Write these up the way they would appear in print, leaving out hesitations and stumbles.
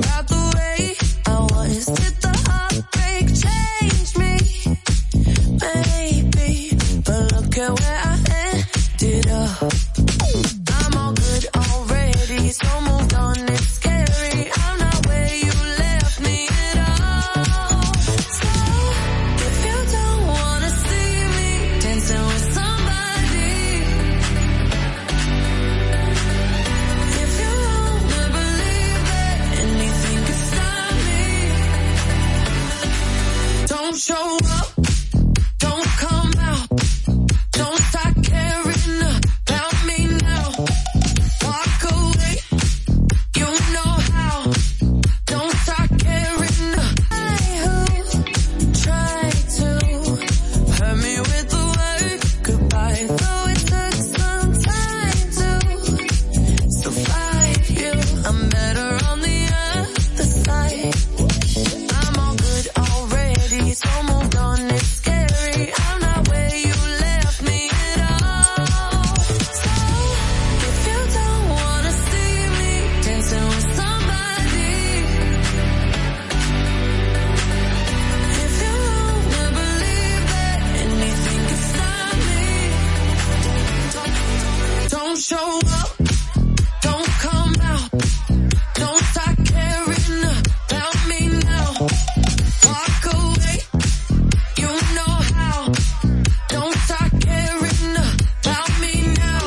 about the way I was. Did the heartbreak change me? Maybe, but look at where I ended up. I'm all good already, so moved on, it's scary. I'm not where you left me at all. So, if you don't wanna see me dancing with somebody, if you wanna believe that anything could stop me, don't show up, don't come out, don't start caring about me now. Walk away, you know how, don't start caring. I who tried to hurt me with the word goodbye, though it took some time to survive you. I'm better on the other side. I'm all good already, so moved on, it's scary. I'm not where you left me at all. So, if you don't wanna see me dancing with somebody, if you wanna believe that anything can stop me, don't show up, don't come out, don't start caring about me now. Walk away, you know how, don't start caring about me now.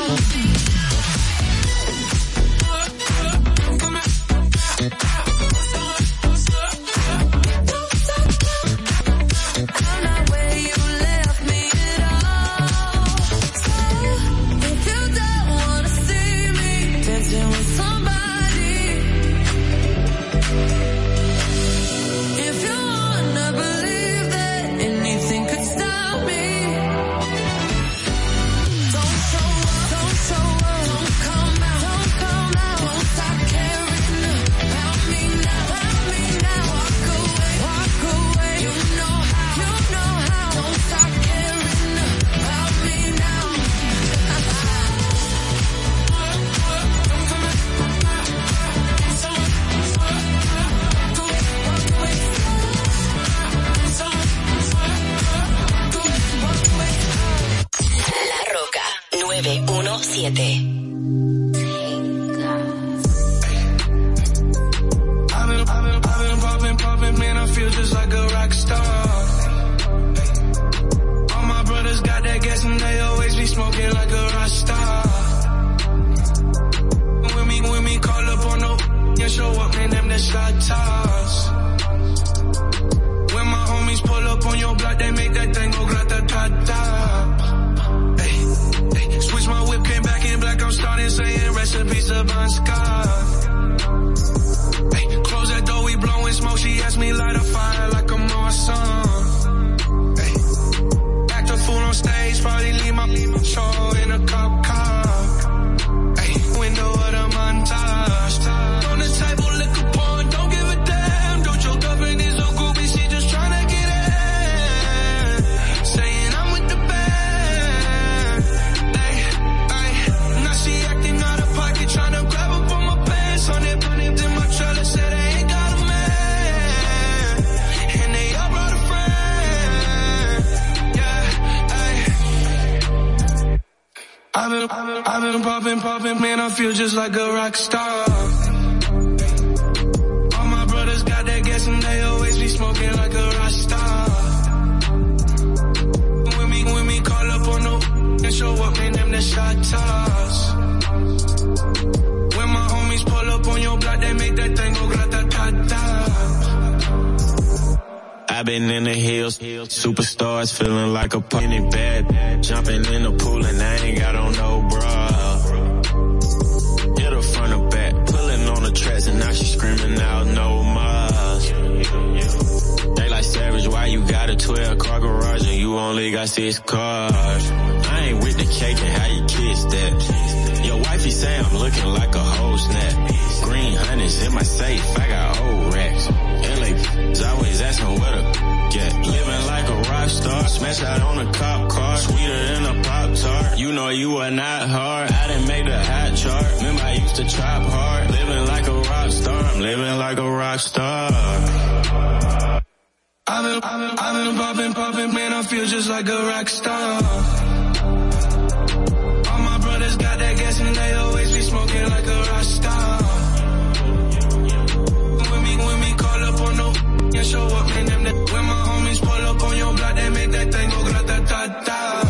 I'm not where you left me at all. So, if you don't wanna see me dancing with somebody, if you wanna believe that anything could stop me, don't show up, don't come out, don't start caring about me now, walk away, you know how, don't start caring about me now. La Roca 917. I've been popping, man, I feel just like a rock star. All my brothers got that gas and they always be smoking like a rock star. When me call up on no and show up, man, them the shot toss. When my homies pull up on your block, they make that thing go grata-ta-ta. Hey, switch my whip, came back in black, I'm starting saying recipes of Bon Scott. Hey, close that door, we blowing smoke, she asked me light a fire like I'm on song. Hey, act a fool on stage, probably leave my show in a cop car. Hey, window of the montage. On the table, liquor porn, don't give a damn. Don't your girlfriend is a groupie, she just tryna get in. Saying I'm with the band. Hey, now she acting out of pocket, tryna grab up on my pants. On it, in my trailer, said I ain't got a man. And they all brought a friend. Yeah, hey. I've been popping, man, I feel just like a rock star. All my brothers got that gas and they always be smoking like a rock star. When me call up on no and show up, man, them the shot toss. When my homies pull up on your block, they make that thing go grata-ta-ta. I've been in the hills, superstars feeling like a penny bad. Jumping in the pool and I ain't got on no bra. Hit her front or back, pulling on the tracks and now she screaming out no more. They like Savage, why you got a 12-car garage and you only got 6 cars? I ain't with the cake and how you kiss that. Your wifey say I'm looking like a whole snap. Green honey's in my safe, I got old racks. LA's always asking where to get. Living like a rock star, smash out on a cop car. Sweeter than a Pop-Tart, you know you are not hard. done made the hot chart. Remember I used to chop hard. Living like a rock star, I'm living like a rock rock star. I've been popping, man, I feel just like a rock star. All my brothers got that gas and they always be smoking like a rock star. When we call up on no and show up, man, them when my homies pull up on your block, they make that thing go grata-ta-ta.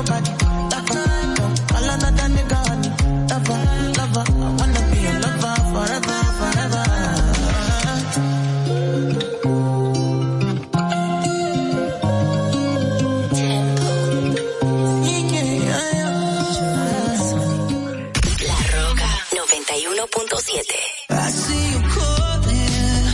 body. All another nigga honey. Lover, lover, I wanna be a lover forever, forever. La Roca 91.7. I see you calling.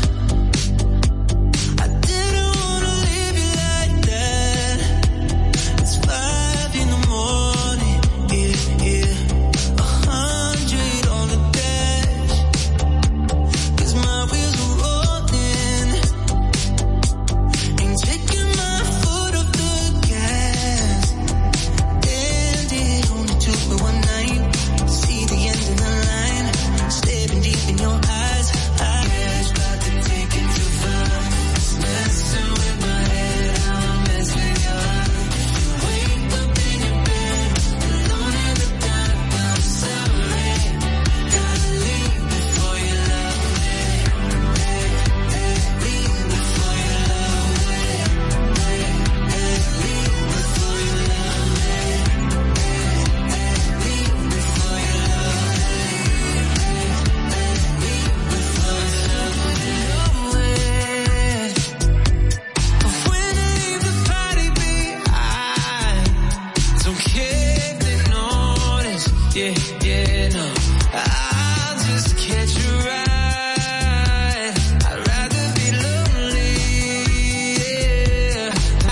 I didn't wanna leave you like that. It's 5 in the morning, yeah, yeah. 100 on the dash. 'Cause my wheels are rolling. Ain't taking my foot off the gas. And it only took me one night. See the end of the line. Staring deep in your eyes. I was about to take it too far. Messing with my head, I'll mess with your heart. Wake up in your bed, alone in the dark. I'm sorry. Gotta leave before you love me. Leave before you love me. Leave before you love me. Leave before you love me. When I leave the party behind, don't care if they notice. Yeah, yeah, no. I'll just catch a ride. I'd rather be lonely. Yeah,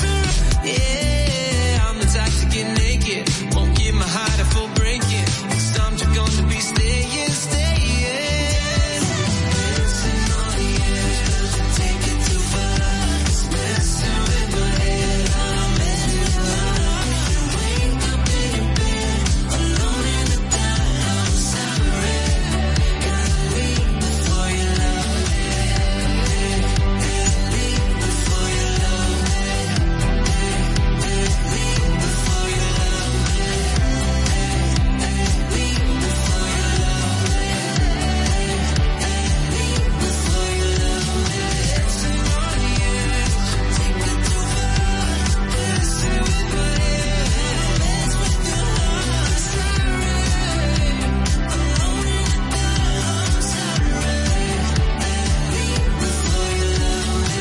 yeah. I'm the type to get naked. Won't give my heart a full breaking. This time you're gonna be staying, staying. Messing on the edge, doesn't take it too far. Messing with my head, I'm messing with my heart. Wake up in your bed, alone in the dark. I'm sorry. Gotta leave before you love me. Leave before you love me. Leave before you love me. Leave before you love me. Leave before you love me. Messing on the edge, take it too far. Messing with my head, mess with your heart. Sorry, alone in the dark. I'm sorry. Leave before you love me.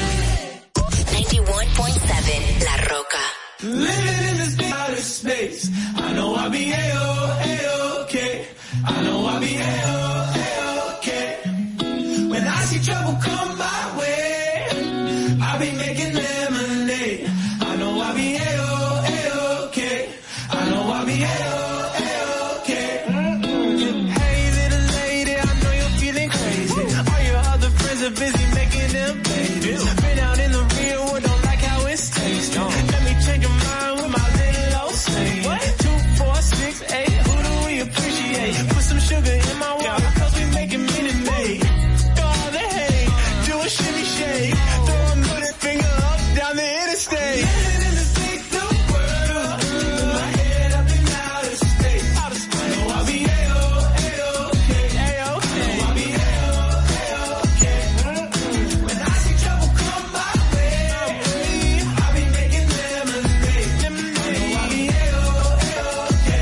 91.7 La Roca. Living in this big outer space. I know I'll be A-okay. I know I'll be A-okay. When I see trouble come my way, I'll be making lemonade. I know I'll be A-okay. I know I'll be A-okay. Hey little lady, I know you're feeling crazy. All your other friends are busy making them babies. Been out in the real world, don't like how it tastes. Let me change your mind with my little old snake. 2, 4, 6, 8, who do we appreciate? Put some sugar in my water, 'cause we making Minute Maid. Throw all the hate, do a shimmy shake. Throw a middle finger up down the interstate. Living in this big new world, with my head up in outer space. I know I'll be A-okay. I know I'll be A-okay. When I see trouble come my way, I'll be making lemonade. I know I'll be A-okay.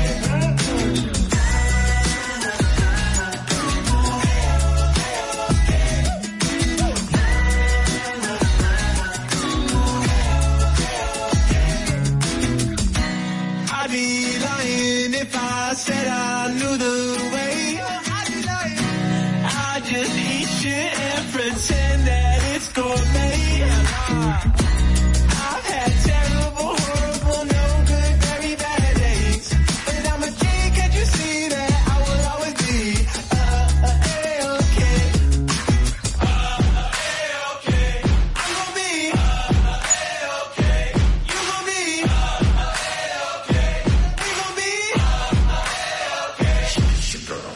I'd be lying if I said I knew the way. I'd be lying. I just eat shit and pretend that it's gourmet. I've had terrible, horrible, no good, very bad days. But I'm a king, can't you see that I will always be A-okay. A-okay. I'm gonna be A-okay. You gonna be A-okay. We gonna be A-okay.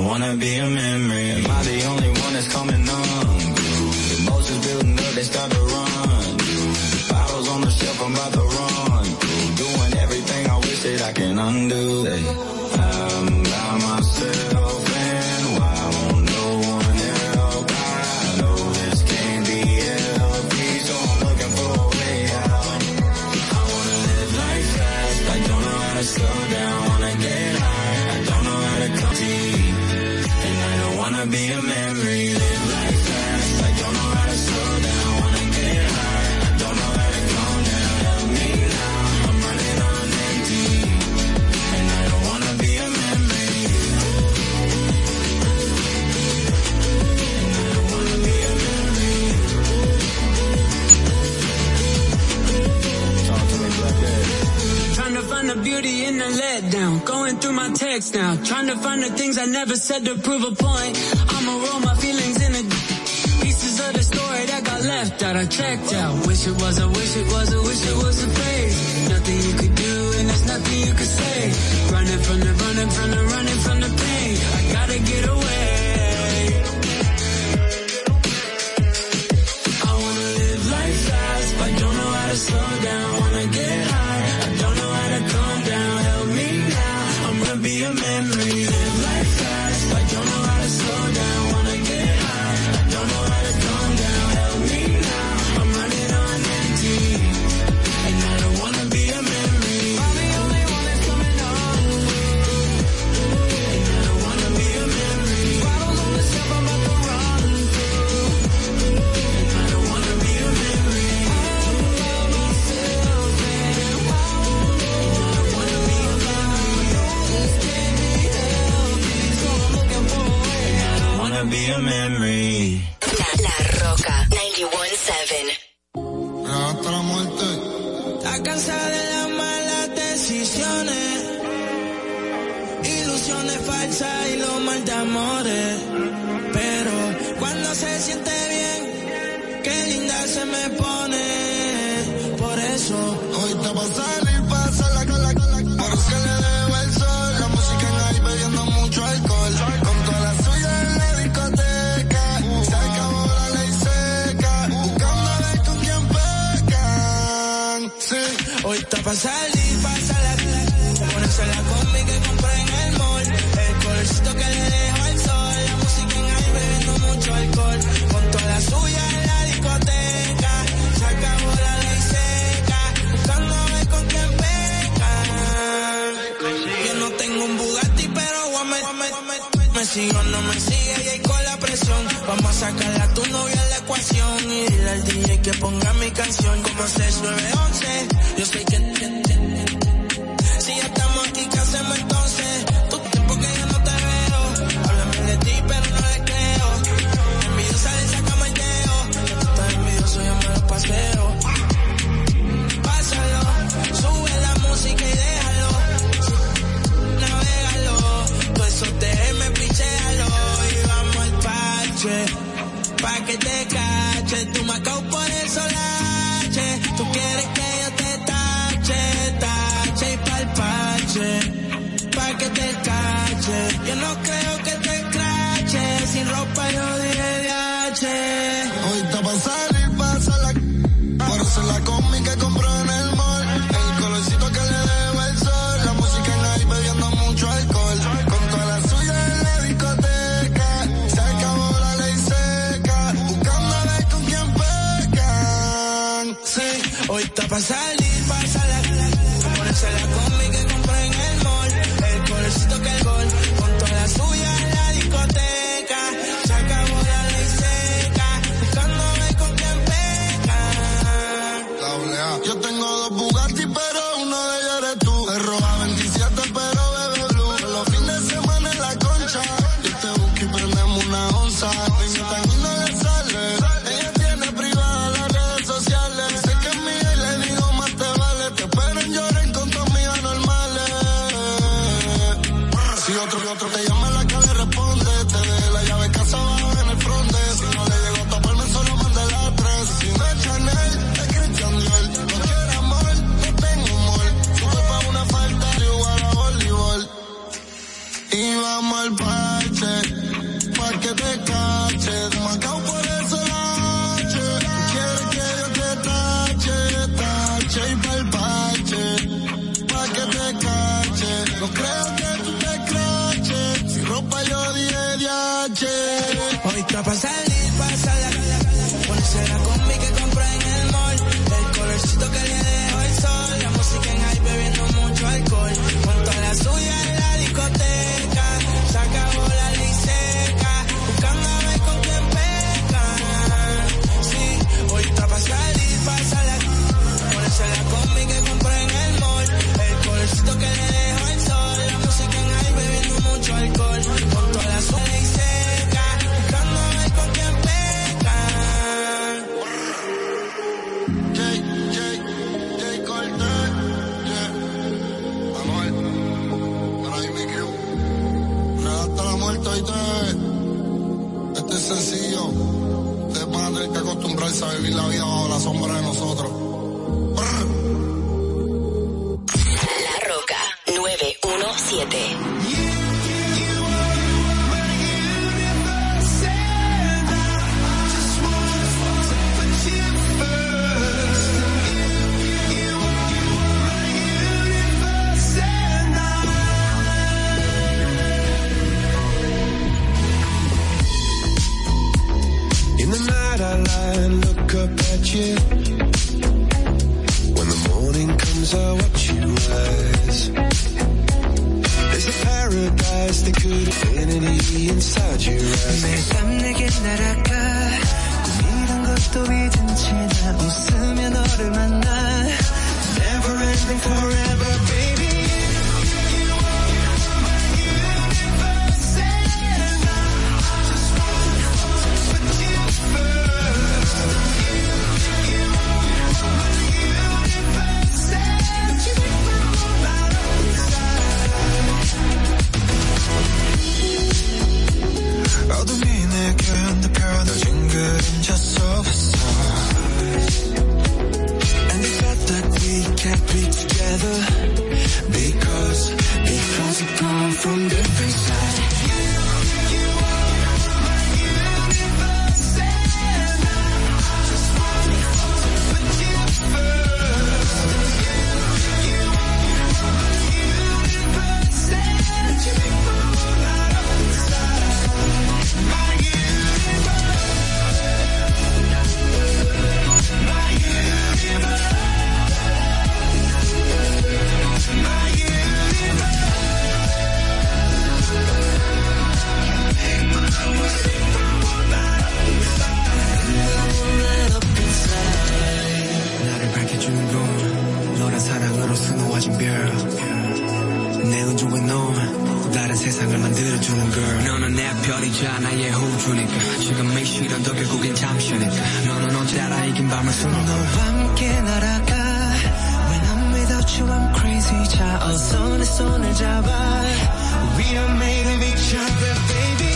wanna be a memory. Am I the only one that's coming unglued? Emotions building up, they start to run. Bottles on the shelf, I'm about to run. Doing everything I wish that I can undo. Hey, I'm by myself and why won't no one help? I know this can't be healthy, so I'm looking for a way out. I wanna live life fast, I don't know how to slow down. Wanna get high, I don't know how to come deep. And I don't wanna be a memory. Live life fast, I don't know how to slow down. Wanna get high, I don't know how to calm down. Help me now, I'm running on empty. And I don't wanna be a memory. And I don't wanna be a memory. Talk to me, Black Dad. Trying to find the beauty in the letdown. Going through my text now. Trying to find the things I never said to prove a point. I'ma roll my feelings in the pieces of the story that got left out. I checked out. Wish it was, I wish it was, I wish it was a phase. Nothing you could do and there's nothing you could say. Running from the pain. I gotta get away. I wanna live life fast, but don't know how to slow down. Wanna get high, I don't know how to calm down. Help me now, I'm gonna be a memory. Live life fast, but don't know how to slow down. Wanna get high, I don't know how to calm down. Help me now, I'm running on empty. And I don't wanna be a memory. I'm the only one that's coming on. And I don't wanna be a memory. Bottles on the shelf, I'm about to run through. And I don't wanna be a memory. I'm by myself and I don't wanna be a memory. This can't be healthy, so I'm looking for a way out. I don't wanna be a memory. La Roca 91.7. Hasta la muerte. Está cansada de las malas decisiones, ilusiones falsas y los mal de amores. Pero cuando se siente bien, qué linda se me pone. Por eso Hoy está pa' salir, pasa la cola. Por eso le debo el sol. La música en ahí bebiendo mucho alcohol. Con toda la suya en la discoteca. Se acabó la ley seca. Buscando a ver con quién pecan. Sí. hoy está pa' salir, pasa la ponerse la combi que compré en el mall. El colorcito que le dejo al sol. La música en ahí bebiendo mucho alcohol. Con toda la suya en la discoteca. Se acabó la ley seca. Buscando a ver con quién pecan. Yo no tengo un Bugatti, pero me sigo o no me sigue y ahí con la presión. Vamos a sacarle a tu novia la ecuación y dile al DJ que ponga mi canción como 6911. Yo sé que si ya estamos aquí, ¿qué hacemos entonces? Tu tiempo que yo no te veo. Háblame de ti, pero no le creo. Envidiosa le sacamos el dedo. Tú estás envidioso, yo me lo paseo. Pásalo, sube la música y déjalo. Navégalo, todo eso DM, pichéalo. Y vamos al parche, pa' que te cache. Tú me acabo por el solache. Tú quieres que yo te tache y pa'l parche, pa' que te cache. Yo no creo que te crache. Sin ropa yo dije DH. Hoy está pa' salir, pasa la. Por eso la combi que compró en el mall. El colorcito que le debo el sol. La música en ahí bebiendo mucho alcohol. Con toda la suya en la discoteca. Se acabó la ley seca. Buscando a ver con quién pecan. Sí, hoy está pa' salir, pasa la. Ponerse la combi que compré en el mall. El colorcito que el gol. Con toda la suya en la discoteca. Se acabó la ley seca. Buscando a ver con quién pecan. Yo tengo dos Bugatti, pero uno de ellos eres tú. Es roja 27, pero bebe blue. Los fines de semana en la concha. Yo te busco y prendemos una onza. Me invitan y no le sale. Ella tiene privada las redes sociales. Sé que es mía y le digo más te vale. Te espero en llorar con tus amigas normales. Si otro te llama la que le responde. Te dejé la llave casa abajo en el fronte. Si no le llego a taparme solo mande las 3. Si no es Chanel, es Christian Dior. No quiero amor, no tengo humor. Sube pa' una falta y jugar a voleibol. Y vamos al parche, pa' salir, pasarla, ponerse la combi que compré en el mall, el colorcito que le dejo el sol, la música en high bebiendo mucho alcohol, junto a la suya en la discoteca, se acabó la ley seca, buscando a ver con quién peca, sí, hoy está pa' salir, pasarla, ponerse la combi que compré en el mall, el colorcito que le dejo el sol, la música en high bebiendo mucho alcohol, junto a la suya y seca, buscando a ver con quién peca. Jay Cortez, Anuel, para ahí mi crew. Nada hasta la muerte, oíste. Este es sencillo. Ustedes van a tener que acostumbrarse a vivir la vida bajo la sombra de nosotros. La Roca 917. In the night I lie and look up at you. When the morning comes I watch you rise. There's a paradise that could infinity inside your eyes. 매밤 내게 날아가 꿈이란 것도 잊은 채 나 웃으며 너를 만나 Never ending forever baby. 어둠이 내게 느껴진 그림자 속에서 And the fact that we can't be together because we come from different sides. 나를 밝혀주는 건 너란 사랑으로 수놓아진 별. 내 우주에 넌 다른 세상을 만들어주는 girl. 너는 내 별이자 나의 호주니까 지금의 시련도 결국엔 잠시니까 너는 언제 알아 이긴 밤을 수놓아 너와 함께 날아가 When I'm without you I'm crazy 자 어서 내 손을 잡아 We are made of each other baby.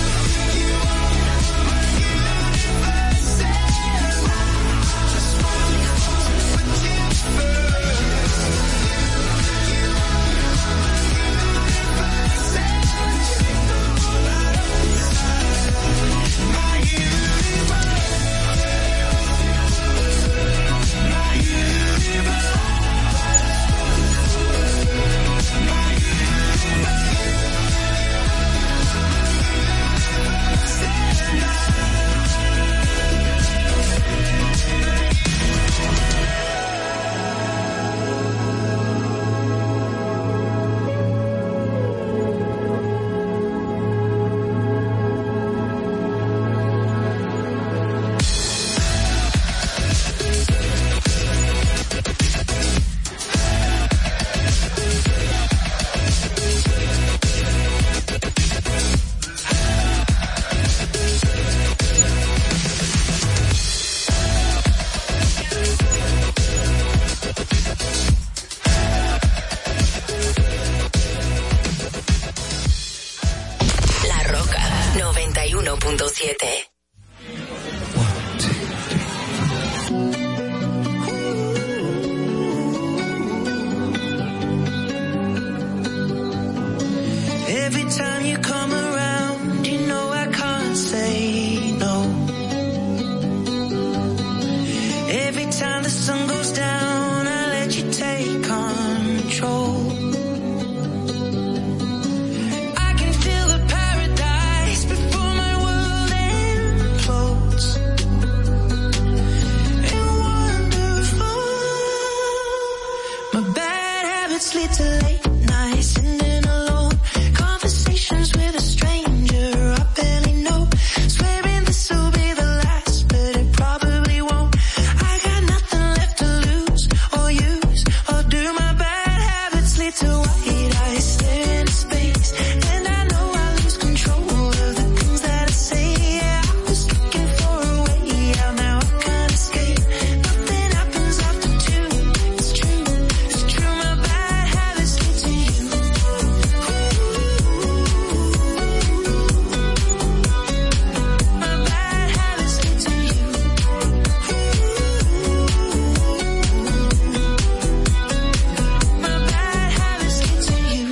La Roca 91.7. Every time you come around, you know I can't say no. Every time the sun goes down, I let you take control. I can feel the paradise before my world ends. habits lead to late nights, sitting alone. Conversations with a stranger I barely know. Swearing this will be the last, but it probably won't. I got nothing left to lose or use, or do. My bad habits lead to white eyes staring into space, and I know I lose control of the things that I say. Yeah, I was looking for a way out, now I can't escape. Nothing happens after two. It's true, it's true. My bad habits lead to you. My bad habits lead to you. My bad habits lead to you.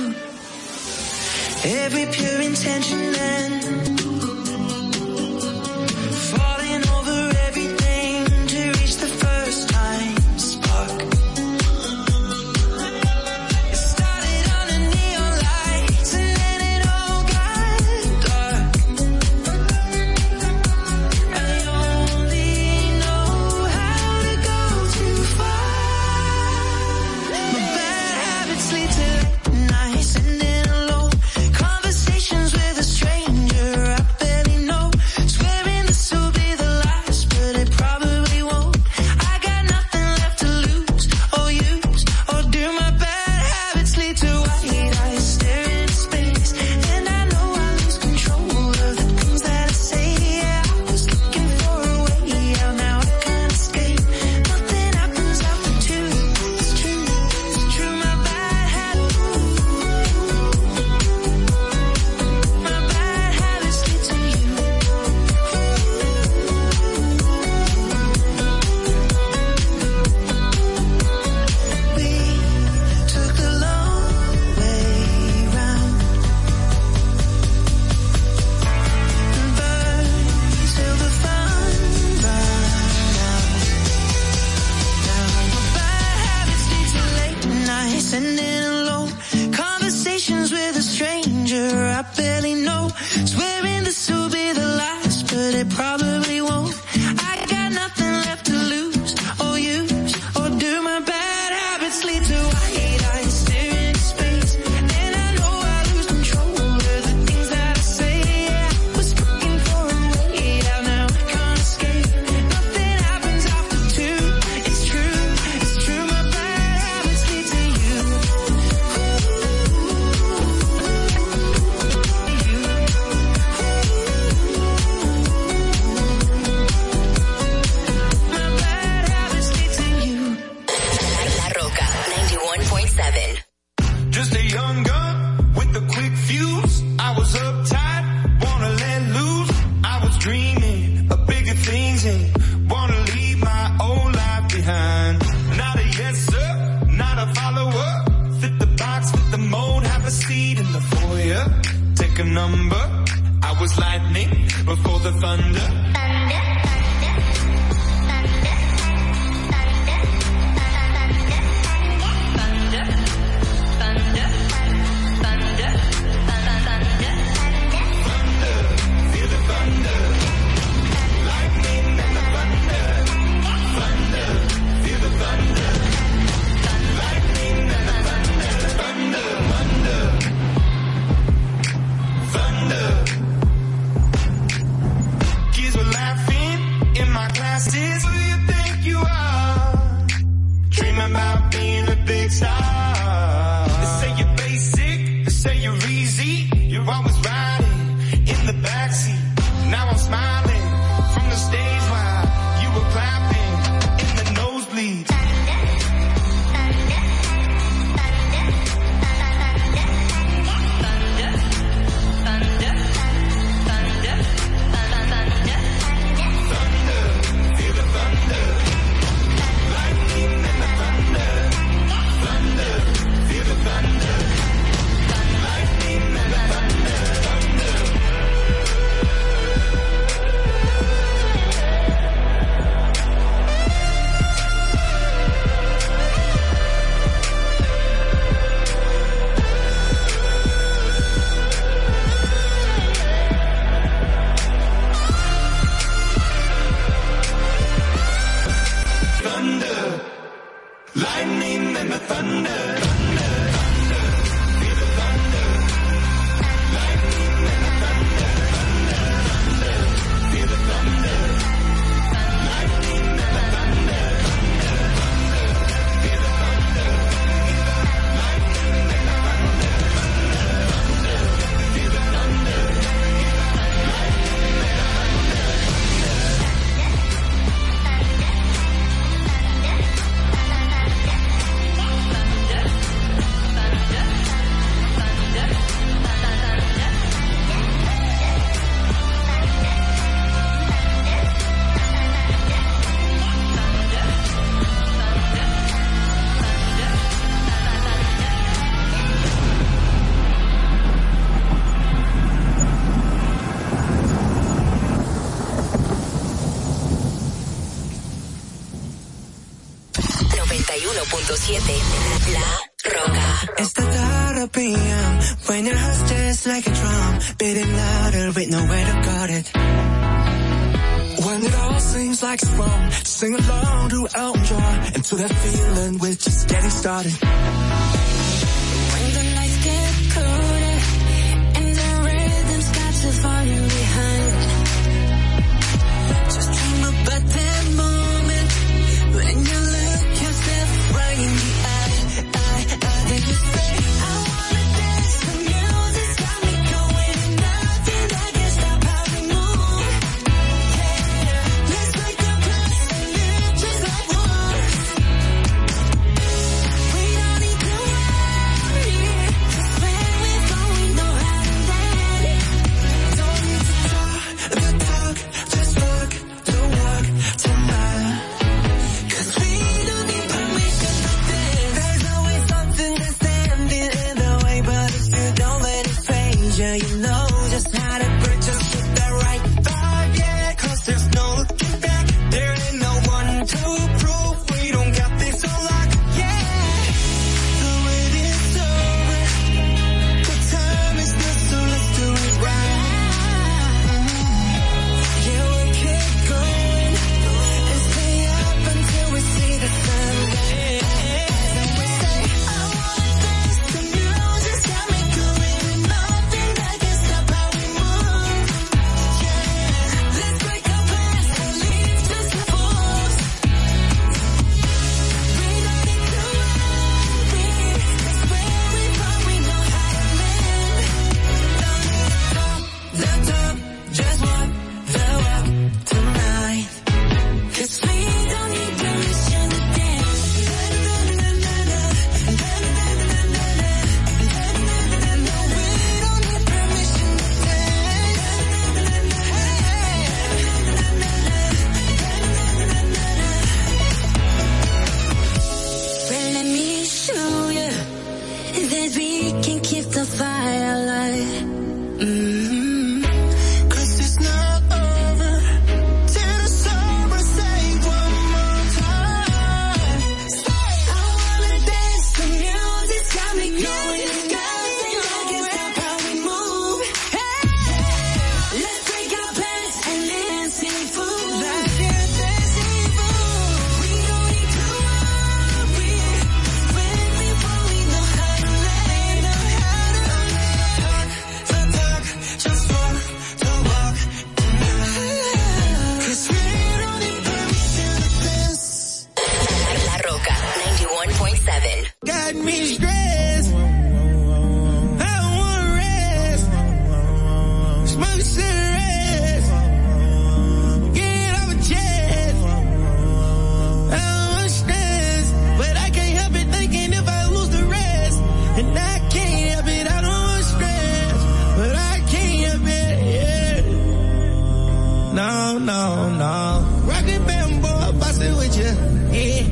Every pure intention then falling over everything to reach the first time spark. It started under neon lights and then it all got dark. I only know how to go too far. My bad habits lead to late nights, sitting alone. Conversations with a stranger I barely know. Swearing this will be the last, but it probably won't. I got nothing left to lose or use, or do. My bad habits lead to white eyes staring into space, and I know I lose control of the things that I say. Yeah, I was looking for a way out, now I can't escape. Nothing happens after two. It's true, it's true. My bad habits. My bad habits lead to you. We took the long way round and burned till the fun ran out. Now my bad habits lead to late nights, sitting alone. Conversations with a stranger I barely know. Swearing this will be the last, but it probably won't. I got nothing left to lose or use, or do. My bad habits lead to white eyes staring into space, and I know I lose control of the things that I say. Yeah, I was looking for a way out, now I can't escape. Nothing happens after two. It's true, it's true. My bad habits lead to you. My bad habits lead to you. La Roca 91.7. Just a young gun with a quick fuse. I was uptight, wanna let loose. I was dreaming of bigger things and wanna leave my old life behind. Not a yes sir, not a follower. Fit the box, fit the mold, have a seat in the foyer. Take a number. I was lightning before the thunder. Kids were laughing in my classes. Who do you think you are? Dreaming about being a big star. They say you're basic, they say you're easy. You're always riding in the backseat. Now I'm smiling from the stage while you were clapping in the nosebleeds. Lightning and the thunder. 91.7 La Roca. It's the thought of PM when your heart's just like a drum, beating louder with nowhere to guard it. When it all seems like it's wrong, sing along to Elton John, and to that feeling we're just getting started. When the lights get colder and the rhythm starts to fall you behind, just dream about that moment when you look yourself right in the eye. Then you say, I wanna dance, the music's got me going, nothing that can stop how we move. Let's make a plan and live just like one. We don't need to worry, 'cause when we're gone we know how to land. Don't need to talk the talk, just walk the walk tonight. 'Cause we don't need permission to dance. There's always something that's standing in the way, but if you don't let it phase you, you know just how to break, just hit that right vibe, yeah. 'Cause there's no looking back, there ain't no one to prove we don't got this on lock, yeah. The wait is over, the time is now, so let's do it right. Yeah, we keep going and stay up until we see the sun. And we say, I wanna dance, the music's got me going, nothing that can stop how we move. Yeah, let's break our plans and leave just the fools. We don't need to worry, 'cause where we from we know how to live. Don't need to talk the talk, just walk the walk tonight. 'Cause we don't need permission to dance. We don't need permission to dance. Well, let me show you that we can keep the fire alive. 'Cause it's not over till the summer sings one more time. I wanna dance, the music's got me going, nothing that can stop how we move. Hey, let's break our plans and let's sing fool. Let's get dancing fool. We don't need to worry, when we fall we know how to lay, know how to talk the talk, just walk the walk tonight. 'Cause we don't need permission to dance. La Roca 91.7. Got me stressed, I don't wanna rest, smoke cigarettes, get it off my chest. I don't want stress, but I can't help it thinking if I lose the rest. And I can't help it, I don't want stress, but I can't help it, yeah. No, no, no. Rockin' bamboo, bust it with you, yeah.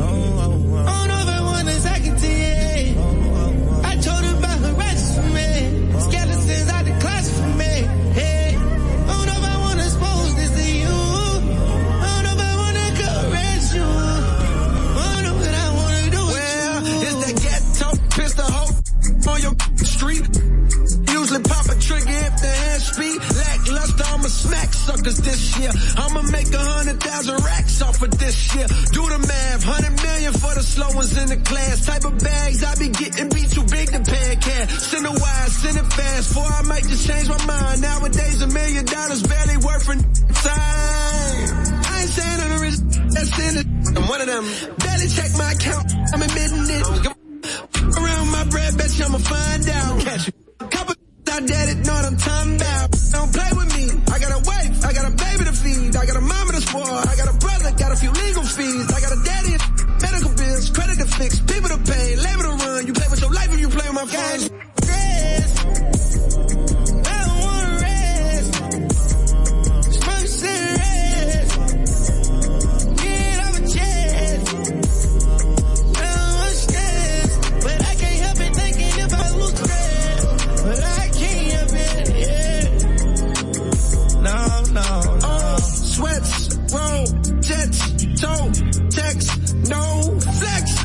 I don't know if I want this, I can tell you. I told her about her ratchets for me, skeletons out the closet for me, hey. I don't know if I want to expose this to you. I don't know if I want to caress you. I don't know what I want to do with you. Well, it's that ghetto pistol hoe on your street. Usually pop a trigger if the hands speak. Lackluster, I'ma smack suckers this year. I'ma make 100,000 racks off of this year. Do the math, 100 million for the slow ones in the class. Type of bags I be getting be too big to pay a cash. Send it wide, send it fast, for I might just change my mind. Nowadays $1 million barely worth a time. I ain't saying I'm the rich, that's in it. I'm one of them. Barely check my account, I'm admitting it. Around my bread, bet you I'ma find out. Catch you. Couple out there that know what I'm talking about. Don't play with me. I got a wife, I got a baby to feed, I got a mama to spoil, I got a brother, got a few legal fees, I got a daddy, medical bills, credit to fix, people to pay, labor to run. You play with your life if you play with my phone. Rest. I don't wanna rest. Smoke cigarettes. Get it off my chest. I don't want stress, but I can't help it thinking if I lose stress. But I can't help it, yeah. No, no, no. Sweats, roll, jets, toe, text, no flex.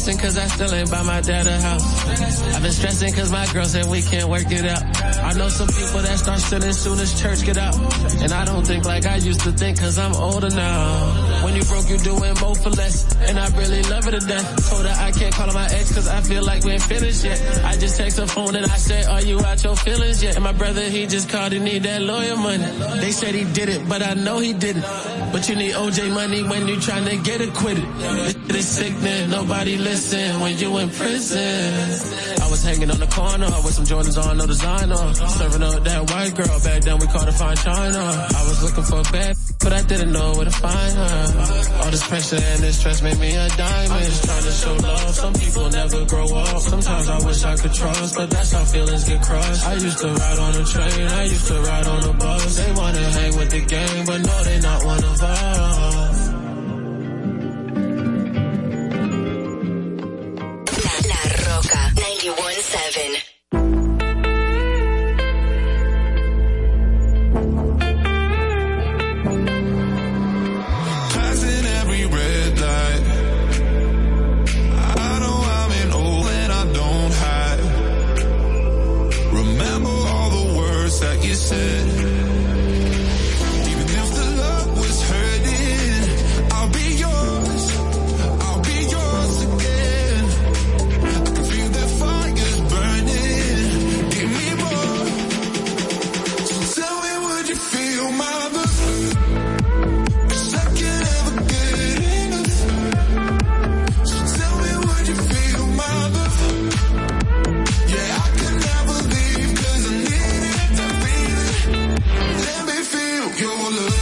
stressing cause I still ain't buy my dad a house. I've been stressing cause my girl said we can't work it out. I know some people that start sinning soon as church get out. And I don't think like I used to think cause I'm older now. When you broke, you doing both for less. And I really love her to death. Told her I can't call her my ex cause I feel like we ain't finished yet. I just text her phone and I said, are you out your feelings yet? And my brother, he just called, he need that lawyer money. They said he did it, but I know he didn't. But you need OJ money when you trying to get acquitted. This sickening, nobody listen when you in prison. I was hanging on the corner with some Jordans on, no designer. Serving up that white girl, back then we called her fine China. I was looking for a bad, but I didn't know where to find her. All this pressure and this stress made me a diamond. Just trying to show love, some people never grow up. Sometimes I wish I could trust, but that's how feelings get crushed. I used to ride on a train, I used to ride on a bus. They wanna hang with the gang, but no, they not one of us. La Roca 91.7. You said, even if the love was hurting, I'll be yours again. I can feel the fires burning, give me more. So tell me, would you feel my love? 'Cause I can't ever get enough. So tell me, would you feel my love? Yeah, I can never leave 'cause I need it. Let me feel your love.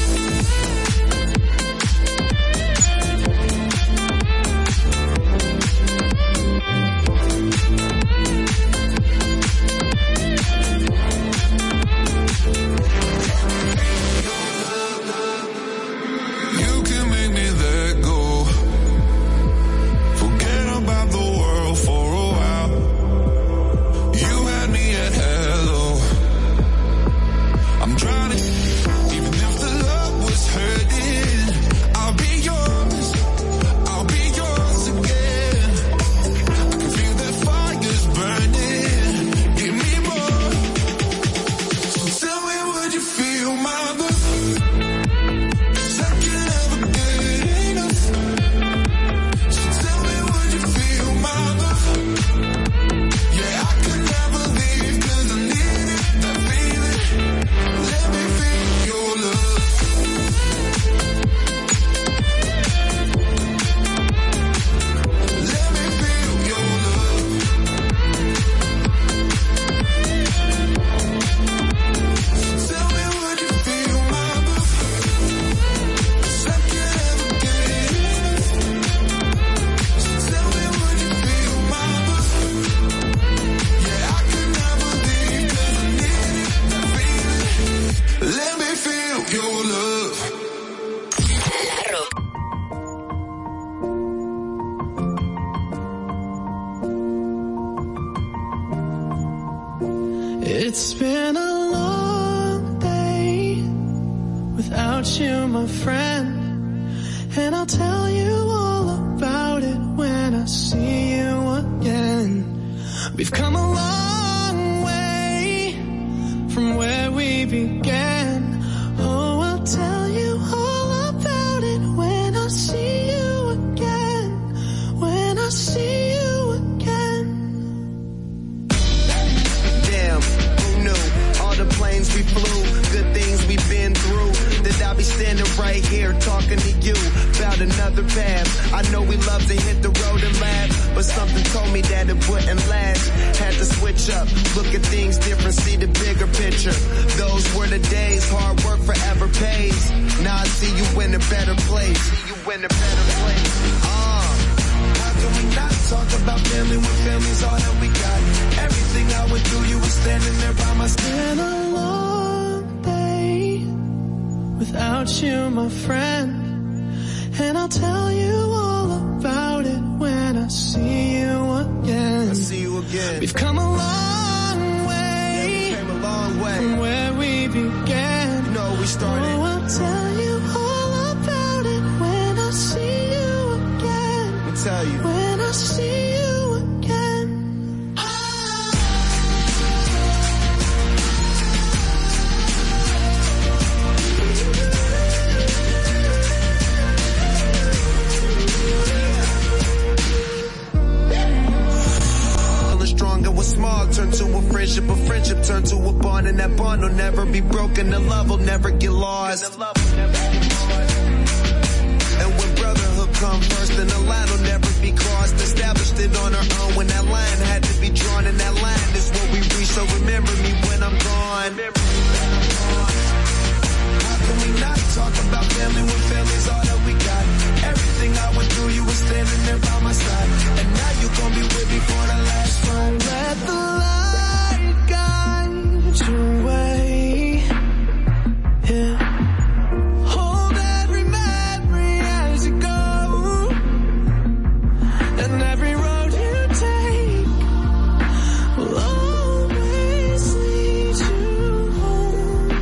You can make me let go. Forget about the world for a while. You had me at hello. I'm trying to, even if the love was hurting, I'll be yours again. I can feel the fires burning, give me more. So tell me, would you feel my love? 'Cause I can never get enough. So tell me, would you feel my love? Yeah, I can never leave 'cause I need it, that feeling. Let me feel your love. Let me feel your love. So tell me, would you feel my love? 'Cause I can't ever get enough. So tell me, would you feel my love? Yeah, I can never leave 'cause I need it, that feeling. Let me feel your love. La Roca. It's been a long day without you, my friend, and I'll tell you all about it when I see you again. We've come a long way from where we began. Oh, I'll tell you all about it when I see you again. When I see you again. Damn, who knew? All the planes we flew, good things we've been through. That I'll be standing right here talking to you about another path. I know we love to hit the road and laugh, but something told me that it wouldn't last. Had to switch up, look at things different, see the bigger picture. Those were the days, hard work forever pays. Now I see you in a better place. How can we not talk about family when family's all that we got? Everything I went through, you were standing there by my side. It's been a long day without you, my friend, and I'll tell you all about it when I see you again. I see you again. We've come a long way, Came a long way from where we began. You know we started. Oh, I'll tell you all about it when I see you again. Let me tell you. When I bond will never be broken, the love will never get lost. And when brotherhood come first, then the line will never be crossed. Established it on our own when that line had to be drawn, and that line is what we reach. So remember me when I'm gone. How can we not talk about family when family's all that we got? Everything I went through, you were standing there by my side, and now you gon' be with me for the last ride. Let the light guide your way. Yeah. Hold every memory as you go, and every road you take will always lead you home.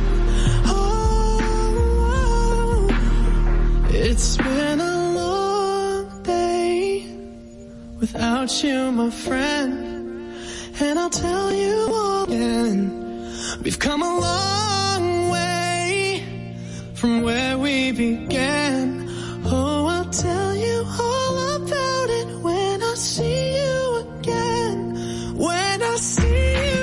Oh, it's been a long day without you, my friend, and I'll tell you all again. We've come a long way from where we began. Oh, I'll tell you all about it when I see you again. When I see you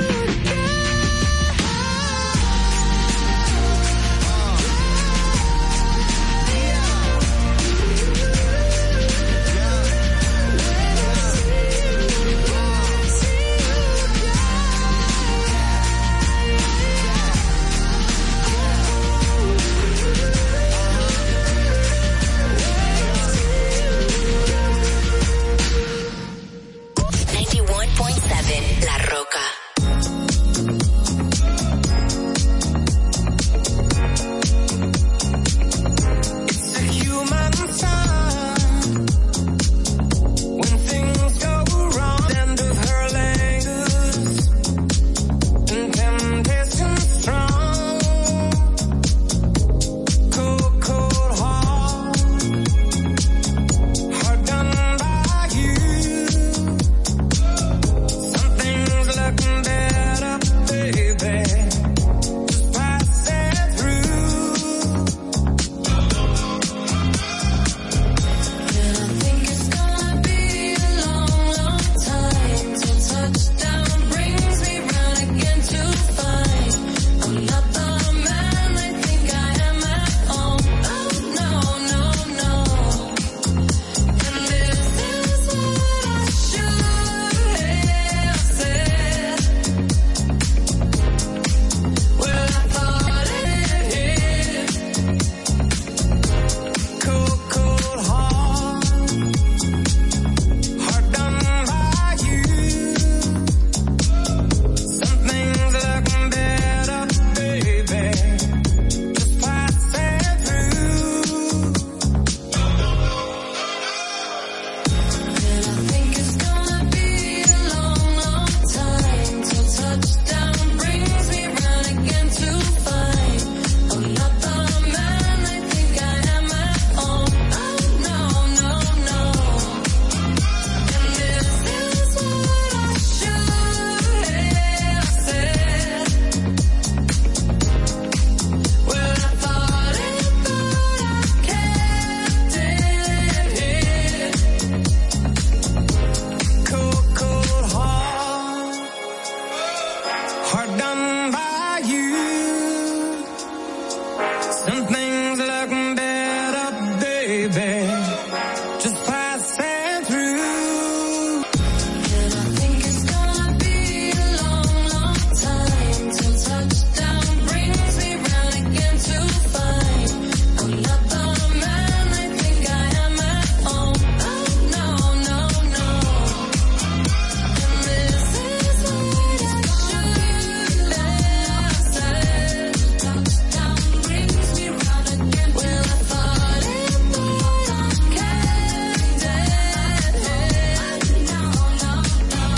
La Roca. It's a human sign when things go wrong. End of her legs and temptation strong. Cold, cold heart, hard done by you. Something's looking better, baby. Just pass it through. And I think it's gonna be a long, long time till touchdown brings me round again to find I'm not the man I think I am at home. Oh no, no, no. And this is what I should have said. Well, I thought it hit. Cold, cold heart, hard done by you. Something's looking better, baby. Just pass it through. And I think it's gonna be a long, long time till touchdown brings me round again to find I'm not the man I think I am at home. Oh no, no, no. And this is what I should have said. Well, I thought it, but I kept it hid. Cold, cold heart, hard done by you. Something's looking better, baby. Just pass it through. And I think it's gonna be a long, long time till touchdown brings me round again to find I'm not the man I think I am at home. Oh no, no, no. And this is what I should have said. Touchdown brings me round again. Well, I thought it, but I kept it hid. No, no, no.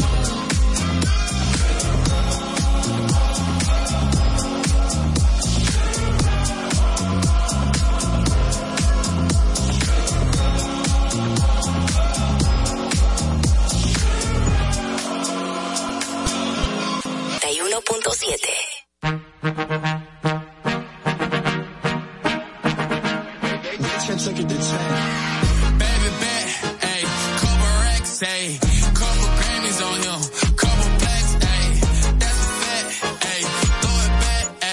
Baby bet, ayy, couple racks, ayy, couple Grammys on him, couple plaques, ayy, that's a fact, ayy, throw it back,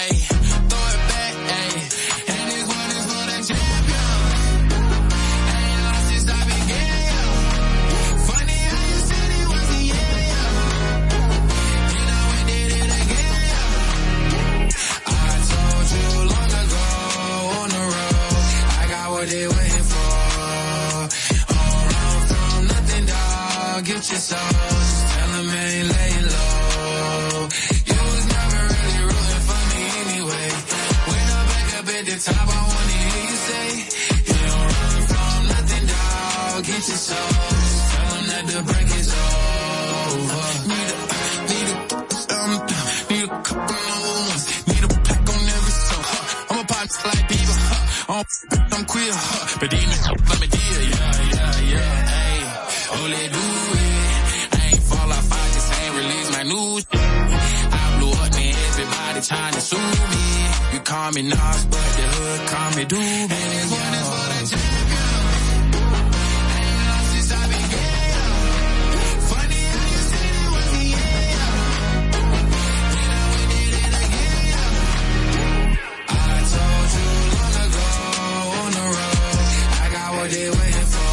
dog, get your soul. Just tell him I ain't laying low. You was never really rooting for me anyway. When I'm back up at the top, I wanna hear you say, you don't run from nothing, dog, get your soul. Just tell him that the break is over. Need a couple more ones. Need a pack on every song. I'm a pop like Bieber. I'm queer, but these niggas let me deal. Yeah, hey. Oh, they do it. I ain't fall off, I just ain't release my news. I blew up and everybody trying to sue me. You call me Nas, but the hood call me Doobie. And this one is for the champion. I ain't lost since I began. Funny how you said it was the end. Then I went did it again. I told you long ago on the road, I got what they waiting for.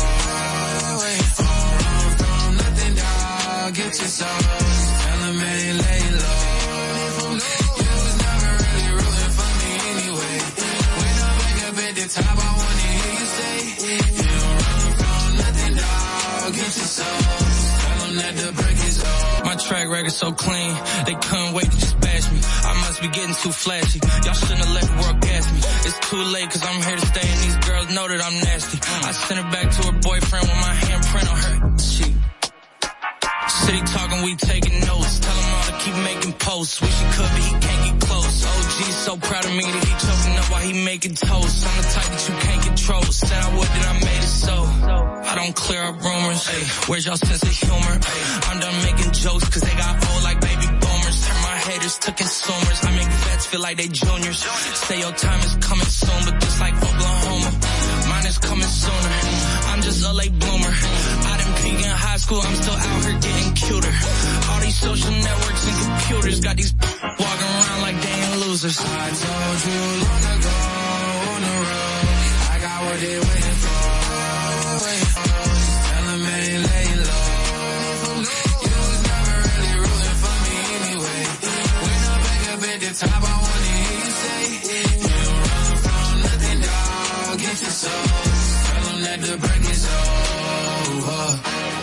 Don't run from nothing, dog. Get your soul. Just tell them I ain't laying low. You was never really rooting for me anyway. When I'm back up at the top, I wanna hear you say, you don't run from nothing, dog. Get your soul. Just tell them that the break is over. My track record so clean, they couldn't wait to just bash me. I must be getting too flashy. Y'all shouldn't have let the world gas me. It's too late cause I'm here to stay and these girls know that I'm nasty. I sent her back to her boyfriend with my handprint on her cheek. City talking, we taking notes. Tell him all to keep making posts. Wish he could, but he can't get close. OG's so proud of me that he choking up while he making toast. I'm the type that you can't control. Said I would, then I made it so. I don't clear up rumors. Ay, where's y'all sense of humor? Ay, I'm done making jokes cause they got old like baby boomers. Turn my haters to consumers. I make vets feel like they juniors. Say your time is coming soon, but just like Oklahoma, mine is coming sooner. I'm just a late bloomer. I didn't peak in high school, I'm still out here getting cuter. All these social networks and computers got these walking around like they ain't losers. I told you long ago on the road, I got what they waiting for. Just tell them I ain't laying low. You was never really rooting for me anyway. When I'm back up at the top, I wanna hear you say, you don't run from nothing, dog. Get your soul. Just tell them that the break is over.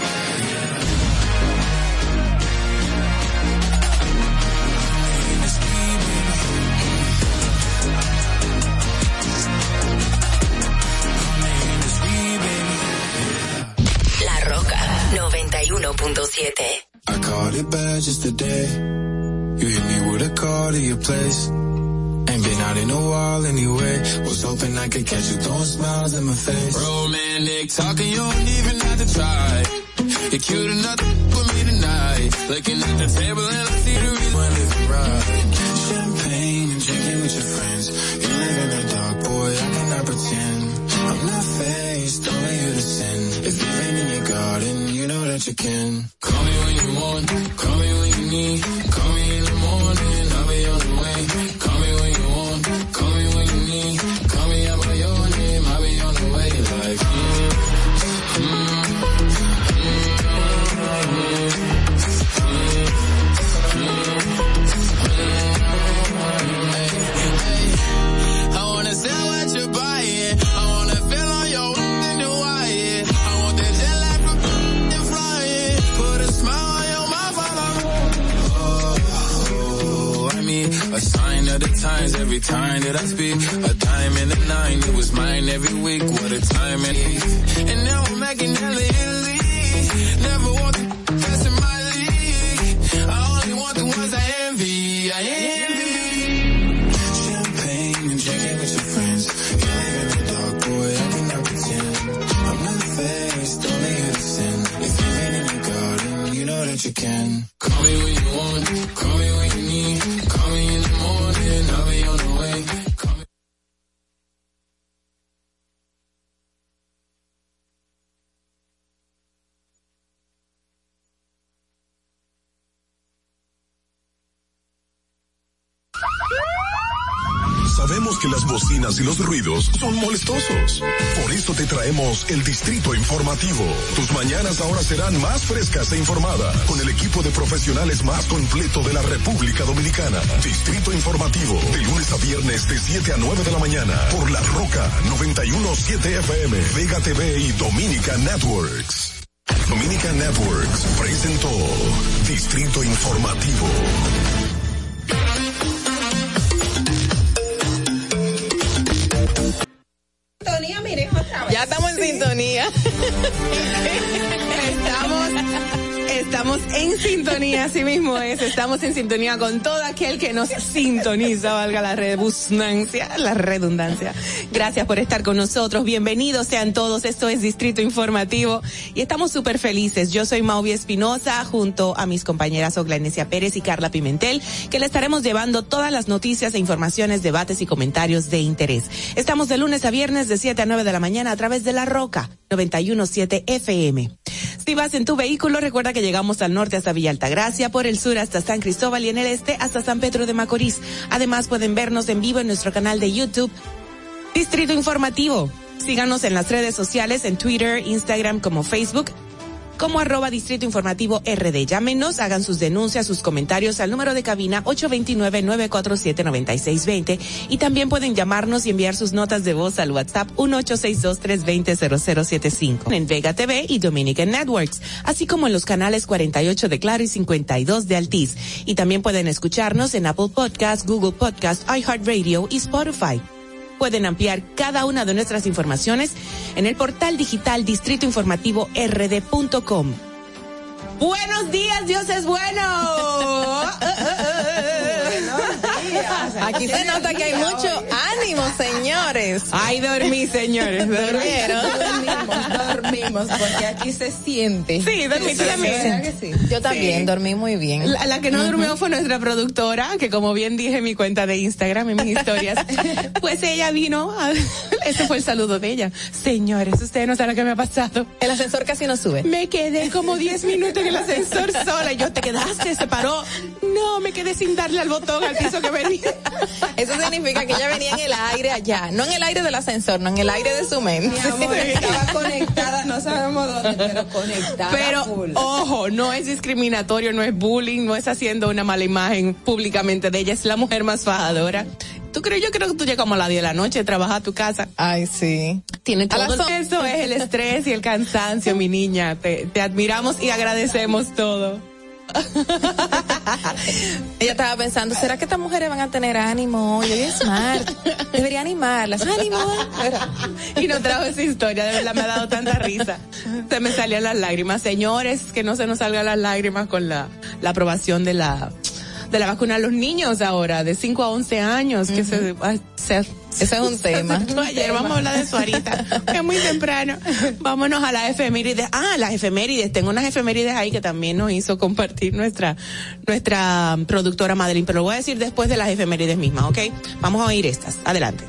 La Roca 91.7. I caught it bad just today. You hit me with a call to your place. Ain't been out in a while anyway. Was hoping I could catch you throwing smiles in my face. Romantic talking, you don't even have to try. You're cute enough to with me tonight. Looking at the table and I see the reason why it's right. Champagne and drinking with your friends. You live in the dark, boy, I cannot pretend. I'm not faced, only you to sin. If you're rain in your garden, you know that you can. Call me when you want, call me when you need. Call me in the morning, I'll be on the way. Call me when you want, call me when you need. Call me out by your name, I'll be on the way. Like, I wanna sell what you're buying. I wanna feel on your in the wire. I want that jet lag from and flying. Put a smile on your mouth while I'm I mean, a sign of the times every time that I speak. A dime and a nine, it was mine every week. What a time and now I'm making hella Italy. Never want the best in my league. I only want the ones I envy. I envy. Champagne and drinking with your friends. You live in the dark, boy, I cannot pretend. I'm not faced, only you to sin. If you're rain in your garden, you know that you can. Call me when you want, call me when you need. Call me in the morning, I'll be on the way. Call me. Sabemos que las bocinas y los ruidos son molestosos. Por eso te traemos el Distrito Informativo. Tus mañanas ahora serán más frescas e informadas con el equipo de profesionales más completo de la República Dominicana. Distrito Informativo, de lunes a viernes de 7 a 9 de la mañana por La Roca 91.7 FM, Vega TV y Dominica Networks. Dominica Networks presentó Distrito Informativo. Sintonía, miren, otra vez. Ya estamos en sintonía. Estamos en sintonía, así mismo es. Estamos en sintonía con todo aquel que nos sintoniza, valga la redundancia. Gracias por estar con nosotros. Bienvenidos sean todos. Esto es Distrito Informativo y estamos súper felices. Yo soy Mauvi Espinosa junto a mis compañeras Oglanesia Pérez y Carla Pimentel, que le estaremos llevando todas las noticias e informaciones, debates y comentarios de interés. Estamos de lunes a viernes de 7 a 9 de la mañana a través de La Roca 91.7 FM. Si vas en tu vehículo, recuerda que llegamos al norte hasta Villa Altagracia, por el sur hasta San Cristóbal y en el este hasta San Pedro de Macorís. Además, pueden vernos en vivo en nuestro canal de YouTube, Distrito Informativo. Síganos en las redes sociales, en Twitter, Instagram como Facebook, como @Distrito Informativo RD. Llámenos, hagan sus denuncias, sus comentarios al número de cabina 829-947-9620 y también pueden llamarnos y enviar sus notas de voz al WhatsApp 1862-320-0075 en Vega TV y Dominican Networks, así como en los canales 48 de Claro y 52 de Altiz. Y también pueden escucharnos en Apple Podcast, Google Podcast, iHeartRadio y Spotify. Pueden ampliar cada una de nuestras informaciones en el portal digital distritoinformativord.com. Buenos días, Dios es bueno. Aquí se nota que hay mucho ánimo, señores. Ay, dormí, señores. Dormimos, porque aquí se siente. Sí, dormí también. Sí. Yo también dormí muy bien. La que no durmió fue nuestra productora, que como bien dije en mi cuenta de Instagram, en mis historias, pues ella vino, ese fue el saludo de ella. Señores, ustedes no saben lo que me ha pasado. El ascensor casi no sube. Me quedé como 10 minutos en el ascensor sola. Y yo, ¿te quedaste? ¿Se paró? No, me quedé sin darle al botón al piso que venía. Eso significa que ella venía en el aire allá, no en el aire del ascensor, no en el aire de su mente. Mi amor, estaba conectada, no sabemos dónde, pero conectada. Pero, full. Ojo, no es discriminatorio, no es bullying, no es haciendo una mala imagen públicamente de ella, es la mujer más fajadora. Yo creo que tú llegas como a las 10 de la noche, trabajas a tu casa. Ay, sí. Tiene todo eso, es el estrés y el cansancio, mi niña. Te admiramos y agradecemos todo. Ella estaba pensando, ¿será que estas mujeres van a tener ánimo hoy? Hoy es smart. Debería animarlas. ¡Ánimo! Y no trajo esa historia, de verdad me ha dado tanta risa. Se me salían las lágrimas. Señores, que no se nos salgan las lágrimas con la aprobación de la vacuna a los niños ahora, de 5 a 11 años, que ese es un tema. Ayer vamos a hablar de eso ahorita, es muy temprano. Vámonos a las efemérides. Las efemérides, tengo unas efemérides ahí que también nos hizo compartir nuestra productora Madeline, pero lo voy a decir después de las efemérides mismas, ¿ok? Vamos a oír estas, adelante.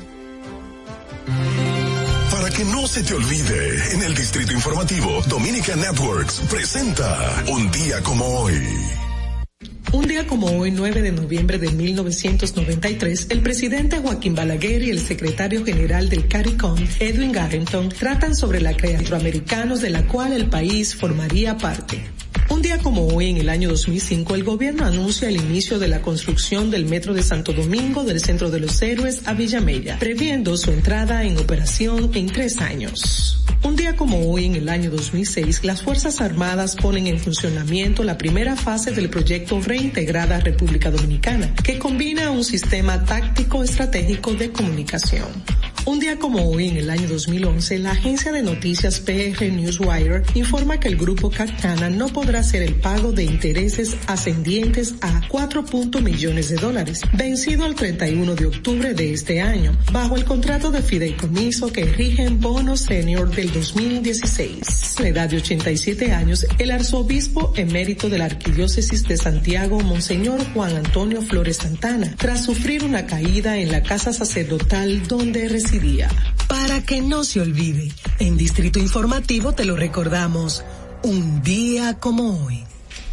Para que no se te olvide, en el Distrito Informativo, Dominica Networks presenta Un Día Como Hoy. Un día como hoy, 9 de noviembre de 1993, el presidente Joaquín Balaguer y el secretario general del CARICOM, Edwin Garrington, tratan sobre la creación centroamericanos de la cual el país formaría parte. Un día como hoy, en el año 2005, el gobierno anuncia el inicio de la construcción del metro de Santo Domingo del Centro de los Héroes a Villa Mella, previendo su entrada en operación en 3 años. Un día como hoy, en el año 2006, las Fuerzas Armadas ponen en funcionamiento la primera fase del proyecto Reintegrada República Dominicana, que combina un sistema táctico estratégico de comunicación. Un día como hoy, en el año 2011, la agencia de noticias PR Newswire informa que el grupo Cartana no podrá hacer el pago de intereses ascendientes a $4 millones, vencido el 31 de octubre de este año, bajo el contrato de fideicomiso que rige en bono senior del 2016. A la edad de 87 años, el arzobispo emérito de la Arquidiócesis de Santiago, Monseñor Juan Antonio Flores Santana, tras sufrir una caída en la casa sacerdotal donde residía. Para que no se olvide, en Distrito Informativo te lo recordamos, un día como hoy.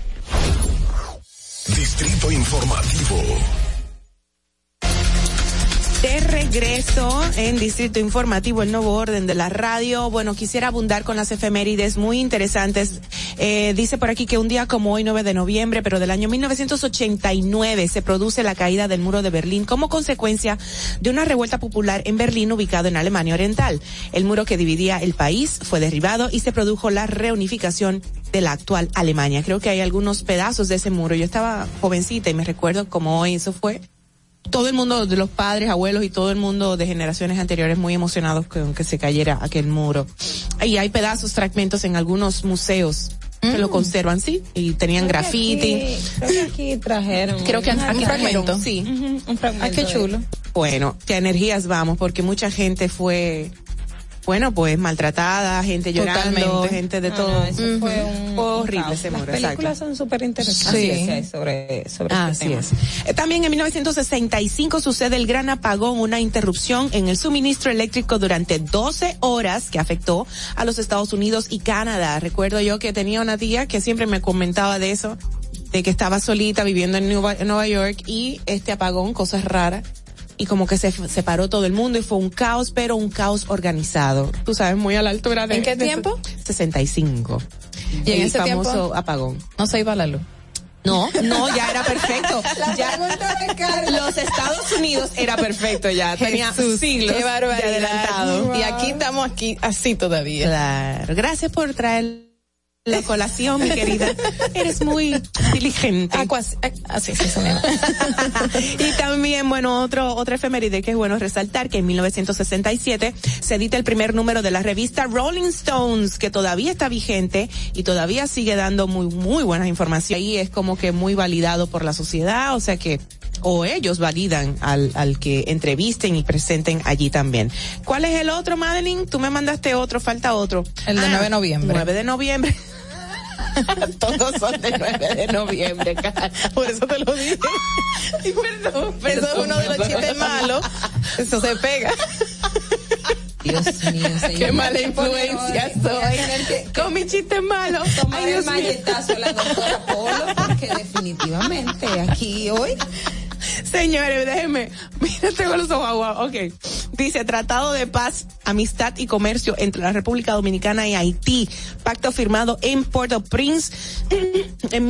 Distrito Informativo. De regreso en Distrito Informativo, el nuevo orden de la radio. Bueno, quisiera abundar con las efemérides muy interesantes. Dice por aquí que un día como hoy, 9 de noviembre, pero del año 1989, se produce la caída del muro de Berlín como consecuencia de una revuelta popular en Berlín, ubicado en Alemania Oriental. El muro que dividía el país fue derribado y se produjo la reunificación de la actual Alemania. Creo que hay algunos pedazos de ese muro. Yo estaba jovencita y me recuerdo como hoy eso fue. Todo el mundo de los padres, abuelos y todo el mundo de generaciones anteriores muy emocionados con que se cayera aquel muro. Y hay pedazos, fragmentos en algunos museos que lo conservan, sí, y tenían graffiti. Creo que aquí trajeron. Creo que aquí trajeron, sí. Un fragmento. Ay, qué chulo. Bueno, qué energías vamos, porque mucha gente fue, bueno, pues maltratada, gente llorando, Totalmente. gente de todo. Eso fue horrible ese Las muro, películas exacto. son súper interesantes Sí. sobre Así este tema. es. También en 1965 sucede el gran apagón, una interrupción en el suministro eléctrico durante 12 horas que afectó a los Estados Unidos y Canadá. Recuerdo yo que tenía una tía que siempre me comentaba de eso, de que estaba solita viviendo en Nueva York y este apagón, cosas raras. Y como que se separó todo el mundo y fue un caos, pero un caos organizado. Tú sabes, muy a la altura de... ¿En qué tiempo? 65. Y en el ese famoso tiempo apagón. no se iba la luz. No, ya era perfecto. Ya los Estados Unidos era perfecto ya. Tenía Jesús, siglos qué barbaridad. de adelantado. Y aquí estamos así todavía. Claro. Gracias por traer la colación, mi querida. Eres muy diligente. Así, señora. Y también, bueno, otra efeméride que es bueno resaltar, que en 1967 se edita el primer número de la revista Rolling Stones, que todavía está vigente y todavía sigue dando muy buenas informaciones. Ahí es como que muy validado por la sociedad, o sea que o ellos validan al que entrevisten y presenten allí también. ¿Cuál es el otro, Madeline? Tú me mandaste otro, falta otro. El de 9 de noviembre. 9 de noviembre. Todos son de 9 de noviembre, cara. Por eso te lo dije. Ay, perdón. Eso es uno de los chistes malos. Eso se pega. Dios mío, señor. Qué mala influencia soy. Con mi chiste malo. Tomar Ay, el Dios mío. malletazo a la doctora Polo, porque definitivamente aquí hoy. Señores, déjenme. Mira, tengo los ojos aguados. Ok. Dice, Tratado de Paz, Amistad y Comercio entre la República Dominicana y Haití. Pacto firmado en Port-au-Prince en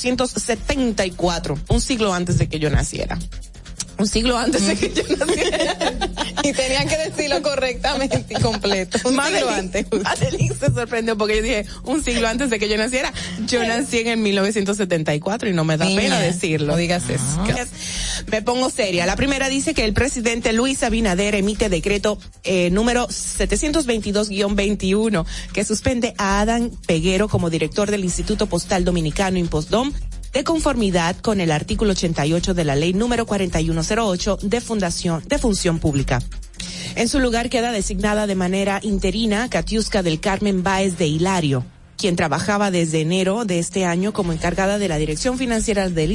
1874. Un siglo antes de que yo naciera. Un siglo antes de que yo naciera. Y tenían que decirlo correctamente y completo. Un siglo antes. Madeline se sorprendió porque yo dije, un siglo antes de que yo naciera. Yo nací en el 1974 y no me da pena decirlo. No digas eso. Me pongo seria. La primera dice que el presidente Luis Abinader emite decreto número 722-21 que suspende a Adán Peguero como director del Instituto Postal Dominicano Impostdom de conformidad con el artículo 88 de la ley número 4108 de función pública. En su lugar queda designada de manera interina Katiuska del Carmen Báez de Hilario, quien trabajaba desde enero de este año como encargada de la dirección financiera del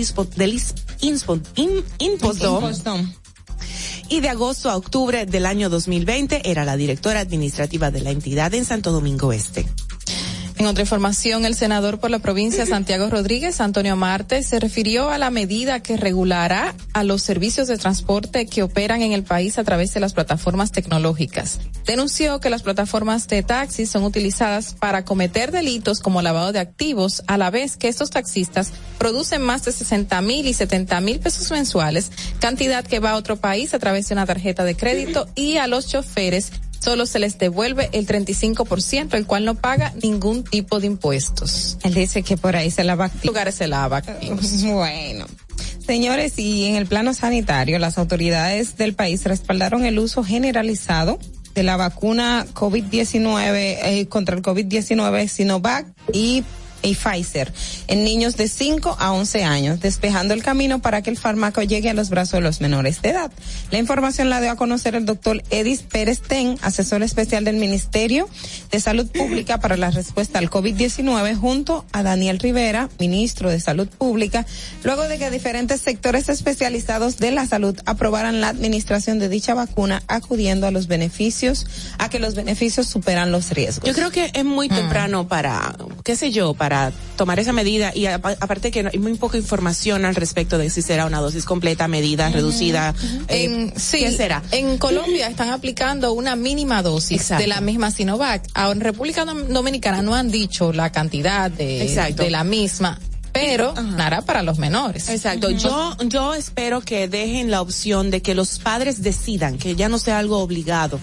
Impostdom. Y de agosto a octubre del año 2020 era la directora administrativa de la entidad en Santo Domingo Este. En otra información, el senador por la provincia Santiago Rodríguez, Antonio Marte, se refirió a la medida que regulará a los servicios de transporte que operan en el país a través de las plataformas tecnológicas. Denunció que las plataformas de taxis son utilizadas para cometer delitos como lavado de activos, a la vez que estos taxistas producen más de 60,000 y 70,000 pesos mensuales, cantidad que va a otro país a través de una tarjeta de crédito, y a los choferes solo se les devuelve el 35%, el cual no paga ningún tipo de impuestos. Él dice que por ahí se lava activos. Lugares se lava activos. Bueno. Señores, y en el plano sanitario, las autoridades del país respaldaron el uso generalizado de la vacuna COVID-19, contra el COVID-19 Sinovac y Pfizer en niños de 5 a 11 años, despejando el camino para que el fármaco llegue a los brazos de los menores de edad. La información la dio a conocer el doctor Edis Pérez Ten, asesor especial del Ministerio de Salud Pública para la respuesta al COVID-19, junto a Daniel Rivera, ministro de Salud Pública, luego de que diferentes sectores especializados de la salud aprobaran la administración de dicha vacuna, acudiendo a los beneficios, a que los beneficios superan los riesgos. Yo creo que es muy temprano para, qué sé yo, para tomar esa medida, y aparte que hay muy poca información al respecto de si será una dosis completa, medida, reducida. ¿Qué será? En Colombia están aplicando una mínima dosis de la misma Sinovac. Ahora, en República Dominicana no han dicho la cantidad de la misma, pero nada para los menores. Exacto. Yo espero que dejen la opción de que los padres decidan, que ya no sea algo obligado.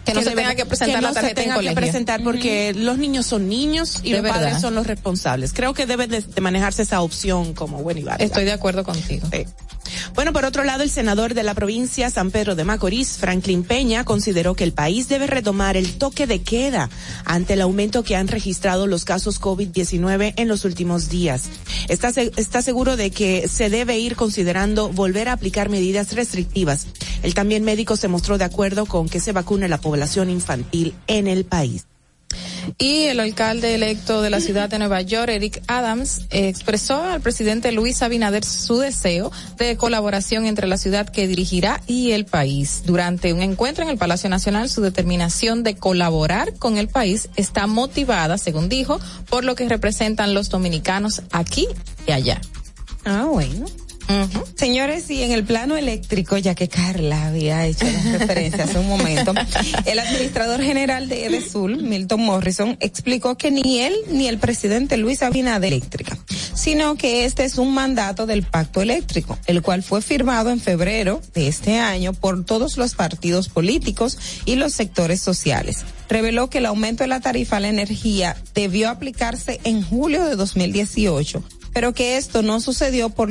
Que no se tenga que presentar la tarjeta en colegio. Que presentar porque los niños son niños y De los padres verdad. son los responsables. Creo que debe de manejarse esa opción como buena y válida. Estoy de acuerdo contigo. Sí. Bueno, por otro lado, el senador de la provincia San Pedro de Macorís, Franklin Peña, consideró que el país debe retomar el toque de queda ante el aumento que han registrado los casos COVID-19 en los últimos días. Está seguro de que se debe ir considerando volver a aplicar medidas restrictivas. El también médico se mostró de acuerdo con que se vacune la población infantil en el país. Y el alcalde electo de la ciudad de Nueva York, Eric Adams, expresó al presidente Luis Abinader su deseo de colaboración entre la ciudad que dirigirá y el país. Durante un encuentro en el Palacio Nacional, su determinación de colaborar con el país está motivada, según dijo, por lo que representan los dominicanos aquí y allá. Ah, bueno. Uh-huh. Señores, y en el plano eléctrico, ya que Carla había hecho la referencia hace un momento, el administrador general de Edesul, Milton Morrison, explicó que ni él ni el presidente Luis Abinader eléctrica, sino que este es un mandato del pacto eléctrico, el cual fue firmado en febrero de este año por todos los partidos políticos y los sectores sociales. Reveló que el aumento de la tarifa a la energía debió aplicarse en julio de 2018, pero que esto no sucedió porque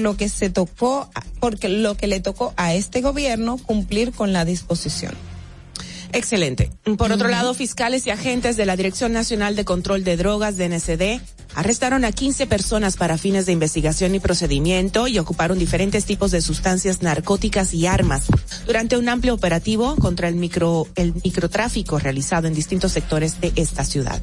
lo que le tocó a este gobierno cumplir con la disposición. Excelente. Por otro lado, fiscales y agentes de la Dirección Nacional de Control de Drogas, DNCD, arrestaron a 15 personas para fines de investigación y procedimiento y ocuparon diferentes tipos de sustancias narcóticas y armas durante un amplio operativo contra el microtráfico realizado en distintos sectores de esta ciudad.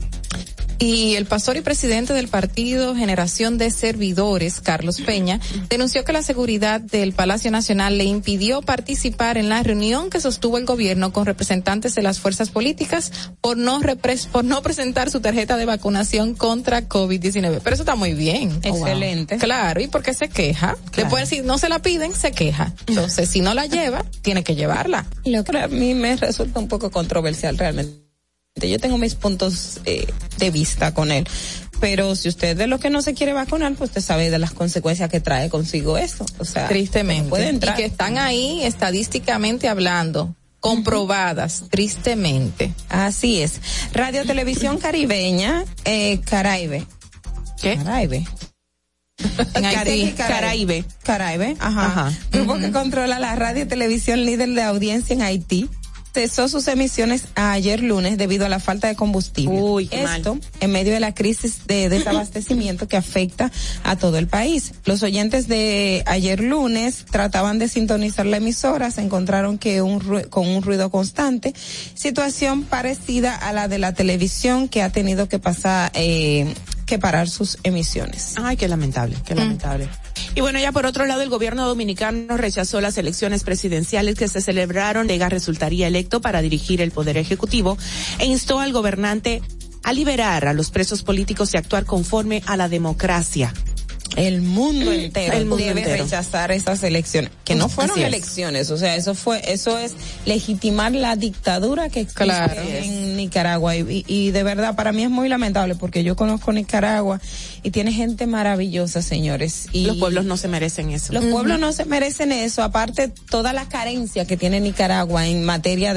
Y el pastor y presidente del partido Generación de Servidores, Carlos Peña, denunció que la seguridad del Palacio Nacional le impidió participar en la reunión que sostuvo el gobierno con representantes de las fuerzas políticas por no presentar su tarjeta de vacunación contra COVID-19. Pero eso está muy bien. Excelente. Wow. Claro, ¿y por qué se queja? Claro. Después, si no se la piden, se queja. Entonces, si no la lleva, tiene que llevarla. Lo que a mí me resulta un poco controversial realmente. Yo tengo mis puntos de vista con él, pero si usted de lo que no se quiere vacunar, pues usted sabe de las consecuencias que trae consigo eso. O sea, tristemente. Puede entrar. Y que están ahí estadísticamente hablando, comprobadas, tristemente. Así es. Radio Televisión Caribeña, Caraibe. ¿Qué? Caraibe. En Haití, Caraibe. Caraibe, ajá. Grupo que controla la radio y televisión líder de audiencia en Haití, cesó sus emisiones ayer lunes debido a la falta de combustible. Esto en medio de la crisis de desabastecimiento que afecta a todo el país. Los oyentes de ayer lunes trataban de sintonizar la emisora, se encontraron con un ruido constante, situación parecida a la de la televisión que ha tenido que parar sus emisiones. Ay, qué lamentable, qué lamentable. Y bueno, ya por otro lado, el gobierno dominicano rechazó las elecciones presidenciales que se celebraron. Vega resultaría electo para dirigir el Poder Ejecutivo e instó al gobernante a liberar a los presos políticos y actuar conforme a la democracia. El mundo entero debe entero rechazar esas elecciones, que no fueron elecciones, o sea, eso es legitimar la dictadura que existe en Nicaragua y de verdad para mí es muy lamentable porque yo conozco Nicaragua y tiene gente maravillosa, señores, y los pueblos no se merecen eso. Los pueblos no se merecen eso, aparte toda la carencia que tiene Nicaragua en materia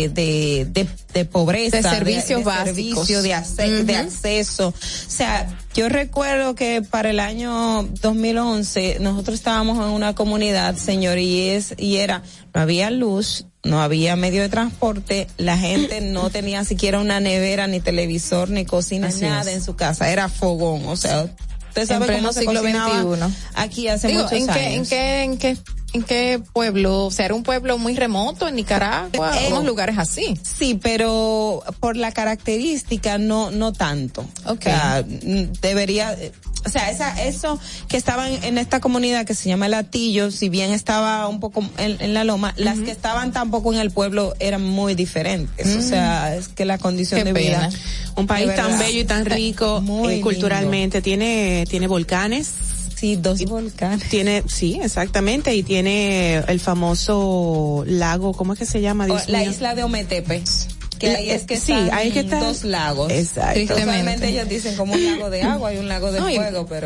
de pobreza, de servicios básicos, de acceso, o sea, yo recuerdo que para el año 2011 nosotros estábamos en una comunidad, señor, no había luz, no había medio de transporte, la gente no tenía siquiera una nevera, ni televisor, ni cocina, nada en su casa, era fogón, o sea, usted sabe cómo se cocinaba aquí hace muchos años. ¿En qué pueblo? O sea, era un pueblo muy remoto en Nicaragua, unos lugares así. Sí, pero por la característica no tanto. Okay. O sea, debería, o sea, eso que estaban en esta comunidad que se llama El Hatillo, si bien estaba un poco en la loma, las que estaban tampoco en el pueblo eran muy diferentes. O sea, es que la condición de vida. Un país tan bello y tan rico culturalmente, tiene volcanes. Sí, 2 volcanes. Sí, exactamente, y tiene el famoso lago, ¿cómo es que se llama? La isla de Ometepe. Que ahí es que ahí es que están 2 lagos. Exacto. Usualmente ellos dicen como un lago de agua y un lago de fuego, pero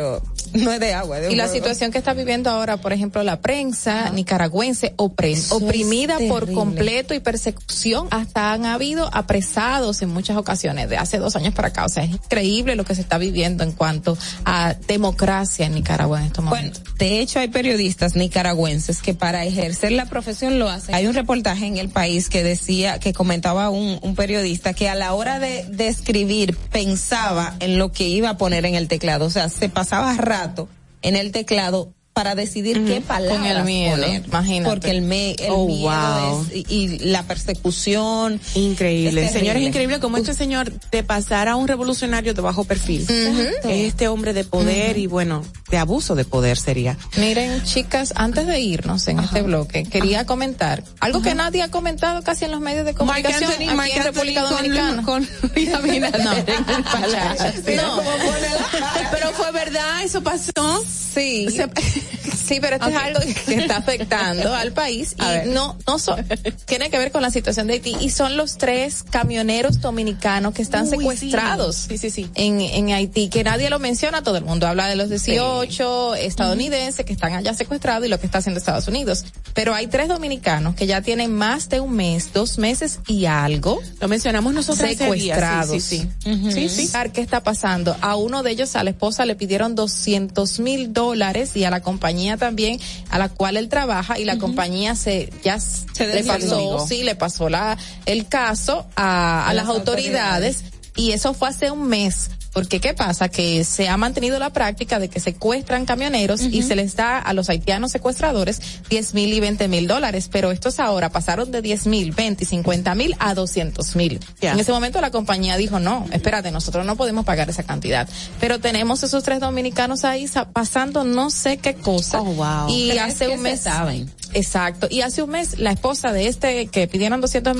no es de agua. Y la situación que está viviendo ahora, por ejemplo, la prensa nicaragüense oprimida por completo y persecución, hasta han habido apresados en muchas ocasiones de hace 2 años para acá. O sea, es increíble lo que se está viviendo en cuanto a democracia en Nicaragua en estos momentos. Bueno, de hecho hay periodistas nicaragüenses que para ejercer la profesión lo hacen. Hay un reportaje en El País que decía, que comentaba un periodista que a la hora de escribir pensaba en lo que iba a poner en el teclado, o sea, se pasaba rato en el teclado para decidir qué palabras con el miedo, poner. Imagínate. Porque el miedo wow. y la persecución. Increíble. Señor, es increíble como este señor de pasar a un revolucionario de bajo perfil. Este hombre de poder y bueno, de abuso de poder sería. Miren, chicas, antes de irnos en este bloque, quería comentar algo que nadie ha comentado casi en los medios de comunicación aquí en República Dominicana. Con Luis Abinader en el Palacio. Pero fue verdad, eso pasó. Sí. Sí, pero esto es algo que está afectando al país y tiene que ver con la situación de Haití y son los 3 camioneros dominicanos que están secuestrados en Haití, que nadie lo menciona, todo el mundo habla de los 18 estadounidenses que están allá secuestrados y lo que está haciendo Estados Unidos, pero hay 3 dominicanos que ya tienen más de 1 mes, 2 meses y algo. Lo mencionamos nosotros secuestrados. Sí. ¿Qué está pasando? A uno de ellos, a la esposa, le pidieron $200,000 y a la compañía también a la cual él trabaja y la compañía le pasó el caso a las autoridades y eso fue hace 1 mes. Porque ¿qué pasa? Que se ha mantenido la práctica de que secuestran camioneros y se les da a los haitianos secuestradores $10,000 y $20,000, pero estos ahora pasaron de $10,000, $20,000 y $50,000 a $200,000. En ese momento la compañía dijo, no, espérate, nosotros no podemos pagar esa cantidad. Pero tenemos esos 3 dominicanos ahí pasando no sé qué cosa. Y hace 1 mes saben. Exacto. Y hace 1 mes la esposa de que pidieron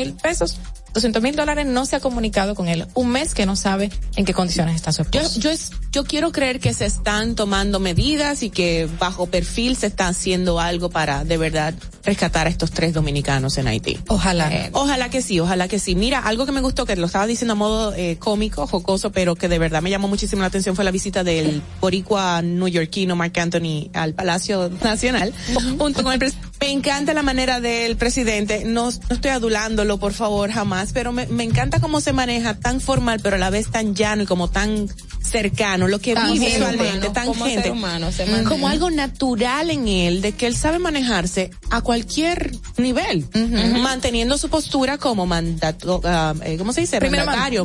$200,000 no se ha comunicado con él. 1 mes que no sabe en qué condiciones está su esposo. Yo quiero creer que se están tomando medidas y que bajo perfil se está haciendo algo para de verdad rescatar a estos 3 dominicanos en Haití. Ojalá. Ojalá que sí. Mira, algo que me gustó, que lo estaba diciendo a modo cómico, jocoso, pero que de verdad me llamó muchísimo la atención fue la visita del boricua neoyorquino Mark Anthony al Palacio Nacional junto con el presidente. Me encanta la manera del presidente, no estoy adulándolo, por favor, jamás, pero me encanta cómo se maneja tan formal, pero a la vez tan llano y como tan cercano, lo que vi visualmente, tan gente, como algo natural en él, de que él sabe manejarse a cualquier nivel, manteniendo su postura como ¿cómo se dice? Mandatario.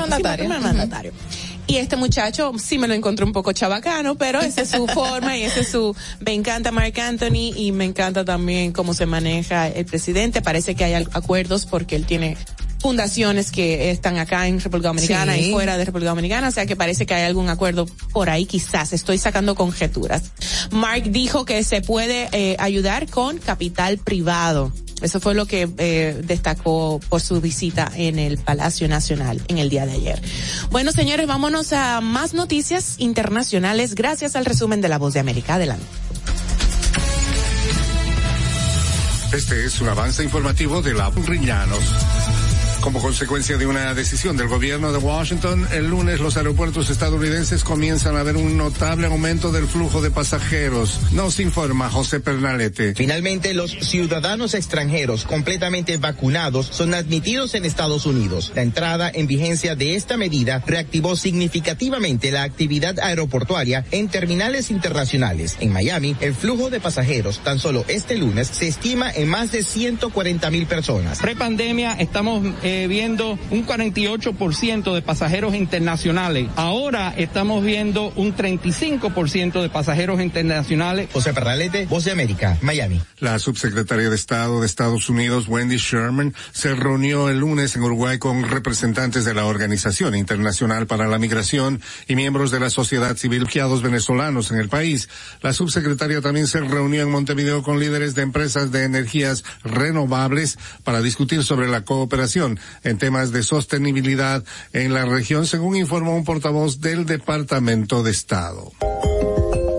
Y este muchacho sí me lo encontré un poco chabacano, pero esa es su forma y me encanta Mark Anthony y me encanta también cómo se maneja el presidente. Parece que hay acuerdos porque él tiene fundaciones que están acá en República Dominicana y fuera de República Dominicana, o sea que parece que hay algún acuerdo por ahí, quizás, estoy sacando conjeturas. Mark dijo que se puede ayudar con capital privado. Eso fue lo que destacó por su visita en el Palacio Nacional en el día de ayer. Bueno, señores, vámonos a más noticias internacionales gracias al resumen de La Voz de América. Adelante. Este es un avance informativo de la Riñanos. Como consecuencia de una decisión del gobierno de Washington, el lunes los aeropuertos estadounidenses comienzan a ver un notable aumento del flujo de pasajeros. Nos informa José Pernalete. Finalmente, los ciudadanos extranjeros completamente vacunados son admitidos en Estados Unidos. La entrada en vigencia de esta medida reactivó significativamente la actividad aeroportuaria en terminales internacionales. En Miami, el flujo de pasajeros tan solo este lunes se estima en más de 140,000 personas. Prepandemia estamos viendo un 48% de pasajeros internacionales. Ahora estamos viendo un 35% de pasajeros internacionales. José Pernalete, Voz de América, Miami. La subsecretaria de Estado de Estados Unidos, Wendy Sherman, se reunió el lunes en Uruguay con representantes de la Organización Internacional para la Migración y miembros de la sociedad civil refugiados venezolanos en el país. La subsecretaria también se reunió en Montevideo con líderes de empresas de energías renovables para discutir sobre la cooperación en temas de sostenibilidad en la región, según informó un portavoz del Departamento de Estado.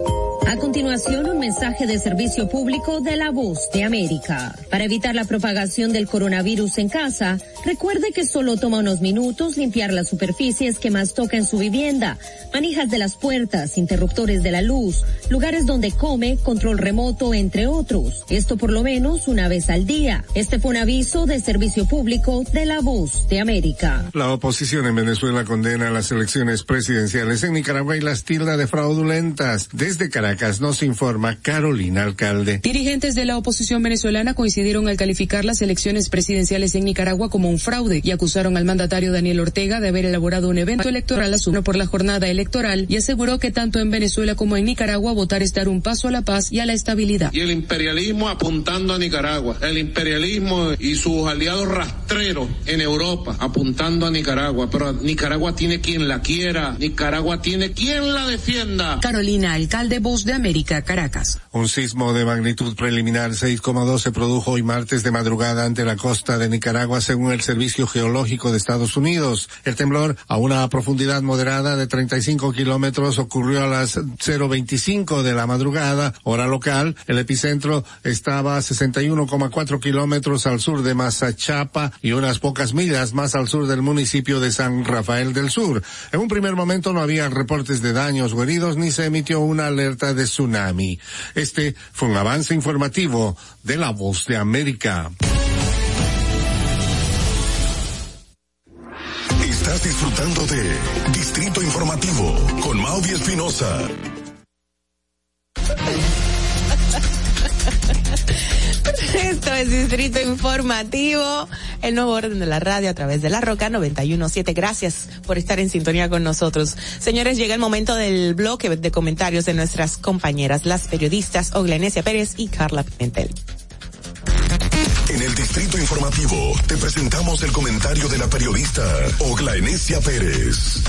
A continuación, un mensaje de servicio público de La Voz de América. Para evitar la propagación del coronavirus en casa, recuerde que solo toma unos minutos limpiar las superficies que más toca en su vivienda, manijas de las puertas, interruptores de la luz, lugares donde come, control remoto, entre otros. Esto por lo menos una vez al día. Este fue un aviso de servicio público de La Voz de América. La oposición en Venezuela condena las elecciones presidenciales en Nicaragua y las tilda de fraudulentas. Desde Caracas nos informa Carolina Alcalde. Dirigentes de la oposición venezolana coincidieron al calificar las elecciones presidenciales en Nicaragua como un fraude y acusaron al mandatario Daniel Ortega de haber elaborado un evento electoral asumido por la jornada electoral y aseguró que tanto en Venezuela como en Nicaragua votar es dar un paso a la paz y a la estabilidad. Y el imperialismo apuntando a Nicaragua, el imperialismo y sus aliados rastreros en Europa apuntando a Nicaragua, pero Nicaragua tiene quien la quiera, Nicaragua tiene quien la defienda. Carolina Alcalde, Voz de América, Caracas. Un sismo de magnitud preliminar 6,2 se produjo hoy martes de madrugada ante la costa de Nicaragua, según el Servicio Geológico de Estados Unidos. El temblor, a una profundidad moderada de 35 kilómetros, ocurrió a las 0:25 de la madrugada, hora local. El epicentro estaba a 61,4 kilómetros al sur de Mazachapa y unas pocas millas más al sur del municipio de San Rafael del Sur. En un primer momento no había reportes de daños o heridos ni se emitió una alerta de tsunami. Este fue un avance informativo de La Voz de América. Estás disfrutando de Distrito Informativo con Mauvi Espinosa. Esto es Distrito Informativo, el nuevo orden de la radio a través de La Roca 91.7. Gracias por estar en sintonía con nosotros. Señores, llega el momento del bloque de comentarios de nuestras compañeras, las periodistas Oglanesia Pérez y Carla Pimentel. En el Distrito Informativo te presentamos el comentario de la periodista Oglanesia Pérez.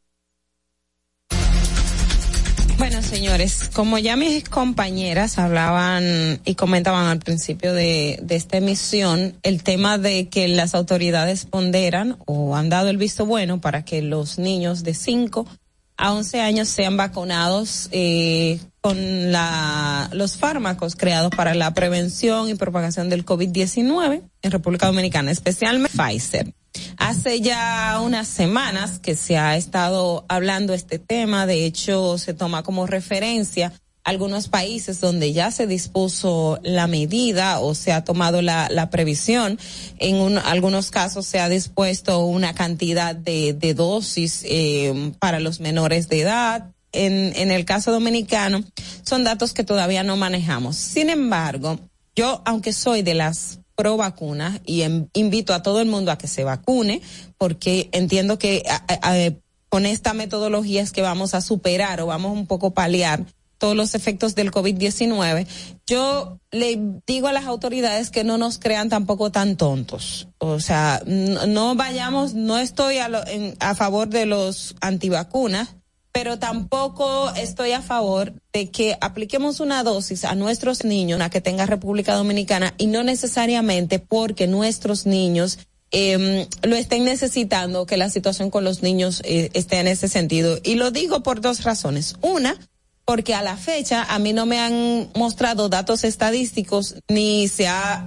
Bueno, señores, como ya mis compañeras hablaban y comentaban al principio de esta emisión, el tema de que las autoridades ponderan o han dado el visto bueno para que los niños de 5 a 11 años sean vacunados con los fármacos creados para la prevención y propagación del COVID-19 en República Dominicana, especialmente Pfizer. Hace ya unas semanas que se ha estado hablando este tema, de hecho se toma como referencia algunos países donde ya se dispuso la medida o se ha tomado la previsión. En algunos casos se ha dispuesto una cantidad de dosis para los menores de edad. En el caso dominicano son datos que todavía no manejamos. Sin embargo, yo, aunque soy de las pro vacunas y invito a todo el mundo a que se vacune, porque entiendo que con esta metodología es que vamos a superar o vamos un poco paliar todos los efectos del COVID-19. Yo le digo a las autoridades que no nos crean tampoco tan tontos. O sea, no vayamos, no estoy a favor de los antivacunas, pero tampoco estoy a favor de que apliquemos una dosis a nuestros niños, una que tenga República Dominicana, y no necesariamente porque nuestros niños lo estén necesitando, que la situación con los niños esté en ese sentido. Y lo digo por dos razones. Una, porque a la fecha a mí no me han mostrado datos estadísticos ni se ha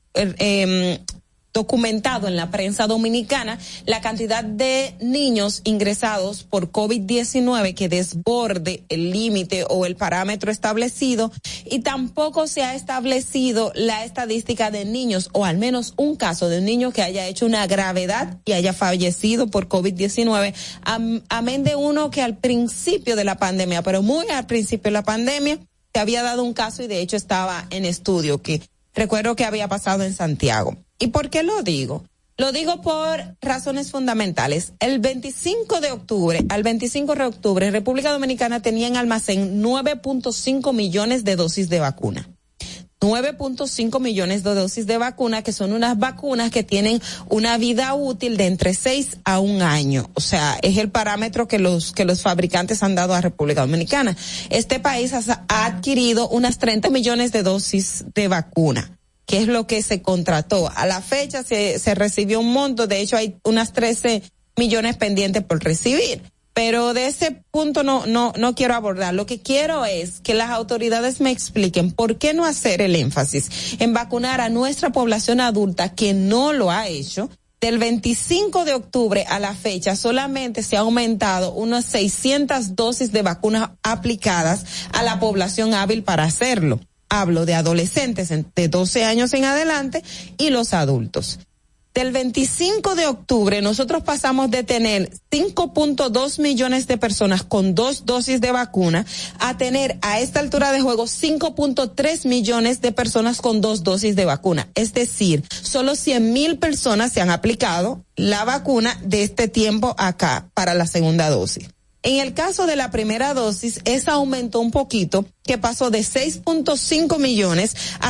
documentado en la prensa dominicana la cantidad de niños ingresados por COVID-19 que desborde el límite o el parámetro establecido, y tampoco se ha establecido la estadística de niños, o al menos un caso de un niño que haya hecho una gravedad y haya fallecido por COVID-19, amén de uno que al principio de la pandemia, pero muy al principio de la pandemia, se había dado un caso y de hecho estaba en estudio, que recuerdo que había pasado en Santiago. ¿Y por qué lo digo? Lo digo por razones fundamentales. El 25 de octubre, República Dominicana tenía en almacén 9.5 millones de dosis de vacuna. 9.5 millones de dosis de vacuna, que son unas vacunas que tienen una vida útil de entre 6 a 1 año. O sea, es el parámetro que los fabricantes han dado a República Dominicana. Este país ha adquirido unas 30 millones de dosis de vacuna, que es lo que se contrató. A la fecha se recibió un monto, de hecho hay unas 13 millones pendientes por recibir. pero de ese punto no quiero abordar. Lo que quiero es que las autoridades me expliquen por qué no hacer el énfasis en vacunar a nuestra población adulta que no lo ha hecho. Del 25 de octubre a la fecha solamente se ha aumentado unas 600 dosis de vacunas aplicadas a la población hábil para hacerlo. Hablo de adolescentes de 12 años en adelante y los adultos. Del 25 de octubre nosotros pasamos de tener 5.2 millones de personas con 2 dosis de vacuna a tener a esta altura de juego 5.3 millones de personas con 2 dosis de vacuna. Es decir, solo 100,000 personas se han aplicado la vacuna de este tiempo acá para la segunda dosis. En el caso de la primera dosis, esa aumentó un poquito, que pasó de 6.5 millones a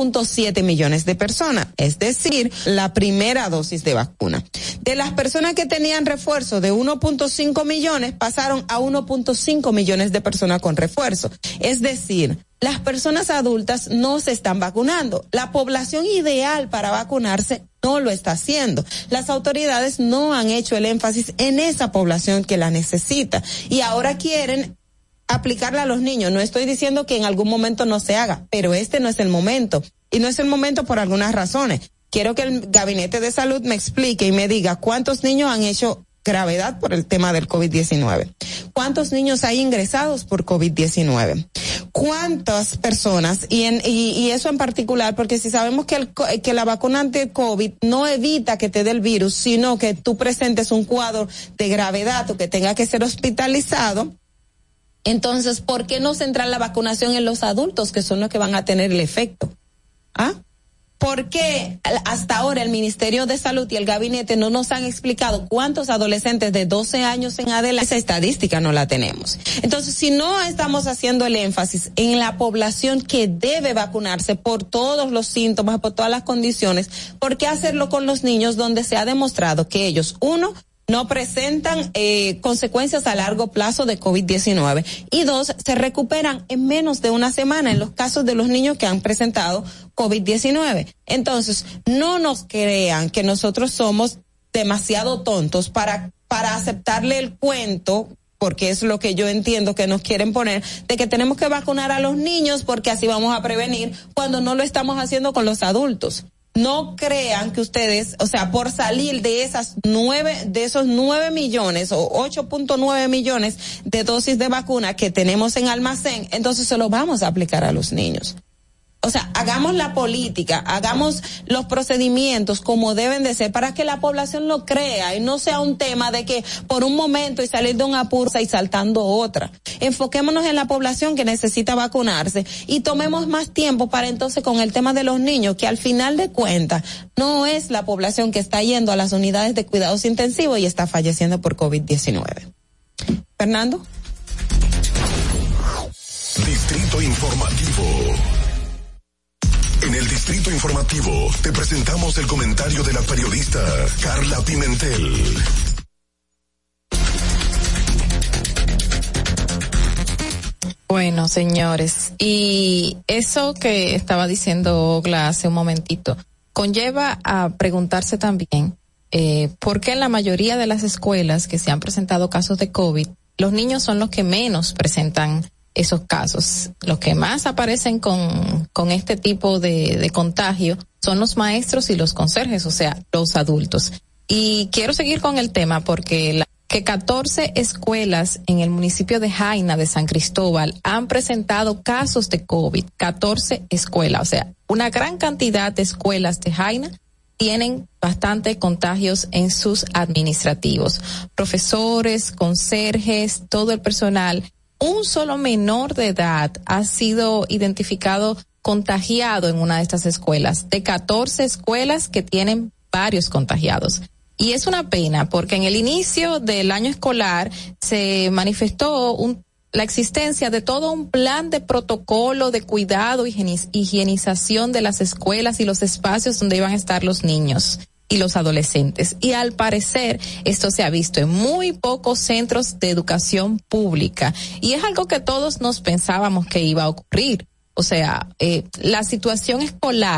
6.7 millones de personas, es decir, la primera dosis de vacuna. De las personas que tenían refuerzo de 1.5 millones, pasaron a 1.5 millones de personas con refuerzo. Es decir, las personas adultas no se están vacunando. La población ideal para vacunarse no lo está haciendo. Las autoridades no han hecho el énfasis en esa población que la necesita y ahora quieren aplicarla a los niños. No estoy diciendo que en algún momento no se haga, pero este no es el momento. Y no es el momento por algunas razones. Quiero que el Gabinete de Salud me explique y me diga cuántos niños han hecho gravedad por el tema del COVID-19. ¿Cuántos niños hay ingresados por COVID-19? ¿Cuántas personas? Y eso en particular, porque si sabemos que la vacuna anti-COVID no evita que te dé el virus, sino que tú presentes un cuadro de gravedad o que tenga que ser hospitalizado, entonces, ¿por qué no centrar la vacunación en los adultos, que son los que van a tener el efecto? ¿Ah? ¿Por qué hasta ahora el Ministerio de Salud y el Gabinete no nos han explicado cuántos adolescentes de 12 años en adelante? Esa estadística no la tenemos. Entonces, si no estamos haciendo el énfasis en la población que debe vacunarse por todos los síntomas, por todas las condiciones, ¿por qué hacerlo con los niños donde se ha demostrado que ellos, uno, no presentan consecuencias a largo plazo de COVID-19 y dos, se recuperan en menos de una semana en los casos de los niños que han presentado COVID-19? Entonces, no nos crean que nosotros somos demasiado tontos para aceptarle el cuento, porque es lo que yo entiendo que nos quieren poner, de que tenemos que vacunar a los niños porque así vamos a prevenir, cuando no lo estamos haciendo con los adultos. No crean que ustedes, o sea, por salir de esos 9 millones o 8.9 millones de dosis de vacuna que tenemos en almacén, entonces se lo vamos a aplicar a los niños. O sea, hagamos la política, hagamos los procedimientos como deben de ser para que la población lo crea y no sea un tema de que por un momento y salir de un apuro y saltando otra. Enfoquémonos en la población que necesita vacunarse y tomemos más tiempo para entonces con el tema de los niños, que al final de cuentas no es la población que está yendo a las unidades de cuidados intensivos y está falleciendo por COVID-19. Fernando. Distrito Informativo. En el Distrito Informativo te presentamos el comentario de la periodista Carla Pimentel. Bueno, señores, y eso que estaba diciendo Ogla hace un momentito conlleva a preguntarse también por qué en la mayoría de las escuelas que se han presentado casos de COVID, los niños son los que menos presentan esos casos. Los que más aparecen con este tipo de contagio son los maestros y los conserjes, o sea, los adultos. Y quiero seguir con el tema porque que 14 escuelas en el municipio de Jaina de San Cristóbal han presentado casos de COVID. 14 escuelas, o sea, una gran cantidad de escuelas de Jaina tienen bastante contagios en sus administrativos. Profesores, conserjes, todo el personal. Un solo menor de edad ha sido identificado contagiado en una de estas escuelas, de 14 escuelas que tienen varios contagiados. Y es una pena porque en el inicio del año escolar se manifestó la existencia de todo un plan de protocolo de cuidado y higienización de las escuelas y los espacios donde iban a estar los niños y los adolescentes. Y al parecer esto se ha visto en muy pocos centros de educación pública. Y es algo que todos nos pensábamos que iba a ocurrir. O sea, la situación escolar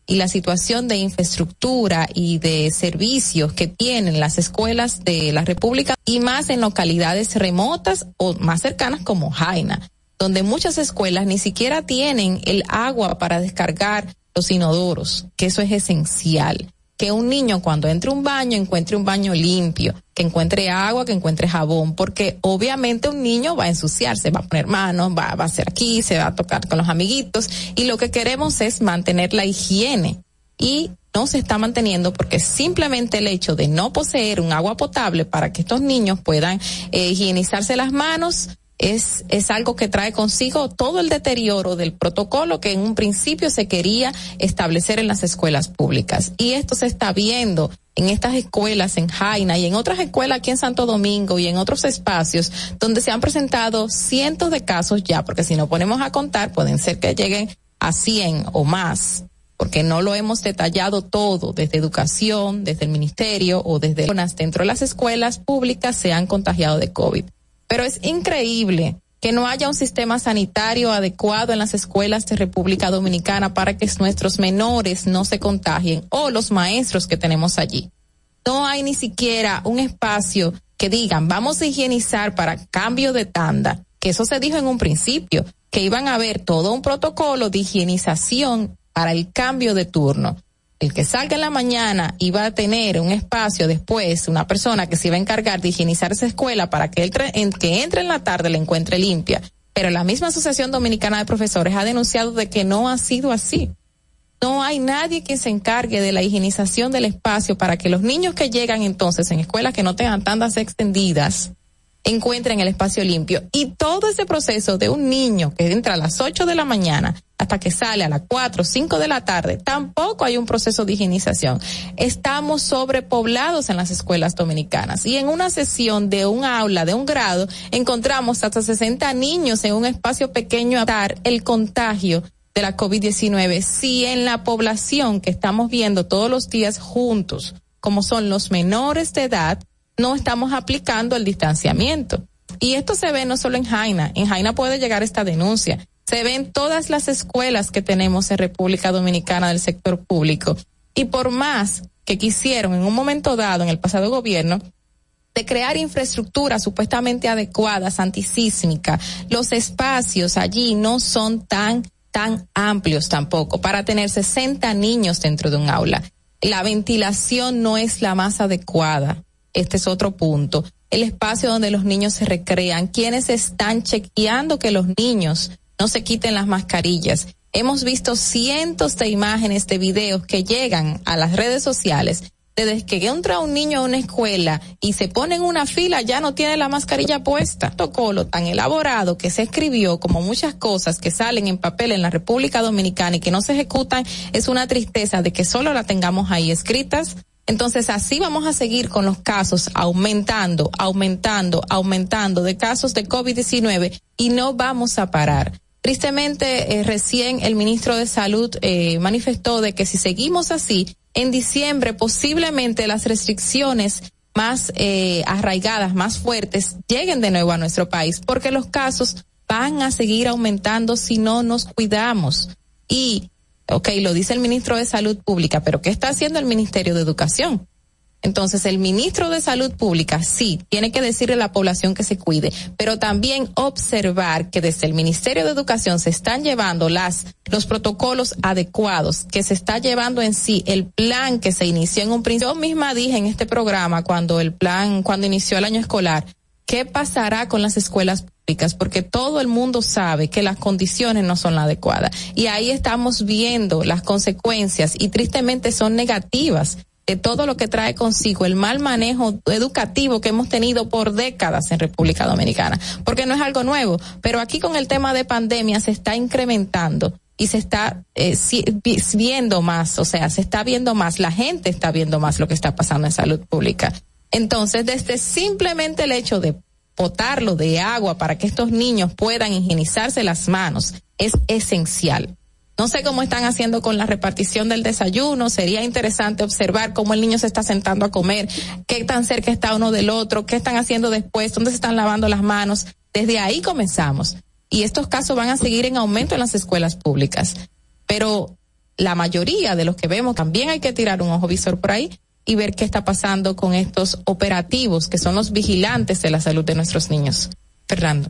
y la situación de infraestructura y de servicios que tienen las escuelas de la República, y más en localidades remotas o más cercanas como Jaina, donde muchas escuelas ni siquiera tienen el agua para descargar los inodoros, que eso es esencial. Que un niño cuando entre a un baño encuentre un baño limpio, que encuentre agua, que encuentre jabón, porque obviamente un niño va a ensuciarse, va a poner manos, va a hacer aquí, se va a tocar con los amiguitos, y lo que queremos es mantener la higiene, y no se está manteniendo porque simplemente el hecho de no poseer un agua potable para que estos niños puedan higienizarse las manos es algo que trae consigo todo el deterioro del protocolo que en un principio se quería establecer en las escuelas públicas. Y esto se está viendo en estas escuelas en Jaina y en otras escuelas aquí en Santo Domingo y en otros espacios donde se han presentado cientos de casos ya, porque si no ponemos a contar pueden ser que lleguen a 100 o más, porque no lo hemos detallado todo, desde educación, desde el ministerio o desde zonas dentro de las escuelas públicas se han contagiado de COVID. Pero es increíble que no haya un sistema sanitario adecuado en las escuelas de República Dominicana para que nuestros menores no se contagien, o los maestros que tenemos allí. No hay ni siquiera un espacio que digan, vamos a higienizar para cambio de tanda, que eso se dijo en un principio, que iban a haber todo un protocolo de higienización para el cambio de turno. El que salga en la mañana iba a tener un espacio después, una persona que se iba a encargar de higienizar esa escuela para que entre en la tarde la encuentre limpia. Pero la misma Asociación Dominicana de Profesores ha denunciado de que no ha sido así. No hay nadie que se encargue de la higienización del espacio para que los niños que llegan entonces en escuelas que no tengan tandas extendidas encuentren el espacio limpio. Y todo ese proceso de un niño que entra a las 8 de la mañana hasta que sale a las 4 o 5 de la tarde, tampoco hay un proceso de higienización. Estamos sobrepoblados en las escuelas dominicanas y en una sesión de un aula, de un grado, encontramos hasta 60 niños en un espacio pequeño a dar el contagio de la COVID-19. Si en la población que estamos viendo todos los días juntos, como son los menores de edad, no estamos aplicando el distanciamiento. Y esto se ve no solo en Jaina puede llegar esta denuncia. Se ve en todas las escuelas que tenemos en República Dominicana del sector público. Y por más que quisieron en un momento dado, en el pasado gobierno, de crear infraestructura supuestamente adecuada, antisísmica, los espacios allí no son tan amplios tampoco para tener 60 niños dentro de un aula. La ventilación no es la más adecuada. Este es otro punto. El espacio donde los niños se recrean, quienes están chequeando que los niños no se quiten las mascarillas. Hemos visto cientos de imágenes, de videos que llegan a las redes sociales. Desde que entra un niño a una escuela y se pone en una fila, ya no tiene la mascarilla puesta. Un protocolo tan elaborado que se escribió, como muchas cosas que salen en papel en la República Dominicana y que no se ejecutan, es una tristeza de que solo la tengamos ahí escritas. Entonces así vamos a seguir con los casos aumentando de casos de COVID-19 y no vamos a parar. Tristemente, recién el ministro de Salud manifestó de que si seguimos así, en diciembre posiblemente las restricciones más arraigadas, más fuertes, lleguen de nuevo a nuestro país, porque los casos van a seguir aumentando si no nos cuidamos. Y lo dice el ministro de Salud Pública, pero ¿qué está haciendo el Ministerio de Educación? Entonces, el ministro de Salud Pública sí tiene que decirle a la población que se cuide, pero también observar que desde el Ministerio de Educación se están llevando los protocolos adecuados, que se está llevando en sí el plan que se inició en un principio. Yo misma dije en este programa cuando inició el año escolar, ¿qué pasará con las escuelas públicas? Porque todo el mundo sabe que las condiciones no son las adecuadas. Y ahí estamos viendo las consecuencias y tristemente son negativas de todo lo que trae consigo el mal manejo educativo que hemos tenido por décadas en República Dominicana. Porque no es algo nuevo, pero aquí con el tema de pandemia se está incrementando y se está viendo más, se está viendo más, la gente está viendo más lo que está pasando en salud pública. Entonces, desde simplemente el hecho de botarlo de agua para que estos niños puedan higienizarse las manos es esencial. No sé cómo están haciendo con la repartición del desayuno. Sería interesante observar cómo el niño se está sentando a comer, qué tan cerca está uno del otro, qué están haciendo después, dónde se están lavando las manos. Desde ahí comenzamos. Y estos casos van a seguir en aumento en las escuelas públicas. Pero la mayoría de los que vemos, también hay que tirar un ojo visor por ahí y ver qué está pasando con estos operativos que son los vigilantes de la salud de nuestros niños. Fernando.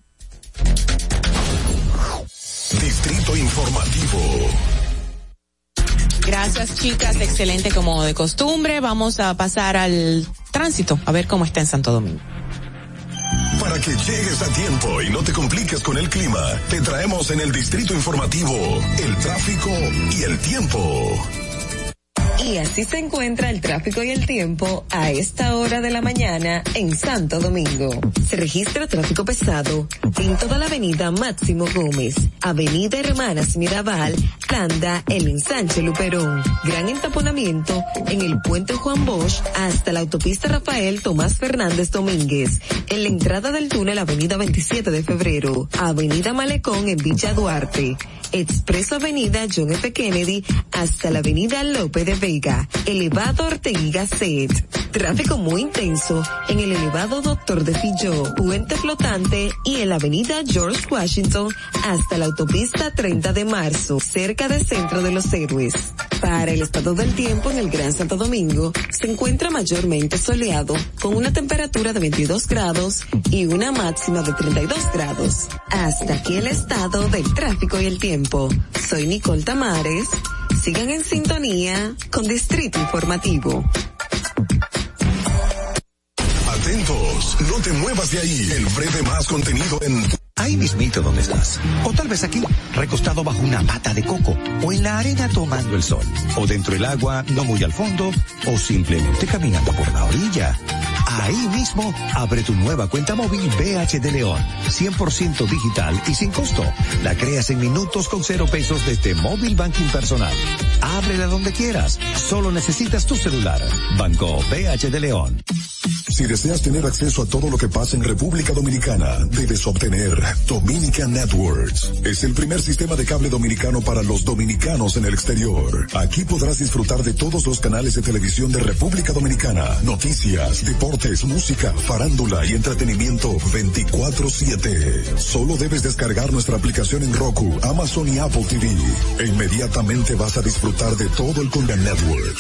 Distrito Informativo. Gracias, chicas. Excelente como de costumbre. Vamos a pasar al tránsito, a ver cómo está en Santo Domingo. Para que llegues a tiempo y no te compliques con el clima, te traemos en el Distrito Informativo el tráfico y el tiempo. Y así se encuentra el tráfico y el tiempo a esta hora de la mañana en Santo Domingo. Se registra tráfico pesado en toda la avenida Máximo Gómez, avenida Hermanas Mirabal, Landa, el ensanche Luperón. Gran entaponamiento en el puente Juan Bosch hasta la autopista Rafael Tomás Fernández Domínguez, en la entrada del túnel avenida 27 de febrero, avenida Malecón en Villa Duarte, Expreso Avenida John F. Kennedy hasta la avenida López de Vega, elevado Ortega y Gasset. Tráfico muy intenso en el elevado Doctor de Filló, puente flotante y en la avenida George Washington hasta la autopista 30 de marzo, cerca del Centro de los Héroes. Para el estado del tiempo en el Gran Santo Domingo, se encuentra mayormente soleado, con una temperatura de 22 grados y una máxima de 32 grados. Hasta aquí el estado del tráfico y el tiempo. Soy Nicole Tamares. Sigan en sintonía con Distrito Informativo. Atentos, no te muevas de ahí. El breve más contenido en... Ahí mismito donde estás. O tal vez aquí, recostado bajo una mata de coco. O en la arena tomando el sol. O dentro del agua, no muy al fondo. O simplemente caminando por la orilla. Ahí mismo, abre tu nueva cuenta móvil BH de León. 100% digital y sin costo. La creas en minutos con 0 pesos desde Móvil Banking Personal. Ábrela donde quieras. Solo necesitas tu celular. Banco BH de León. Si deseas tener acceso a todo lo que pasa en República Dominicana, debes obtener Dominican Networks. Es el primer sistema de cable dominicano para los dominicanos en el exterior. Aquí podrás disfrutar de todos los canales de televisión de República Dominicana, noticias, deportes, música, farándula y entretenimiento 24/7. Solo debes descargar nuestra aplicación en Roku, Amazon y Apple TV. E inmediatamente vas a disfrutar de todo el Congan Network.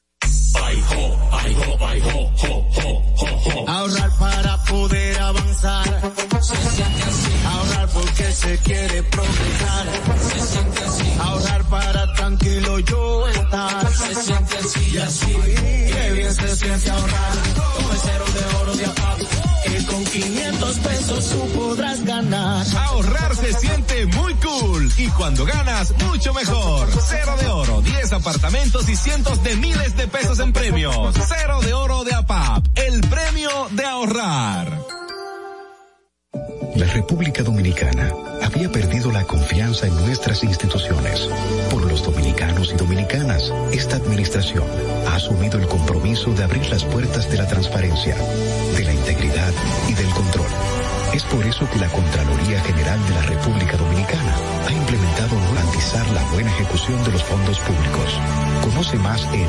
Ahorrar para poder avanzar. Se siente así. Ahorrar porque se quiere progresar. Se siente así. Ahorrar para tranquilo yo estar. Se siente así y así. Qué bien se siente ahorrar. Con el cero de oro de APAP. Que con 500 pesos tú podrás ganar. Ahorrar se siente muy cool. Y cuando ganas, mucho mejor. Cero de oro, 10 apartamentos y cientos de miles de pesos en premios. Cero de oro de APAP. El premio de ahorrar. La República Dominicana había perdido la confianza en nuestras instituciones. Por los dominicanos y dominicanas, esta administración ha asumido el compromiso de abrir las puertas de la transparencia, de la integridad y del control. Es por eso que la Contraloría General de la República Dominicana ha implementado garantizar la buena ejecución de los fondos públicos. Conoce más en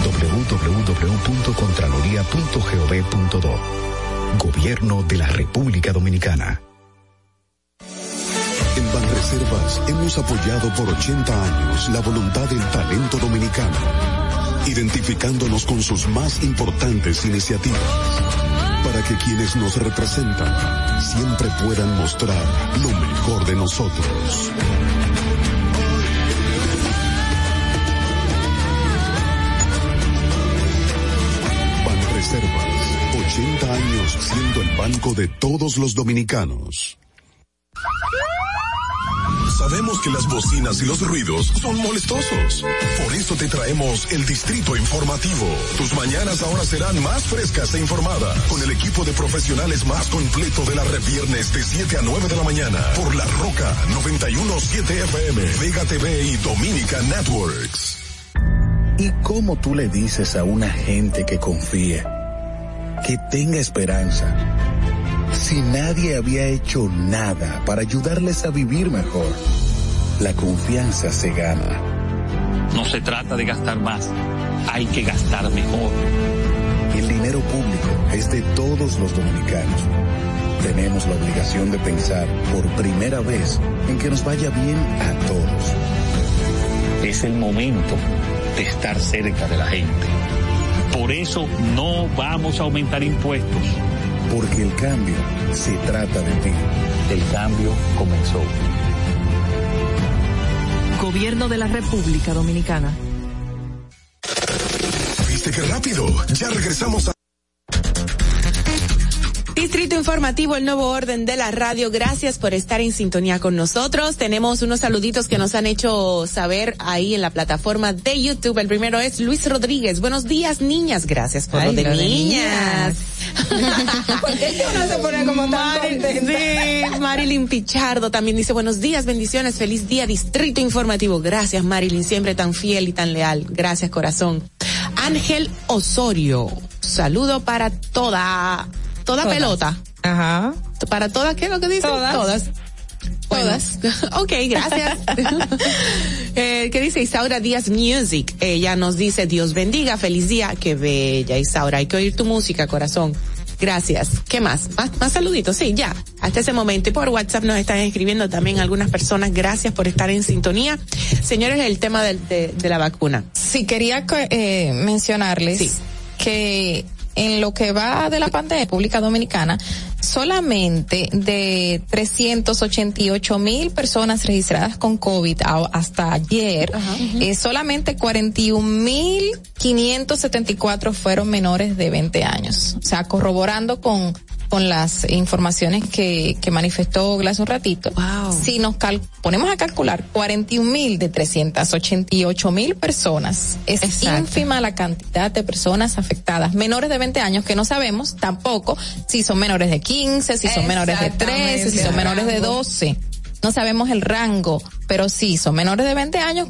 www.contraloría.gov.do. Gobierno de la República Dominicana. En Banreservas hemos apoyado por 80 años la voluntad del talento dominicano, identificándonos con sus más importantes iniciativas, para que quienes nos representan siempre puedan mostrar lo mejor de nosotros. Banreservas, 80 años siendo el banco de todos los dominicanos. Sabemos que las bocinas y los ruidos son molestosos. Por eso te traemos el Distrito Informativo. Tus mañanas ahora serán más frescas e informadas, con el equipo de profesionales más completo de la red, viernes de 7 a 9 de la mañana, por La Roca 91.7 FM, Vega TV y Dominican Networks. ¿Y cómo tú le dices a una gente que confíe, que tenga esperanza, si nadie había hecho nada para ayudarles a vivir mejor? La confianza se gana. No se trata de gastar más, hay que gastar mejor. El dinero público es de todos los dominicanos. Tenemos la obligación de pensar por primera vez en que nos vaya bien a todos. Es el momento de estar cerca de la gente. Por eso no vamos a aumentar impuestos. Porque el cambio se trata de ti. El cambio comenzó. Gobierno de la República Dominicana. ¿Viste qué rápido? Ya regresamos a Distrito Informativo, el nuevo orden de la radio. Gracias por estar en sintonía con nosotros. Tenemos unos saluditos que nos han hecho saber ahí en la plataforma de YouTube. El primero es Luis Rodríguez. Buenos días, niñas. Gracias por lo de niñas. ¿Por qué uno se pone como tan contenta? Sí, Marilyn Pichardo también dice buenos días, bendiciones, feliz día, Distrito Informativo. Gracias, Marilyn, siempre tan fiel y tan leal. Gracias, corazón. Ángel Osorio, saludo para toda pelota. Ajá. ¿Para todas qué es lo que dice? Todas. Ok, gracias. ¿Qué dice Isaura Díaz Music? Ella nos dice, Dios bendiga, feliz día. Qué bella, Isaura. Hay que oír tu música, corazón. Gracias. ¿Qué más? ¿Más saluditos? Sí, ya. Hasta ese momento. Y por WhatsApp nos están escribiendo también algunas personas. Gracias por estar en sintonía. Señores, el tema de la vacuna. Sí, quería mencionarles que en lo que va de la pandemia en República Dominicana, solamente de 388,000 personas registradas con COVID hasta ayer, solamente 41,574 fueron menores de 20 años. O sea, corroborando con las informaciones que manifestó Glass un ratito. Wow. Si nos ponemos a calcular 41,000 de 388,000 personas, es ínfima la cantidad de personas afectadas, menores de 20 años, que no sabemos tampoco si son menores de 15, si son menores de 13, si son menores de 12. No sabemos el rango, pero sí, son menores de 20 años,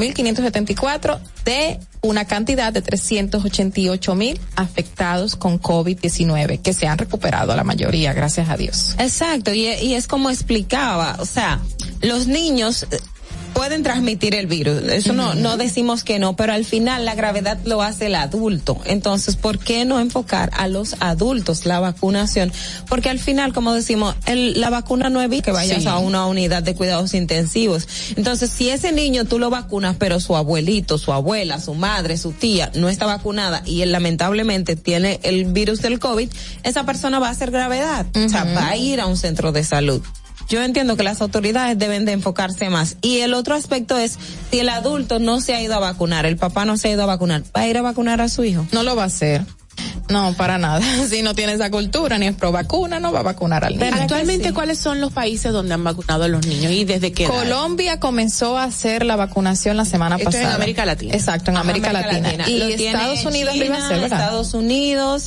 41,574 de una cantidad de 388,000 afectados con COVID-19, que se han recuperado la mayoría, gracias a Dios. Exacto, y es como explicaba, o sea, los niños pueden transmitir el virus, eso no decimos que no, pero al final la gravedad lo hace el adulto. Entonces, ¿por qué no enfocar a los adultos la vacunación? Porque al final, como decimos, la vacuna no evita que vayas a una unidad de cuidados intensivos. Entonces, si ese niño tú lo vacunas, pero su abuelito, su abuela, su madre, su tía no está vacunada y él lamentablemente tiene el virus del COVID, esa persona va a hacer gravedad, o sea, va a ir a un centro de salud. Yo entiendo que las autoridades deben de enfocarse más. Y el otro aspecto es, si el adulto no se ha ido a vacunar, el papá no se ha ido a vacunar, ¿va a ir a vacunar a su hijo? No lo va a hacer. No, para nada. Si no tiene esa cultura ni es pro vacuna, no va a vacunar al niño. Pero actualmente, ¿cuáles son los países donde han vacunado a los niños y desde qué edad? Comenzó comenzó a hacer la vacunación la semana pasada. En América Latina. Exacto, en América Latina. Y Estados Unidos China, iba a ser, ¿verdad? Estados Unidos,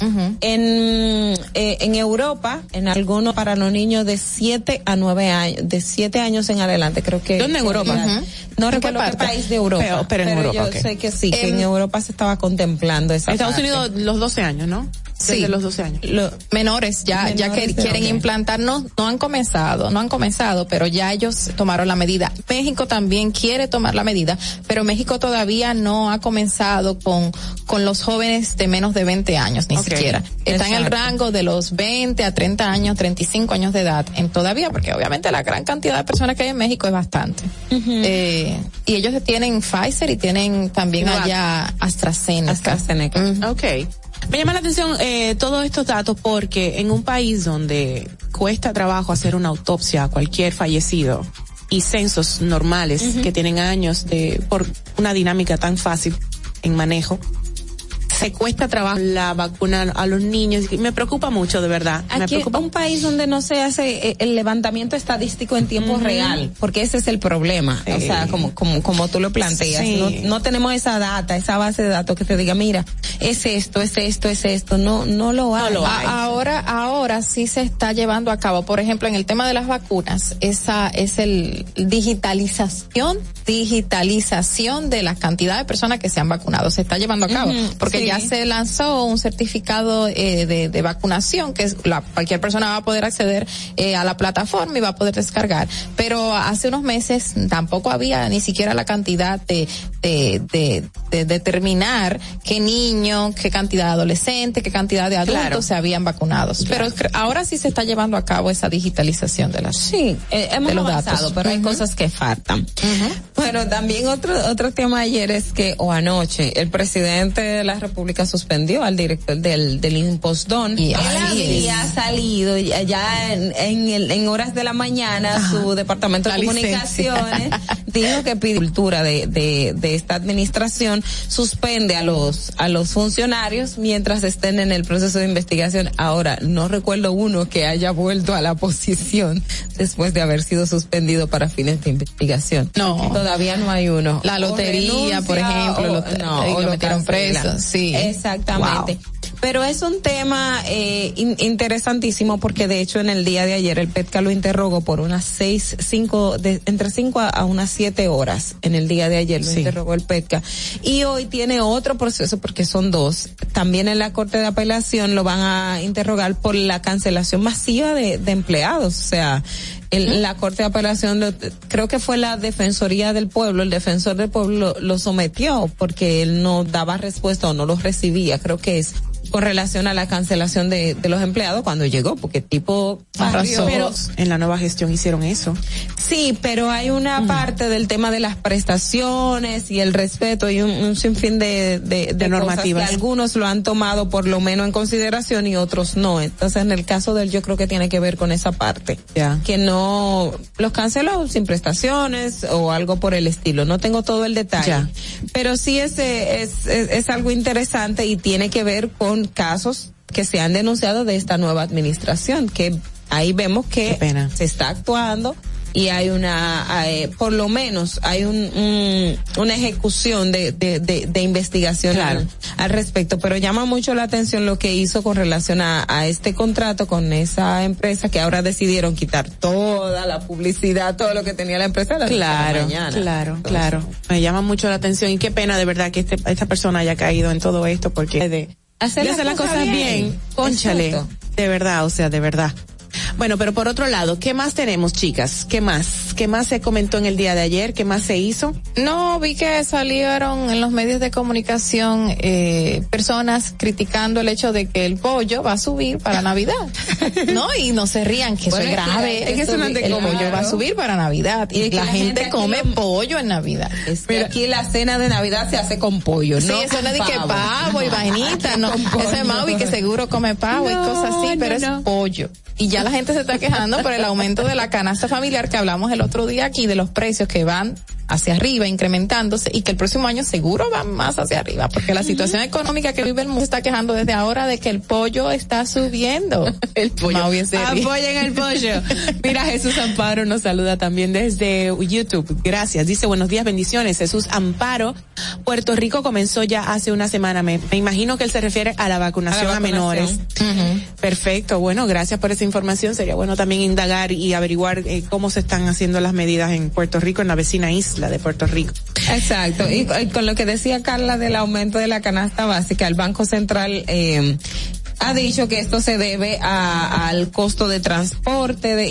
en Europa, en algunos para los niños de 7 a 9 años, de 7 años en adelante, creo que. ¿Dónde en Europa? No recuerdo qué país de Europa. Pero en Europa, yo sé que sí, que en Europa se estaba contemplando esa Estados parte. Unidos los 12 años, ¿no? Sí. Desde los 12 años. Menores ya que quieren implantar, no han comenzado, pero ya ellos tomaron la medida. México también quiere tomar la medida, pero México todavía no ha comenzado con los jóvenes de menos de 20 años, ni siquiera. Está en el rango de los 20 a 30 años, 35 años de edad, todavía, porque obviamente la gran cantidad de personas que hay en México es bastante. Y ellos tienen Pfizer y tienen también allá AstraZeneca. Okay. Me llama la atención todos estos datos porque en un país donde cuesta trabajo hacer una autopsia a cualquier fallecido y censos normales que tienen años por una dinámica tan fácil en manejo, se cuesta trabajo la vacuna a los niños. Me preocupa mucho, de verdad. Aquí es un país donde no se hace el levantamiento estadístico en tiempo real, porque ese es el problema. O sea, como tú lo planteas, no tenemos esa data, esa base de datos que te diga, mira, es esto, no lo hay. Ahora sí se está llevando a cabo, por ejemplo, en el tema de las vacunas, esa es el digitalización de la cantidad de personas que se han vacunado, se está llevando a cabo, porque ya se lanzó un certificado de vacunación que cualquier persona va a poder acceder a la plataforma y va a poder descargar. Pero hace unos meses tampoco había ni siquiera la cantidad de determinar qué niño, qué cantidad de adolescentes, qué cantidad de adultos se habían vacunado. Pero ahora sí se está llevando a cabo esa digitalización de las hemos avanzado, datos. Pero hay cosas que faltan. Bueno, también otro tema ayer es que, o anoche, el presidente de la República suspendió al director del Impostón. Él había salido ya en horas de la mañana, su departamento de comunicaciones dijo que pide cultura de esta administración, suspende a los funcionarios mientras estén en el proceso de investigación. Ahora, no recuerdo uno que haya vuelto a la posición después de haber sido suspendido para fines de investigación. No. Todavía no hay uno. La lotería, por ejemplo, lo metieron preso. Sí. Exactamente. Wow. Pero es un tema interesantísimo porque de hecho en el día de ayer el PETCA lo interrogó por unas entre 5 a unas 7 horas. En el día de ayer lo interrogó el PETCA. Y hoy tiene otro proceso porque son dos. También en la Corte de Apelación lo van a interrogar por la cancelación masiva de empleados. O sea, la Corte de Apelación, creo que fue la Defensoría del Pueblo, el defensor del pueblo lo sometió porque él no daba respuesta o no los recibía, creo que es con relación a la cancelación de los empleados cuando llegó, porque tipo pero en la nueva gestión hicieron eso. Sí, pero hay una parte del tema de las prestaciones y el respeto y un sinfín de normativas que algunos lo han tomado por lo menos en consideración y otros no. Entonces en el caso de él yo creo que tiene que ver con esa parte, que no los canceló sin prestaciones o algo por el estilo. No tengo todo el detalle, pero sí es algo interesante y tiene que ver con casos que se han denunciado de esta nueva administración, que ahí vemos que se está actuando y hay por lo menos hay una ejecución de investigación al respecto, pero llama mucho la atención lo que hizo con relación a este contrato con esa empresa que ahora decidieron quitar toda la publicidad, todo lo que tenía la empresa. Claro. Me llama mucho la atención y qué pena de verdad que esta persona haya caído en todo esto porque hacer las cosas bien, cónchale, de verdad, o sea, de verdad. Bueno, pero por otro lado, ¿qué más tenemos, chicas? ¿Qué más se comentó en el día de ayer? ¿Qué más se hizo? No, vi que salieron en los medios de comunicación personas criticando el hecho de que el pollo va a subir para Navidad. No, y no se rían, que eso es grave. Es que el pollo va a subir para Navidad. Y la gente come pollo en Navidad. Pero aquí la cena de Navidad se hace con pollo, ¿no? Sí, eso no es de que pavo y vainita, no. Ese es Maui que seguro come pavo y cosas así, pero es pollo. Y ya la gente se está quejando por el aumento de la canasta familiar que hablamos el otro día aquí, de los precios que van hacia arriba, incrementándose, y que el próximo año seguro van más hacia arriba, porque la situación económica que vive el mundo está quejando desde ahora de que el pollo está subiendo. El pollo. Apoyen el pollo. Mira, Jesús Amparo nos saluda también desde YouTube. Gracias. Dice, buenos días, bendiciones. Jesús Amparo. Puerto Rico comenzó ya hace una semana. Me imagino que él se refiere a la vacunación a menores. Perfecto. Bueno, gracias por esa información. Sería bueno también indagar y averiguar cómo se están haciendo las medidas en Puerto Rico, en la vecina isla de Puerto Rico. Exacto. Y con lo que decía Carla del aumento de la canasta básica, el Banco Central ha dicho que esto se debe al costo de transporte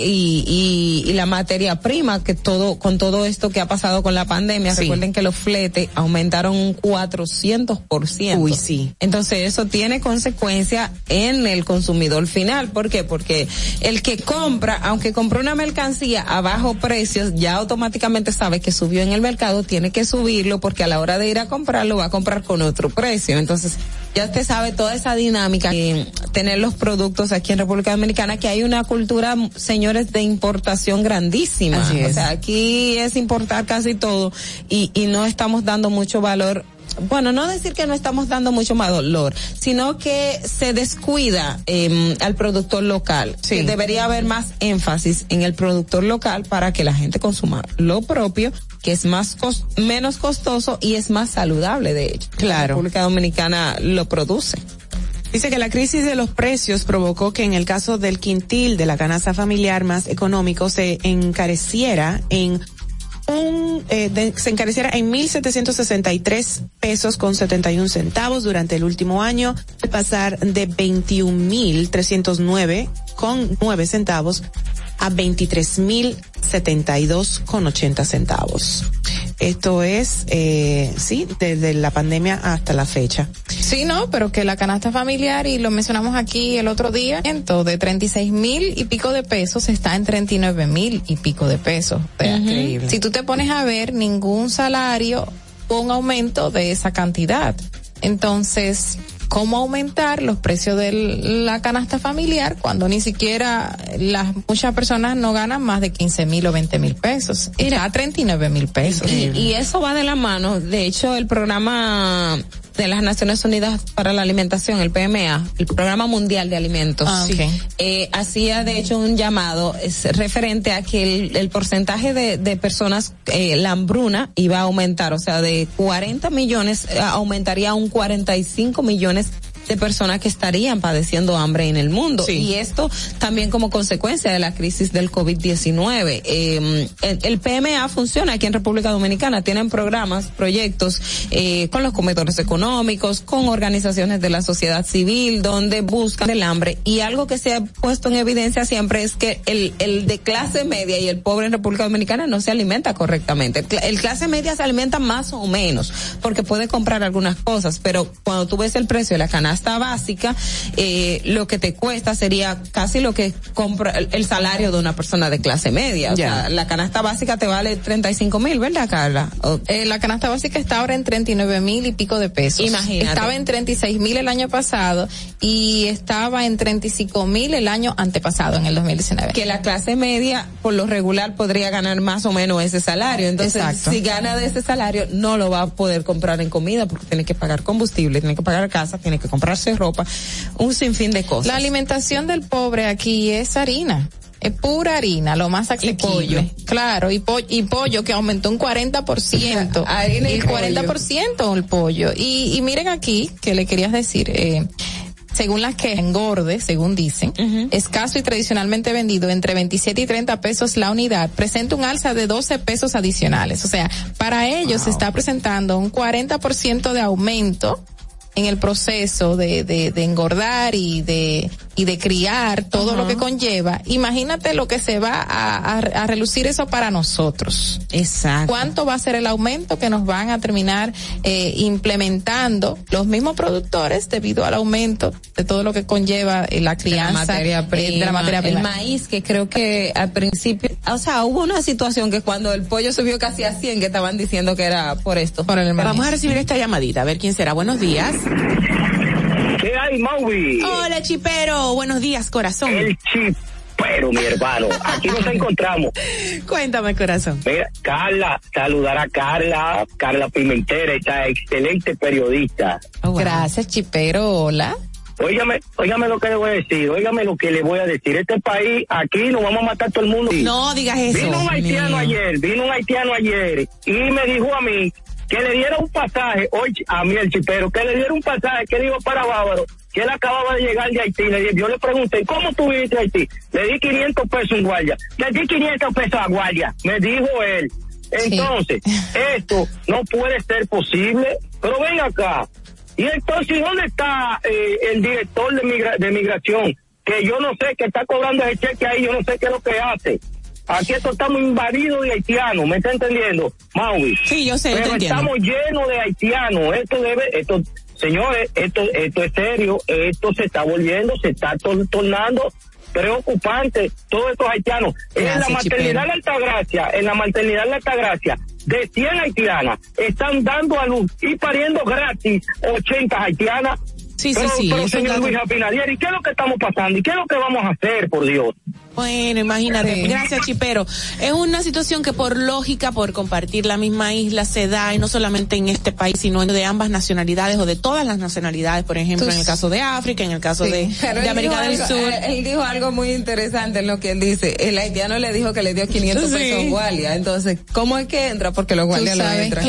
y la materia prima, que con todo esto que ha pasado con la pandemia, recuerden que los fletes aumentaron un 400%. Uy, sí. Entonces eso tiene consecuencia en el consumidor final. ¿Por qué? Porque el que compra, aunque compró una mercancía a bajo precios, ya automáticamente sabe que subió en el mercado, tiene que subirlo porque a la hora de ir a comprarlo va a comprar con otro precio. Entonces ya usted sabe toda esa dinámica, tener los productos aquí en República Dominicana, que hay una cultura, señores, de importación grandísima. Así es. O sea, aquí es importar casi todo y no estamos dando mucho valor. Bueno, no decir que no estamos dando mucho valor, sino que se descuida al productor local. Sí. Que debería haber más énfasis en el productor local para que la gente consuma lo propio, que es menos costoso y es más saludable, de hecho. Claro. La República Dominicana lo produce. Dice que la crisis de los precios provocó que en el caso del quintil de la canasta familiar más económico se encareciera en se encareciera en 1.763 pesos con 71 centavos durante el último año, de pasar de 21.309 con 9 centavos a 23.072 con 80 centavos. Esto es, sí, desde la pandemia hasta la fecha. Sí, no, pero que la canasta familiar, y lo mencionamos aquí el otro día, de 36,000 y pico de pesos está en 39,000 y pico de pesos. O sea, increíble. Si tú te pones a ver, ningún salario con aumento de esa cantidad. Entonces, ¿cómo aumentar los precios de la canasta familiar cuando ni siquiera muchas personas no ganan más de 15,000 o 20,000 pesos? Está a 39,000 pesos. Y eso va de la mano. De hecho, el programa de las Naciones Unidas para la Alimentación, el PMA, el Programa Mundial de Alimentos, hacía de hecho un llamado referente a que el porcentaje de personas, la hambruna iba a aumentar, o sea, de 40 millones aumentaría a un 45 millones de personas que estarían padeciendo hambre en el mundo. Sí. Y esto también como consecuencia de la crisis del COVID-19. El PMA funciona aquí en República Dominicana. Tienen programas, proyectos, con los comedores económicos, con organizaciones de la sociedad civil, donde buscan el hambre. Y algo que se ha puesto en evidencia siempre es que el de clase media y el pobre en República Dominicana no se alimenta correctamente. El clase media se alimenta más o menos, porque puede comprar algunas cosas, pero cuando tú ves el precio de la canasta básica, lo que te cuesta sería casi lo que compra el salario de una persona de clase media. O sea, la canasta básica te vale 35,000, ¿verdad, Carla? La canasta básica está ahora en 39,000 y pico de pesos. Imagínate. Estaba en 36,000 el año pasado y estaba en 35,000 el año antepasado, en el 2019. Que la clase media, por lo regular, podría ganar más o menos ese salario. Entonces, exacto, si gana de ese salario, no lo va a poder comprar en comida porque tiene que pagar combustible, tiene que pagar casa, tiene que comprarse ropa, un sinfín de cosas. La alimentación del pobre aquí es harina. Es pura harina, lo más asequible. Y pollo. Claro, y pollo que aumentó un 40%. Harina y 40% el pollo. Y miren aquí, que le querías decir, según las que engorde, según dicen, escaso y tradicionalmente vendido entre 27 y 30 pesos la unidad, presenta un alza de 12 pesos adicionales. O sea, para ellos se está presentando un 40% de aumento en el proceso de engordar y de criar todo lo que conlleva. Imagínate lo que se va a relucir eso para nosotros. Exacto. ¿Cuánto va a ser el aumento que nos van a terminar implementando los mismos productores debido al aumento de todo lo que conlleva la crianza de la materia prima? El maíz, que creo que al principio, o sea, hubo una situación que cuando el pollo subió casi a 100, que estaban diciendo que era por esto. Por el maíz. Vamos a recibir esta llamadita, a ver quién será. Buenos días. ¿Qué hay, Mauvi? Hola, Chipero. Buenos días, corazón. El Chipero, mi hermano. Aquí nos encontramos. Cuéntame, corazón. Mira, Carla, saludar a Carla Pimentel, esta excelente periodista. Oh, wow. Gracias, Chipero. Hola. Óigame lo que le voy a decir, Este país, aquí nos vamos a matar todo el mundo. No digas eso. Vino un haitiano ayer y me dijo a mí que le diera un pasaje, hoy a mí el Chipero, que le diera un pasaje que digo para Bávaro, que él acababa de llegar de Haití. Yo le pregunté, ¿cómo tú viniste a Haití? Le di 500 pesos en guardia. Le di 500 pesos a guardia, me dijo él. Entonces, esto no puede ser posible, pero ven acá. Y entonces, ¿dónde está el director de migración? Que yo no sé, que está cobrando ese cheque ahí, yo no sé qué es lo que hace. Aquí esto estamos invadidos de haitianos, ¿me está entendiendo, Maui? Sí, yo sé, pero estamos llenos de haitianos. Señores, esto es serio, esto se está tornando preocupante, todos estos haitianos. En la maternidad de Altagracia, de 100 haitianas, están dando a luz y pariendo gratis 80 haitianas. Sí, pero señor Luis Abinader, ¿y qué es lo que estamos pasando? ¿Y qué es lo que vamos a hacer, por Dios? Bueno, imagínate. Sí. Gracias, Chipero. Es una situación que por lógica, por compartir la misma isla, se da, y no solamente en este país, sino de ambas nacionalidades o de todas las nacionalidades, por ejemplo, en el caso de África, en el caso de América del Sur. Él dijo algo muy interesante en lo que él dice. El haitiano le dijo que le dio 500 pesos a guardia. Entonces, ¿cómo es que entra? Porque los guardias no entran.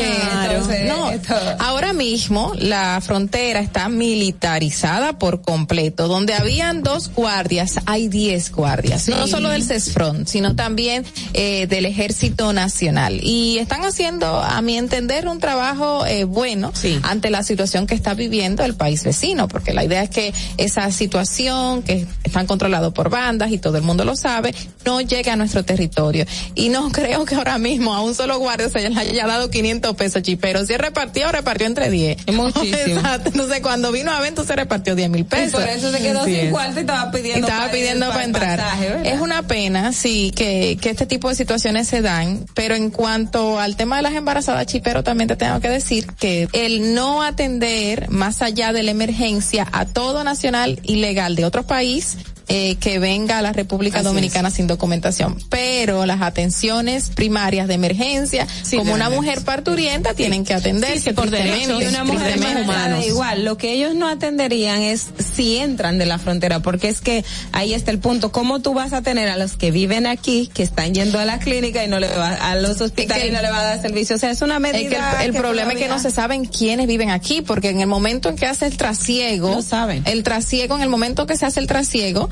Ahora mismo la frontera está militarizada por completo. Donde habían 2 guardias, hay 10 guardias. no solo del CESFRON, sino también del Ejército Nacional. Y están haciendo, a mi entender, un trabajo bueno ante la situación que está viviendo el país vecino, porque la idea es que esa situación, que están controlados por bandas y todo el mundo lo sabe, no llegue a nuestro territorio. Y no creo que ahora mismo a un solo guardia se le haya dado 500 pesos, Chipero. Si repartió entre 10. Muchísimo. Exacto. Entonces, cuando vino a Vento se repartió 10,000 pesos. Y por eso se quedó sin cuarto y estaba pidiendo para entrar. Pasaje, es una pena, sí, que este tipo de situaciones se dan, pero en cuanto al tema de las embarazadas, Chipero, también te tengo que decir que el no atender más allá de la emergencia a todo nacional ilegal de otro país, que venga a la República Dominicana sin documentación, pero las atenciones primarias de emergencia, como una mujer parturienta, tienen que atenderse por derecho. Y una mujer embarazada igual, lo que ellos no atenderían es si entran de la frontera, porque es que ahí está el punto, ¿cómo tú vas a tener a los que viven aquí, que están yendo a la clínica y no le va a los hospitales y no le va a dar servicio? O sea, es una medida. El problema es que no se saben quiénes viven aquí, porque en el momento en que hace el trasiego, no saben. En el momento que se hace el trasiego,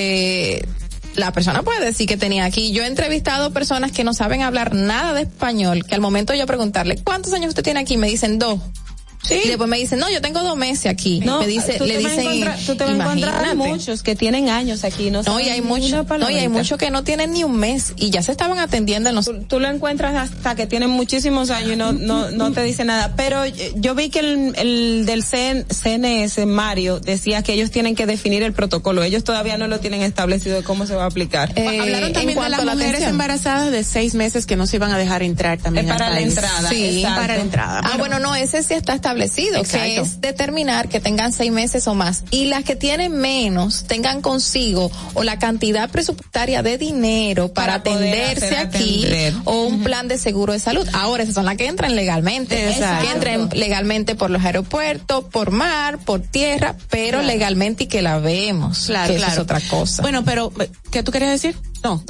la persona puede decir que tenía aquí. Yo he entrevistado personas que no saben hablar nada de español, que al momento de yo preguntarle, ¿cuántos años usted tiene aquí? Me dicen 2. Sí. Y después me dicen, no, yo tengo 2 meses aquí. No, me dice, tú le dicen, tú te vas a encontrar muchos que tienen años aquí, no y hay muchos que no tienen ni un mes y ya se estaban atendiendo en los... Tú lo encuentras hasta que tienen muchísimos años y no te dice nada. Pero yo vi que el del CNS, Mario, decía que ellos tienen que definir el protocolo. Ellos todavía no lo tienen establecido de cómo se va a aplicar. Hablaron también de las mujeres embarazadas de 6 meses que no se iban a dejar entrar también. Para la entrada. Sí, para la entrada. Bueno, no, ese sí está establecido, que es determinar que tengan 6 meses o más, y las que tienen menos tengan consigo o la cantidad presupuestaria de dinero para atenderse aquí o un plan de seguro de salud. Ahora esas son las que entran legalmente, que entren legalmente por los aeropuertos, por mar, por tierra, pero legalmente y que la vemos, que eso es otra cosa. Bueno, pero ¿qué tú querías decir? No.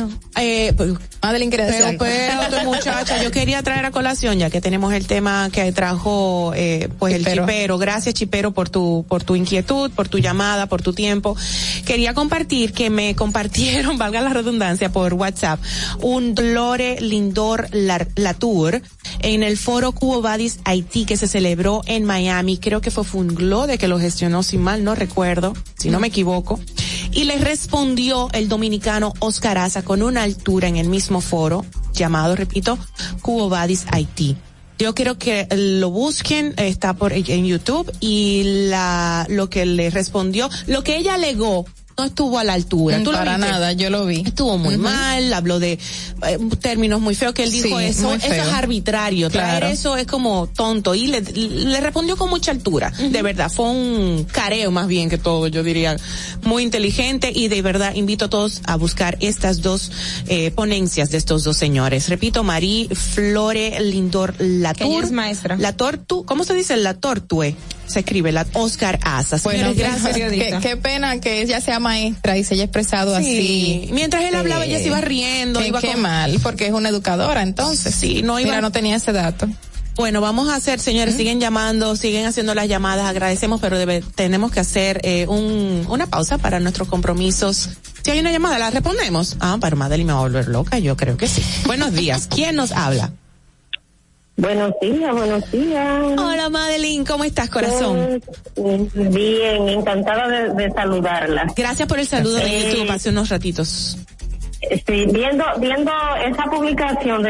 Madeline quería decir algo. Pero muchacha, yo quería traer a colación, ya que tenemos el tema que trajo pues el Chipero. Gracias, Chipero, por tu inquietud, por tu llamada, por tu tiempo. Quería compartir que me compartieron, valga la redundancia, por WhatsApp, un Lore Lindor Latour en el foro Quo Vadis Haití que se celebró en Miami. Creo que fue Funglode que lo gestionó, si mal no recuerdo, si no me equivoco. Y le respondió el dominicano Oscar Asa con una altura en el mismo foro, llamado, repito, Quo Vadis Haití. Yo quiero que lo busquen, está en YouTube, y lo que le respondió, lo que ella alegó, no estuvo a la altura. ¿Tú para nada, yo lo vi. Estuvo muy mal, habló de términos muy feos, que él dijo eso es arbitrario, traer eso es como tonto, y le respondió con mucha altura. De verdad, fue un careo más bien que todo, yo diría, muy inteligente, y de verdad invito a todos a buscar estas dos ponencias de estos dos señores. Repito, Marie Flore Lindor Latour. Ella es maestra. ¿Cómo se dice? Latortue. Se escribe Oscar Asa. Bueno, gracias. Qué pena que ella sea maestra y se haya expresado así. Mientras él hablaba, ella se iba riendo. Qué mal, porque es una educadora, entonces. Sí, no tenía ese dato. Bueno, vamos a hacer, señores, siguen llamando, siguen haciendo las llamadas, agradecemos, pero tenemos que hacer una pausa para nuestros compromisos. Si hay una llamada, ¿la respondemos? Pero Madeline me va a volver loca, yo creo que sí. Buenos días, ¿quién nos habla? Buenos días. Hola, Madeline, ¿cómo estás, corazón? Bien, encantada de saludarla. Gracias por el saludo de YouTube hace unos ratitos. Sí, viendo esa publicación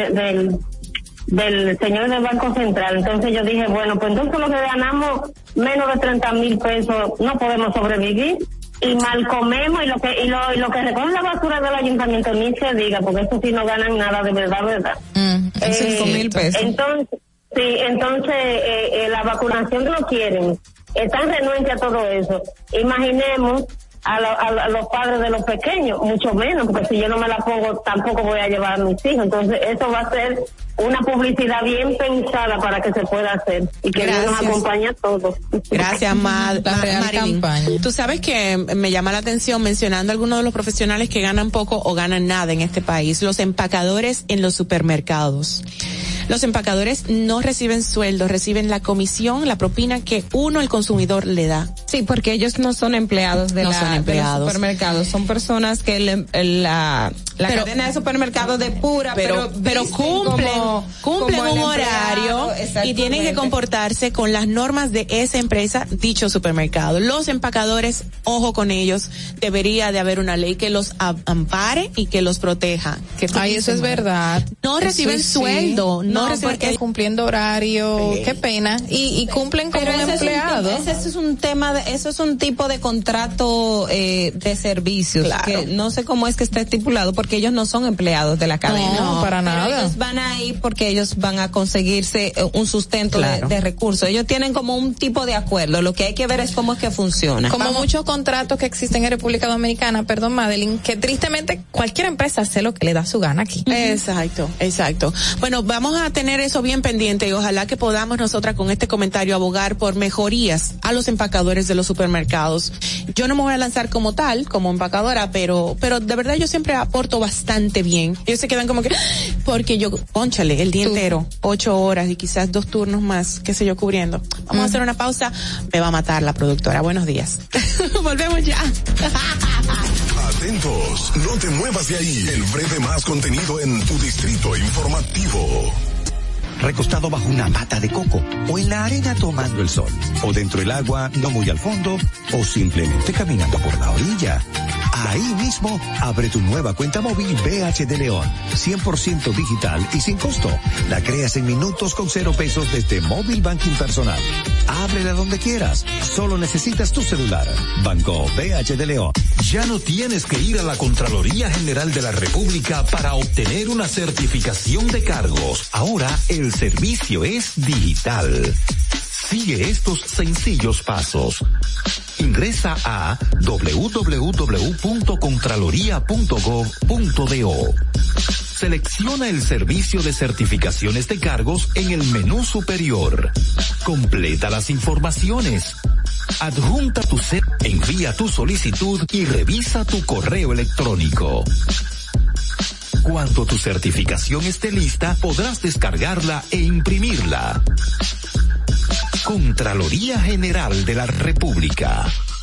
del señor del Banco Central, entonces yo dije, bueno, pues entonces lo que ganamos menos de 30,000 pesos no podemos sobrevivir, y mal comemos, y lo que recogen la basura del ayuntamiento ni se diga, porque eso sí no ganan nada de verdad. 5,000 pesos. Entonces la vacunación no quieren, están renuentes a todo eso. Imaginemos a los padres de los pequeños, mucho menos, porque si yo no me la pongo, tampoco voy a llevar a mis hijos. Entonces eso va a ser una publicidad bien pensada para que se pueda hacer, y que Dios nos acompañe a todos. Gracias, Marilyn. Tú sabes que me llama la atención, mencionando algunos de los profesionales que ganan poco o ganan nada en este país, los empacadores en los supermercados. Los empacadores no reciben sueldo, reciben la comisión, la propina que uno, el consumidor, le da. Sí, porque ellos no son empleados de los supermercados, son personas que la cadena de supermercados depura, pero cumplen un horario y tienen que comportarse con las normas de esa empresa, dicho supermercado. Los empacadores, ojo con ellos, debería de haber una ley que los ampare y que los proteja. Ay, eso es verdad. No reciben sueldo, no reciben, porque cumpliendo horario, qué pena, y cumplen como un empleado. Eso es un tipo de contrato de servicios, claro, que no sé cómo es que está estipulado, porque ellos no son empleados de la cadena. No, para nada. Ellos van a ir porque ellos van a conseguirse un sustento, claro, de recursos. Ellos tienen como un tipo de acuerdo. Lo que hay que ver es cómo es que funciona. Como muchos contratos que existen en República Dominicana, perdón, Madeline, que tristemente cualquier empresa hace lo que le da su gana aquí. Exacto. Bueno, vamos a tener eso bien pendiente y ojalá que podamos nosotras con este comentario abogar por mejorías a los empacadores de los supermercados. Yo no me voy a lanzar como tal, como empacadora, pero de verdad yo siempre aporto bastante bien. Ellos se quedan como que, porque yo, pónchale, el día entero, 8 horas y quizás 2 turnos más, qué sé yo, cubriendo. Vamos a hacer una pausa, me va a matar la productora. Buenos días. Volvemos ya. Atentos, no te muevas de ahí. El breve más contenido en tu distrito informativo. Recostado bajo una mata de coco, o en la arena tomando el sol, o dentro del agua no muy al fondo, o simplemente caminando por la orilla. Ahí mismo, abre tu nueva cuenta móvil BH de León, 100% digital y sin costo. La creas en minutos con 0 pesos desde Móvil Banking Personal. Ábrela donde quieras, solo necesitas tu celular. Banco BH de León. Ya no tienes que ir a la Contraloría General de la República para obtener una certificación de cargos. Ahora el servicio es digital. Sigue estos sencillos pasos. Ingresa a www.contraloría.gov.do. Selecciona el servicio de certificaciones de cargos en el menú superior. Completa las informaciones. Adjunta tu envía tu solicitud y revisa tu correo electrónico. Cuando tu certificación esté lista, podrás descargarla e imprimirla. Contraloría General de la República.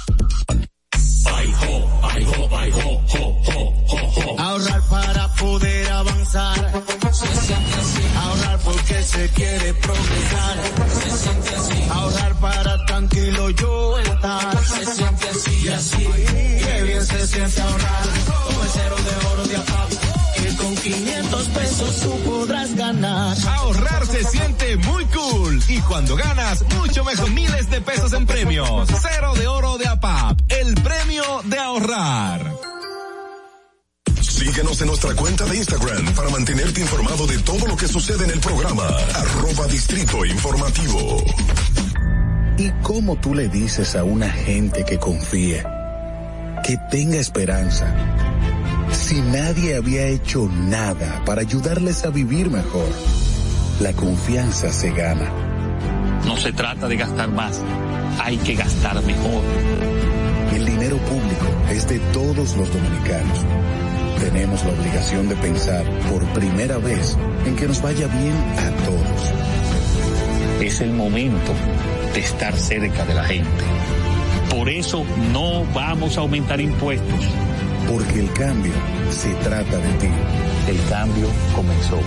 Ahorrar para poder avanzar. Se siente así. Ahorrar porque se quiere progresar. Se siente así. Ahorrar para tranquilo yo estar. Se siente así y así. Qué bien se siente ahorrar. Con el 0 de oro de APAP. Que con 500 pesos tú podrás ganar. Ahorrar se siente muy cool. Y cuando ganas, mucho mejor. Miles de pesos en premios. 0 de oro de APAP. El premio de ahorrar. Síguenos en nuestra cuenta de Instagram para mantenerte informado de todo lo que sucede en el programa. @Distrito Informativo. ¿Y cómo tú le dices a una gente que confíe, que tenga esperanza, si nadie había hecho nada para ayudarles a vivir mejor? La confianza se gana. No se trata de gastar más, hay que gastar mejor. El dinero público es de todos los dominicanos. Tenemos la obligación de pensar por primera vez en que nos vaya bien a todos. Es el momento de estar cerca de la gente. Por eso no vamos a aumentar impuestos. Porque el cambio se trata de ti. El cambio comenzó.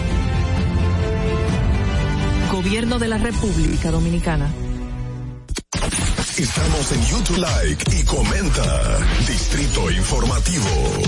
Gobierno de la República Dominicana. Estamos en YouTube Like y comenta. Distrito Informativo.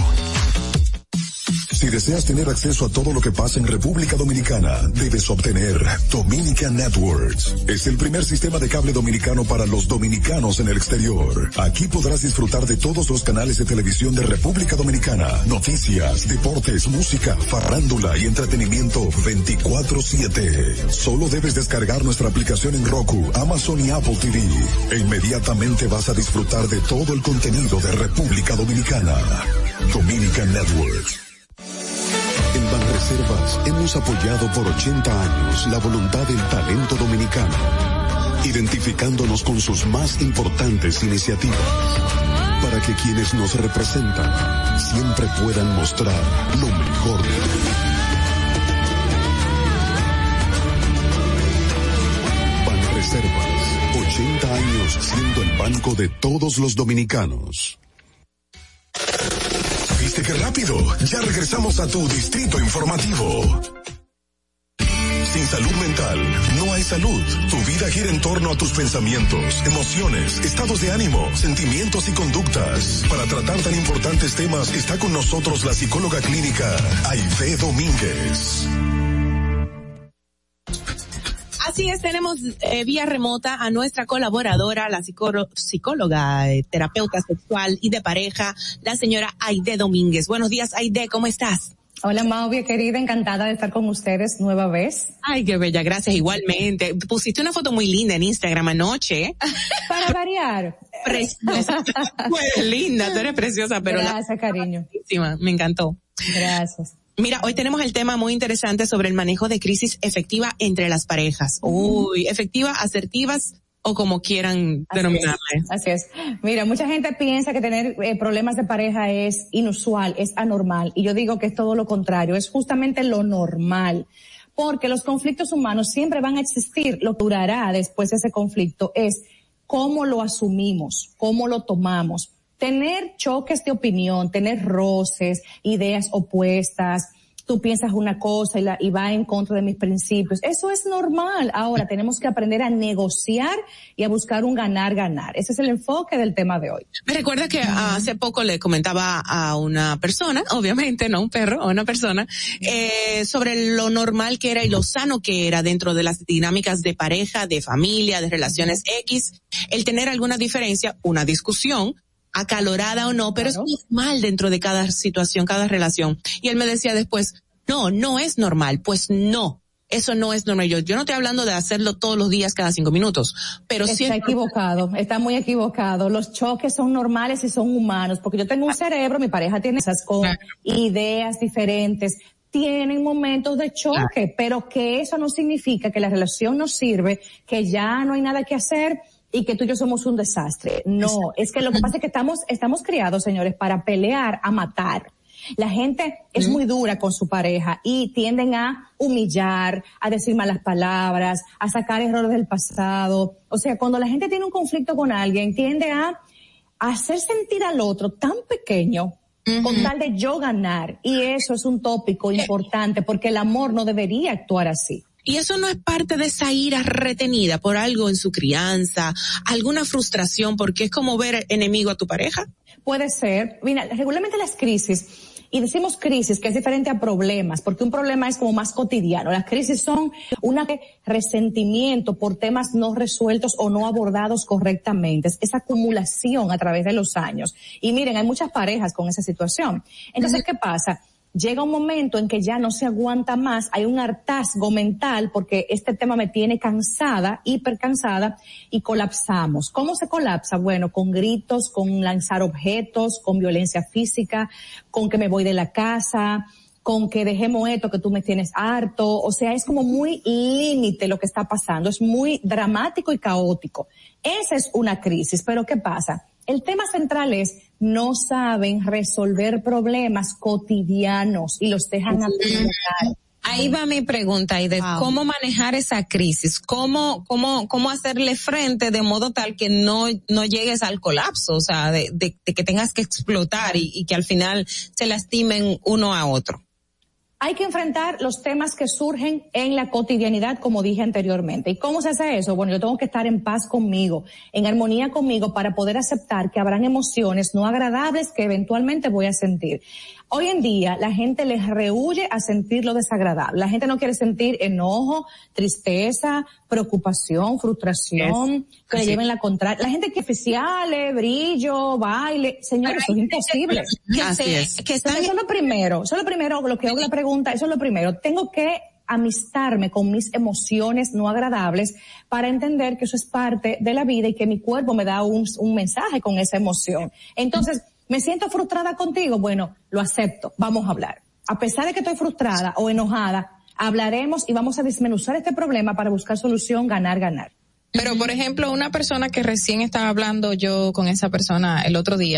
Si deseas tener acceso a todo lo que pasa en República Dominicana, debes obtener Dominican Networks. Es el primer sistema de cable dominicano para los dominicanos en el exterior. Aquí podrás disfrutar de todos los canales de televisión de República Dominicana, noticias, deportes, música, farándula y entretenimiento 24/7. Solo debes descargar nuestra aplicación en Roku, Amazon y Apple TV. E inmediatamente vas a disfrutar de todo el contenido de República Dominicana. Dominican Networks. En Banreservas hemos apoyado por 80 años la voluntad del talento dominicano, identificándonos con sus más importantes iniciativas, para que quienes nos representan siempre puedan mostrar lo mejor de ellos. años siendo el banco de todos los dominicanos. ¿Viste qué rápido? Ya regresamos a tu Distrito Informativo. Sin salud mental, no hay salud. Tu vida gira en torno a tus pensamientos, emociones, estados de ánimo, sentimientos y conductas. Para tratar tan importantes temas, está con nosotros la psicóloga clínica Aide Domínguez. Así es, tenemos vía remota a nuestra colaboradora, la psicóloga, terapeuta sexual y de pareja, la señora Aide Domínguez. Buenos días, Aide, ¿cómo estás? Hola, Mauvia, querida, encantada de estar con ustedes nueva vez. Ay, qué bella, gracias, igualmente. Pusiste una foto muy linda en Instagram anoche. Para variar. Preciosa. Pues linda, tú eres preciosa, pero gracias, cariño. Me encantó. Gracias. Mira, hoy tenemos el tema muy interesante sobre el manejo de crisis efectiva entre las parejas. Uy, efectiva, asertivas o como quieran denominarle. Así es. Mira, mucha gente piensa que tener problemas de pareja es inusual, es anormal. Y yo digo que es todo lo contrario, es justamente lo normal. Porque los conflictos humanos siempre van a existir. Lo que durará después de ese conflicto es cómo lo asumimos, cómo lo tomamos. Tener choques de opinión, tener roces, ideas opuestas, tú piensas una cosa y va en contra de mis principios. Eso es normal. Ahora tenemos que aprender a negociar y a buscar un ganar-ganar. Ese es el enfoque del tema de hoy. Me recuerda que hace poco le comentaba a una persona, obviamente, no un perro, a una persona, sobre lo normal que era y lo sano que era dentro de las dinámicas de pareja, de familia, de relaciones X, el tener alguna diferencia, una discusión, acalorada o no, pero es normal dentro de cada situación, cada relación. Y él me decía después, no es normal. Pues no, eso no es normal. Yo no estoy hablando de hacerlo todos los días cada 5 minutos, pero sí. Está equivocado, está muy equivocado. Los choques son normales y son humanos, porque yo tengo un cerebro, mi pareja tiene esas con ideas diferentes. Tienen momentos de choque, pero que eso no significa que la relación no sirve, que ya no hay nada que hacer y que tú y yo somos un desastre. No, es que lo que pasa es que estamos criados, señores, para pelear, a matar. La gente es muy dura con su pareja y tienden a humillar, a decir malas palabras, a sacar errores del pasado. O sea, cuando la gente tiene un conflicto con alguien, tiende a hacer sentir al otro tan pequeño con tal de yo ganar. Y eso es un tópico importante porque el amor no debería actuar así. Y eso no es parte de esa ira retenida por algo en su crianza, alguna frustración, porque es como ver enemigo a tu pareja. Puede ser. Mira, regularmente las crisis, y decimos crisis, que es diferente a problemas, porque un problema es como más cotidiano. Las crisis son un resentimiento por temas no resueltos o no abordados correctamente. Es esa acumulación a través de los años. Y miren, hay muchas parejas con esa situación. Entonces, ¿qué pasa? Llega un momento en que ya no se aguanta más, hay un hartazgo mental porque este tema me tiene cansada, hipercansada, y colapsamos. ¿Cómo se colapsa? Bueno, con gritos, con lanzar objetos, con violencia física, con que me voy de la casa, con que dejemos esto que tú me tienes harto. O sea, es como muy límite lo que está pasando, es muy dramático y caótico. Esa es una crisis, pero ¿qué pasa? El tema central es no saben resolver problemas cotidianos y los dejan acumular. Ahí va mi pregunta, Aide, ¿cómo manejar esa crisis? ¿Cómo hacerle frente de modo tal que no llegues al colapso? O sea, de que tengas que explotar y que al final se lastimen uno a otro. Hay que enfrentar los temas que surgen en la cotidianidad, como dije anteriormente. ¿Y cómo se hace eso? Bueno, yo tengo que estar en paz conmigo, en armonía conmigo, para poder aceptar que habrán emociones no agradables que eventualmente voy a sentir. Hoy en día la gente les rehúye a sentir lo desagradable. La gente no quiere sentir enojo, tristeza, preocupación, frustración, que le lleven la contraria. La gente que oficiales, brillo, baile, señores, eso es imposible. Eso es lo primero, lo que hago la pregunta, eso es lo primero. Tengo que amistarme con mis emociones no agradables para entender que eso es parte de la vida y que mi cuerpo me da un mensaje con esa emoción. Entonces, ¿me siento frustrada contigo? Bueno, lo acepto, vamos a hablar. A pesar de que estoy frustrada o enojada, hablaremos y vamos a desmenuzar este problema para buscar solución, ganar. Pero, por ejemplo, una persona que recién estaba hablando yo con esa persona el otro día,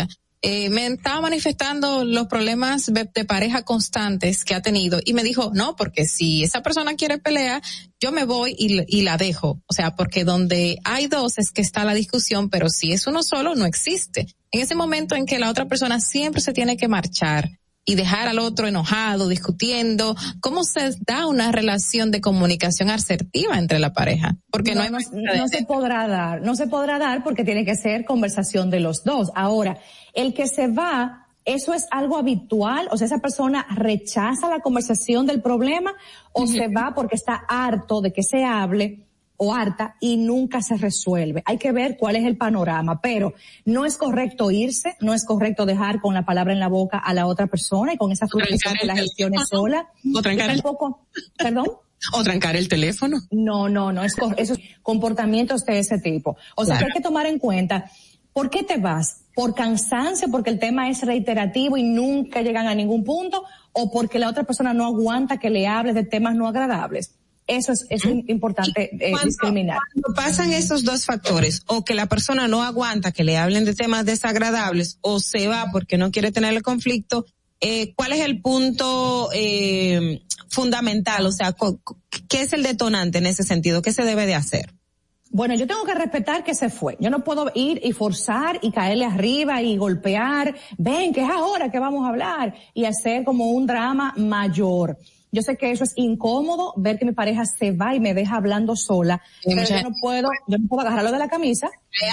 me estaba manifestando los problemas de pareja constantes que ha tenido y me dijo, no, porque si esa persona quiere pelea, yo me voy y la dejo. O sea, porque donde hay dos es que está la discusión, pero si es uno solo, no existe. En ese momento en que la otra persona siempre se tiene que marchar y dejar al otro enojado, discutiendo, ¿cómo se da una relación de comunicación asertiva entre la pareja? Porque no se podrá dar porque tiene que ser conversación de los dos. Ahora, el que se va, ¿eso es algo habitual? O sea, ¿esa persona rechaza la conversación del problema o se va porque está harto de que se hable o harta y nunca se resuelve? Hay que ver cuál es el panorama, pero no es correcto irse, no es correcto dejar con la palabra en la boca a la otra persona y con esa frustración que la gestione sola. O trancar ¿Perdón? O trancar el teléfono. No, esos comportamientos de ese tipo. O sea, que hay que tomar en cuenta, ¿por qué te vas? ¿Por cansancio, porque el tema es reiterativo y nunca llegan a ningún punto? ¿O porque la otra persona no aguanta que le hables de temas no agradables? Eso es importante discriminar. Cuando pasan esos dos factores, o que la persona no aguanta que le hablen de temas desagradables, o se va porque no quiere tener el conflicto, ¿cuál es el punto fundamental? O sea, ¿qué es el detonante en ese sentido? ¿Qué se debe de hacer? Bueno, yo tengo que respetar que se fue. Yo no puedo ir y forzar y caerle arriba y golpear. Ven, que es ahora que vamos a hablar, y hacer como un drama mayor. Yo sé que eso es incómodo, ver que mi pareja se va y me deja hablando sola, pero yo no puedo agarrarlo de la camisa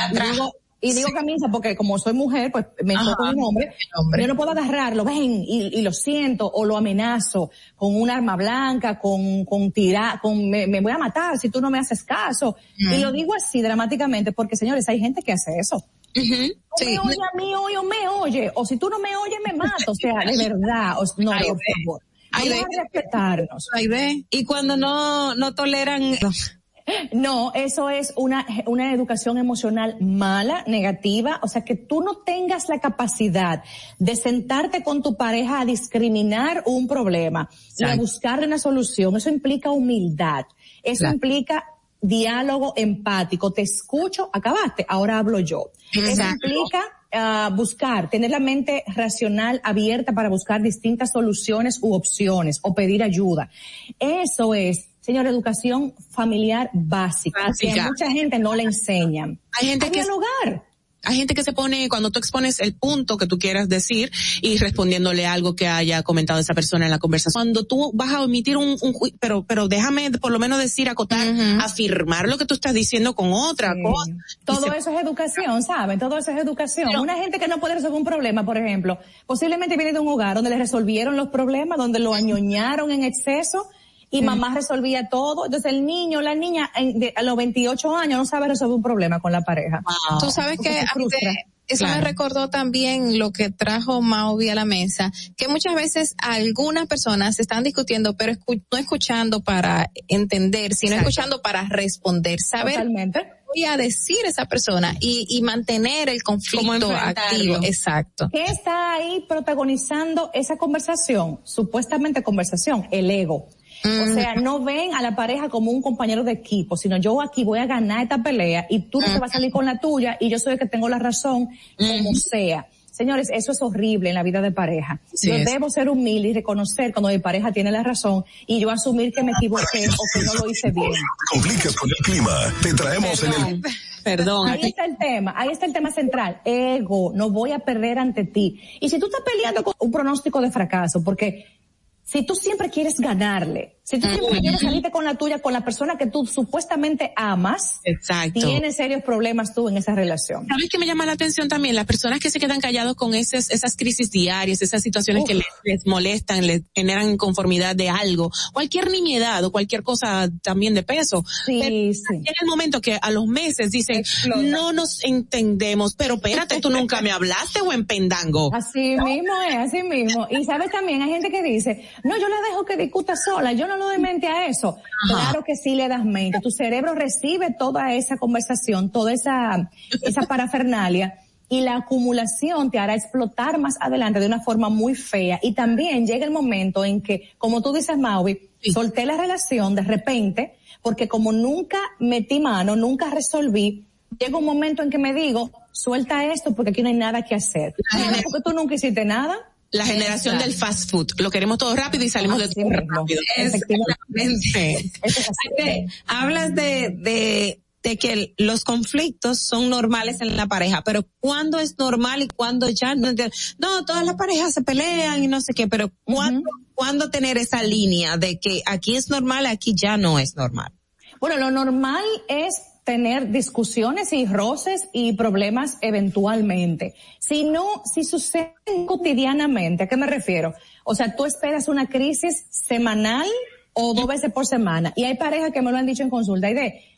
y digo camisa porque como soy mujer, pues me estoy con un hombre. Yo no puedo agarrarlo, ven, y lo siento, o lo amenazo con un arma blanca, me voy a matar si tú no me haces caso. Y lo digo así dramáticamente porque, señores, hay gente que hace eso. Me oye a mí hoy o me oye, o si tú no me oyes me mato, o sea, de verdad, no, por favor. Hay que respetarnos. Y cuando no toleran. No, eso es una educación emocional mala, negativa. O sea, que tú no tengas la capacidad de sentarte con tu pareja a discriminar un problema y a buscarle una solución. Eso implica humildad. Eso implica diálogo empático. Te escucho, acabaste, ahora hablo yo. Eso implica tener la mente racional abierta para buscar distintas soluciones u opciones o pedir ayuda. Eso es, señor, educación familiar básica. Que a mucha gente no le enseñan. Hay gente Hay gente que se pone, cuando tú expones el punto que tú quieras decir y respondiéndole algo que haya comentado esa persona en la conversación, cuando tú vas a omitir pero déjame por lo menos decir, acotar, afirmar lo que tú estás diciendo con otra cosa. Todo eso es educación, ¿saben? Todo eso es educación. Pero una gente que no puede resolver un problema, por ejemplo, posiblemente viene de un hogar donde le resolvieron los problemas, donde lo añoñaron en exceso, y mamá resolvía todo. Entonces el niño, la niña, a los 28 años no sabe resolver un problema con la pareja. Wow. Tú sabes que eso me recordó también lo que trajo Mauvi a la mesa, que muchas veces algunas personas están discutiendo, pero no escuchando para entender, sino escuchando para responder, saber totalmente voy a decir esa persona y mantener el conflicto activo. Exacto. ¿Qué está ahí protagonizando esa conversación? Supuestamente conversación, el ego. O sea, no ven a la pareja como un compañero de equipo, sino yo aquí voy a ganar esta pelea y tú no te vas a salir con la tuya y yo soy el que tengo la razón, como sea. Señores, eso es horrible en la vida de pareja. Yo debo ser humilde y reconocer cuando mi pareja tiene la razón y yo asumir que me equivoqué o que no lo hice bien. Te complicas con el clima. Te traemos Perdón. Ahí está el tema central. Ego, no voy a perder ante ti. Y si tú estás peleando con un pronóstico de fracaso, porque si tú siempre quieres ganarle, si tú siempre quieres salirte con la tuya, con la persona que tú supuestamente amas, tienes serios problemas tú en esa relación. ¿Sabes qué me llama la atención también? Las personas que se quedan callados con esas crisis diarias, esas situaciones que les molestan, les generan inconformidad de algo, cualquier nimiedad o cualquier cosa también de peso. Pero en el momento que a los meses dicen, no nos entendemos, pero espérate, tú nunca me hablaste o en pendango. Así mismo. Y sabes también, hay gente que dice, no, yo la dejo que discuta sola, yo no lo doy mente a eso. Claro que sí le das mente. Tu cerebro recibe toda esa conversación, toda esa parafernalia, y la acumulación te hará explotar más adelante de una forma muy fea. Y también llega el momento en que, como tú dices, Mauvi, solté la relación de repente, porque como nunca metí mano, nunca resolví, llega un momento en que me digo, suelta esto porque aquí no hay nada que hacer. Porque tú nunca hiciste nada. La generación del fast food. Lo queremos todo rápido y salimos de todo rápido. Efectivamente. Hablas de que los conflictos son normales en la pareja, pero ¿cuándo es normal y cuándo ya no? No, todas las parejas se pelean y no sé qué, pero ¿cuándo tener esa línea de que aquí es normal, aquí ya no es normal? Bueno, lo normal es tener discusiones y roces y problemas eventualmente. Si sucede cotidianamente, ¿a qué me refiero? O sea, tú esperas una crisis semanal o 2 veces por semana. Y hay parejas que me lo han dicho en consulta. Y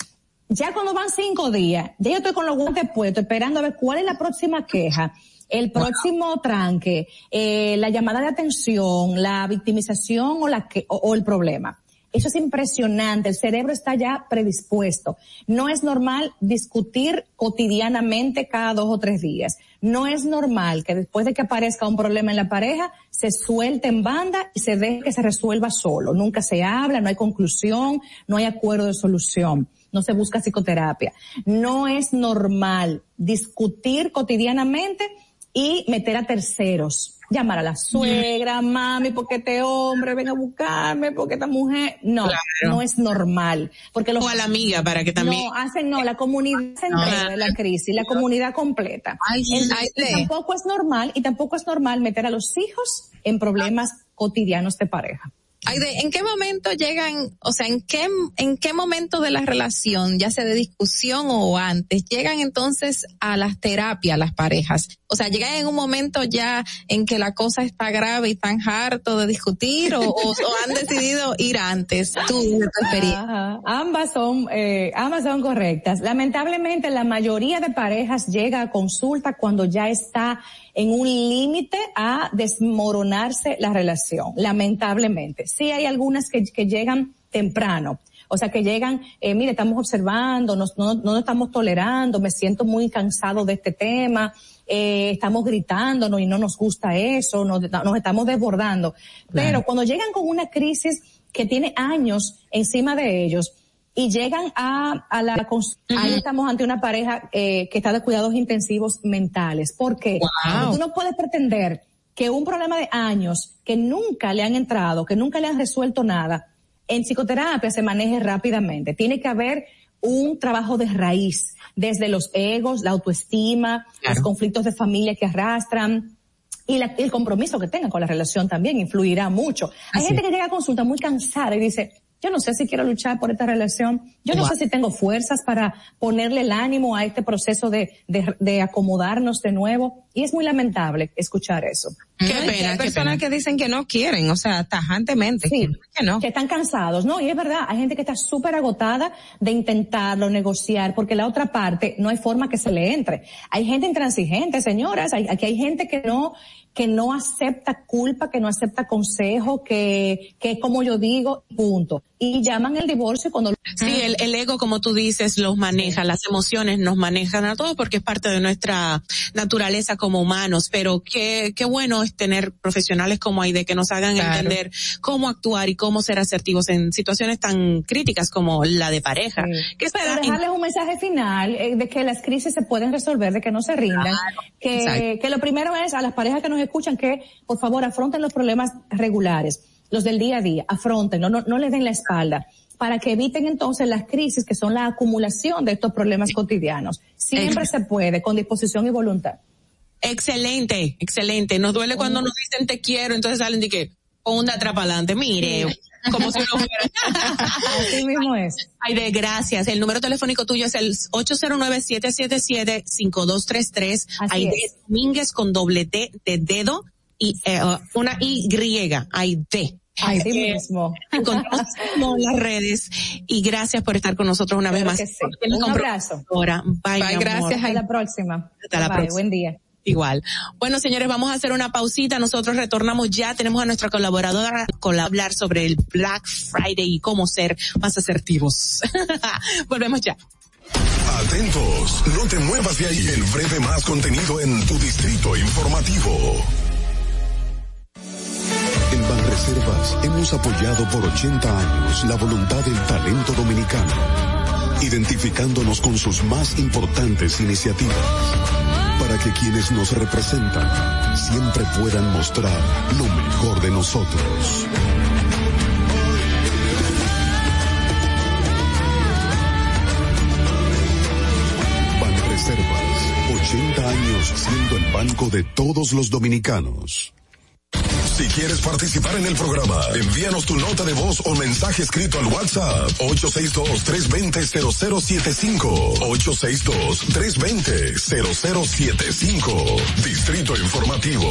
ya cuando van 5 días, ya yo estoy con los guantes puestos esperando a ver cuál es la próxima queja, el próximo tranque, la llamada de atención, la victimización o el problema. Eso es impresionante, el cerebro está ya predispuesto. No es normal discutir cotidianamente cada 2 o 3 días. No es normal que después de que aparezca un problema en la pareja, se suelte en banda y se deje que se resuelva solo. Nunca se habla, no hay conclusión, no hay acuerdo de solución, no se busca psicoterapia. No es normal discutir cotidianamente y meter a terceros. Llamar a la suegra, mami, porque este hombre ven a buscarme, porque esta mujer, no, no es normal. Porque o a la amiga para que también. La comunidad se entrega de la crisis, la comunidad completa. Tampoco es normal meter a los hijos en problemas cotidianos de pareja. ¿En qué momento llegan, o sea, en qué momento de la relación, ya sea de discusión o antes, llegan entonces a las terapias las parejas? O sea, llegan en un momento ya en que la cosa está grave y están hartos de discutir o han decidido ir antes, tú, de tu experiencia. Ambas son correctas. Lamentablemente la mayoría de parejas llega a consulta cuando ya está en un límite a desmoronarse la relación, lamentablemente. Sí hay algunas que llegan temprano, o sea que llegan, mire, estamos observando, no nos estamos tolerando, me siento muy cansado de este tema, estamos gritándonos y no nos gusta eso, nos estamos desbordando. Claro. Pero cuando llegan con una crisis que tiene años encima de ellos, y llegan a la ahí estamos ante una pareja que está de cuidados intensivos mentales. ¿Por qué? Tú no puedes pretender que un problema de años que nunca le han entrado, que nunca le han resuelto nada, en psicoterapia se maneje rápidamente. Tiene que haber un trabajo de raíz, desde los egos, la autoestima, los conflictos de familia que arrastran, y el compromiso que tengan con la relación también influirá mucho. Hay gente que llega a consulta muy cansada y dice, yo no sé si quiero luchar por esta relación, yo no sé si tengo fuerzas para ponerle el ánimo a este proceso de acomodarnos de nuevo, y es muy lamentable escuchar eso. Qué pena, hay personas que dicen que no quieren, o sea, tajantemente, que están cansados, ¿no? Y es verdad, hay gente que está súper agotada de intentarlo, negociar, porque la otra parte no hay forma que se le entre. Hay gente intransigente, señoras, aquí hay gente que no acepta culpa, que no acepta consejo, que es como yo digo, punto. Y llaman el divorcio cuando... Sí, el ego, como tú dices, los maneja, las emociones nos manejan a todos porque es parte de nuestra naturaleza como humanos, pero qué bueno es tener profesionales como Aide que nos hagan entender cómo actuar y cómo ser asertivos en situaciones tan críticas como la de pareja. Pero dejarles un mensaje final de que las crisis se pueden resolver, de que no se rindan, que lo primero es a las parejas que nos escuchan que por favor afronten los problemas regulares, los del día a día, afronten, no le den la espalda, para que eviten entonces las crisis que son la acumulación de estos problemas cotidianos. Siempre se puede, con disposición y voluntad. Excelente. Nos duele cuando nos dicen te quiero, entonces salen de que un de atrás para adelante, mire, como si no fuera. Así mismo es. Aide, gracias. El número telefónico tuyo es el 809-777-5233. Aide Domínguez con doble T de dedo y una Y, Aide. Así mismo. Encontramos en las redes y gracias por estar con nosotros una vez más. Sí. Un abrazo. Bye, gracias. Hasta la próxima. Hasta la próxima. Buen día. Igual. Bueno, señores, vamos a hacer una pausita. Nosotros retornamos ya. Tenemos a nuestra colaboradora con hablar sobre el Black Friday y cómo ser más asertivos. Volvemos ya. Atentos, no te muevas de ahí. El breve más contenido en tu distrito informativo. En Banreservas hemos apoyado por 80 años la voluntad del talento dominicano, identificándonos con sus más importantes iniciativas, para que quienes nos representan siempre puedan mostrar lo mejor de nosotros. Banreservas, 80 años siendo el banco de todos los dominicanos. Si quieres participar en el programa, envíanos tu nota de voz o mensaje escrito al WhatsApp 862-320-0075. 862-320-0075. Distrito Informativo.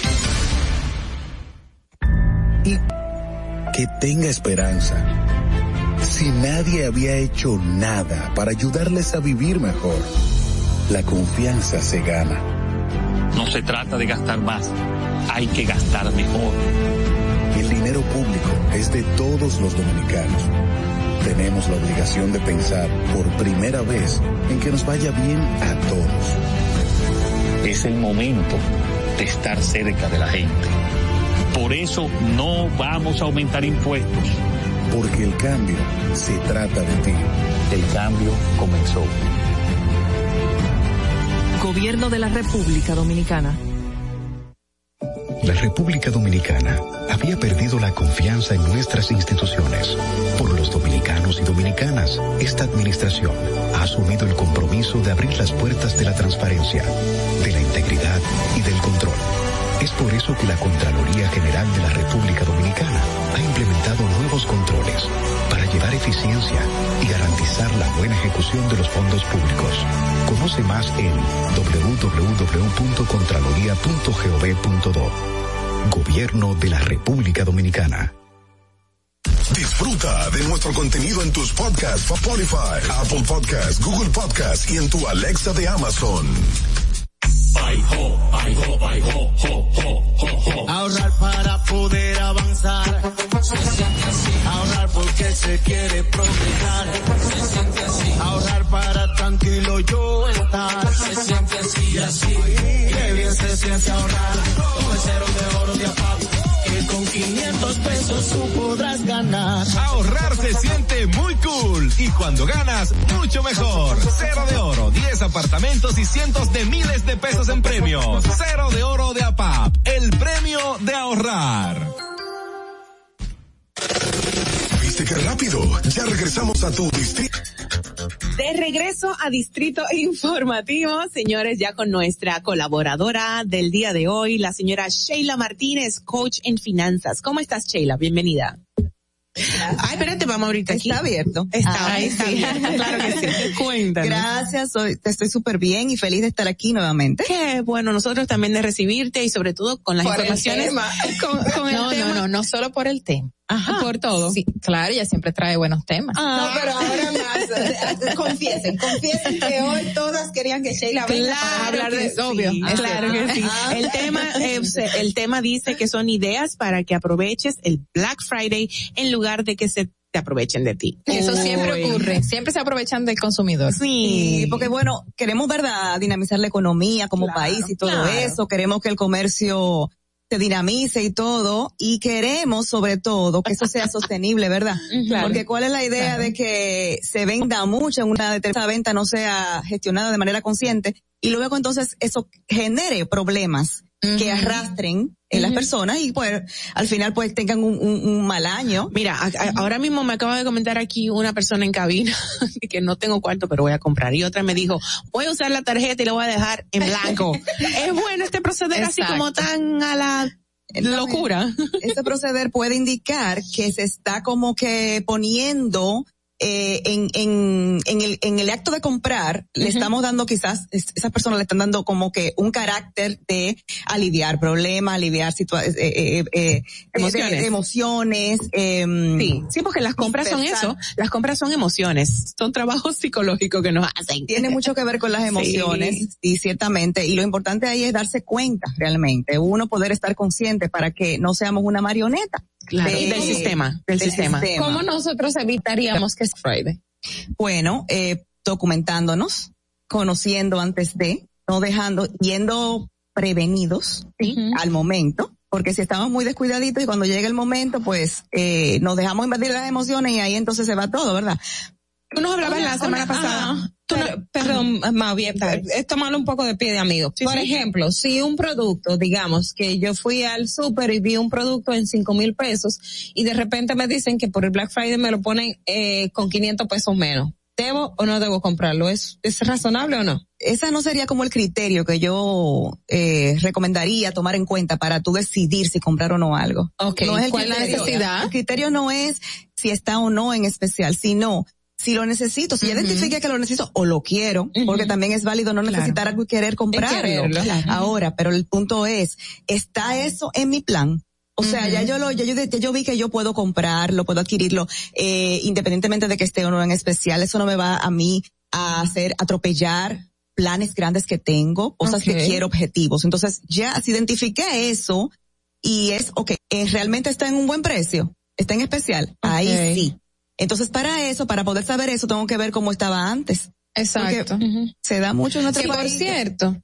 Y que tenga esperanza. Si nadie había hecho nada para ayudarles a vivir mejor, la confianza se gana. No se trata de gastar más, hay que gastar mejor. El dinero público es de todos los dominicanos. Tenemos la obligación de pensar por primera vez en que nos vaya bien a todos. Es el momento de estar cerca de la gente. Por eso no vamos a aumentar impuestos. Porque el cambio se trata de ti. El cambio comenzó. Gobierno de la República Dominicana. La República Dominicana había perdido la confianza en nuestras instituciones. Por los dominicanos y dominicanas, esta administración ha asumido el compromiso de abrir las puertas de la transparencia, de la integridad y del control. Es por eso que la Contraloría General de la República Dominicana ha implementado nuevos controles para llevar eficiencia y garantizar la buena ejecución de los fondos públicos. Conoce más en www.contraloría.gov.do. Gobierno de la República Dominicana. Disfruta de nuestro contenido en tus podcasts, Spotify, Apple Podcasts, Google Podcasts y en tu Alexa de Amazon. Ahorrar para poder avanzar. Se siente así. Ahorrar porque se quiere progresar. Se siente así. Ahorrar para tranquilo yo estar. Se siente así y así. Qué bien se siente ahorrar. Con el cero de oro de APAP. Que con 500 pesos tú podrás ganar. Ahorrar se siente muy cool. Y cuando ganas, mucho mejor. Cero de oro, 10 apartamentos y cientos de miles de pesos en premios. Cero de oro de APAP. El premio de ahorrar. ¿Viste qué rápido? Ya regresamos a tu distrito. De regreso a Distrito Informativo, señores, ya con nuestra colaboradora del día de hoy, la señora Sheila Martínez, coach en finanzas. ¿Cómo estás, Sheila? Bienvenida. Ay, espérate, vamos ahorita aquí. Está abierto. Está abierto, claro que sí. Cuéntanos. Gracias, estoy súper bien y feliz de estar aquí nuevamente. Qué bueno, nosotros también de recibirte y sobre todo con las informaciones. Con el tema. No solo por el tema. Ajá. Por todo. Sí, claro, ella siempre trae buenos temas. No, pero ahora más. Confiesen que hoy todas querían que Sheila venga a hablar de eso. Obvio. Claro que sí. El tema dice que son ideas para que aproveches el Black Friday en lugar de que se te aprovechen de ti. Eso siempre ocurre. Siempre se aprovechan del consumidor. Sí, porque bueno, queremos, ¿verdad?, dinamizar la economía como país y todo eso. Queremos que el comercio se dinamice y todo, y queremos sobre todo que eso sea sostenible, ¿verdad? Claro. Porque ¿cuál es la idea de que se venda mucho en una determinada venta no sea gestionada de manera consciente y luego entonces eso genere problemas que arrastren en las personas y pues al final pues tengan un mal año? Mira, ahora mismo me acaba de comentar aquí una persona en cabina que no tengo cuarto pero voy a comprar, y otra me dijo, voy a usar la tarjeta y la voy a dejar en blanco. Es bueno este proceder así como tan a la locura. Este proceder puede indicar que se está como que poniendo en el acto de comprar, le estamos dando quizás, esas personas le están dando como que un carácter de aliviar problemas, aliviar emociones. Sí, porque las compras son eso, las compras son emociones, son trabajos psicológicos que nos hacen. Tiene mucho que ver con las emociones, y ciertamente, y lo importante ahí es darse cuenta realmente, uno poder estar consciente para que no seamos una marioneta. Claro, del sistema. ¿Cómo nosotros evitaríamos que es Friday? Bueno, documentándonos, conociendo antes de, no dejando, yendo prevenidos, ¿sí? Al momento, porque si estamos muy descuidaditos y cuando llega el momento, pues, nos dejamos invadir las emociones y ahí entonces se va todo, ¿verdad? Tú nos hablabas la semana pasada. Perdón, más bien, es tomarlo un poco de pie de amigo. Por ejemplo, si un producto, digamos, que yo fui al súper y vi un producto en 5,000 pesos y de repente me dicen que por el Black Friday me lo ponen con 500 pesos menos. ¿Debo o no debo comprarlo? ¿Es razonable o no? Esa no sería como el criterio que yo recomendaría tomar en cuenta para tú decidir si comprar o no algo. Okay. No es ¿Cuál es la necesidad? El criterio no es si está o no en especial, sino si lo necesito, si identifique que lo necesito o lo quiero, porque también es válido no necesitar algo y querer comprarlo. Ahora, pero el punto es, ¿está eso en mi plan? O sea, ya yo vi que yo puedo comprarlo, puedo adquirirlo, independientemente de que esté o no en especial. Eso no me va a mí a hacer atropellar planes grandes que tengo, cosas que quiero, objetivos. Entonces, ya si identifiqué eso y realmente está en un buen precio, está en especial, ahí sí. Entonces, para poder saber eso, tengo que ver cómo estaba antes. Exacto. Se da mucho en nuestro país. Por cierto.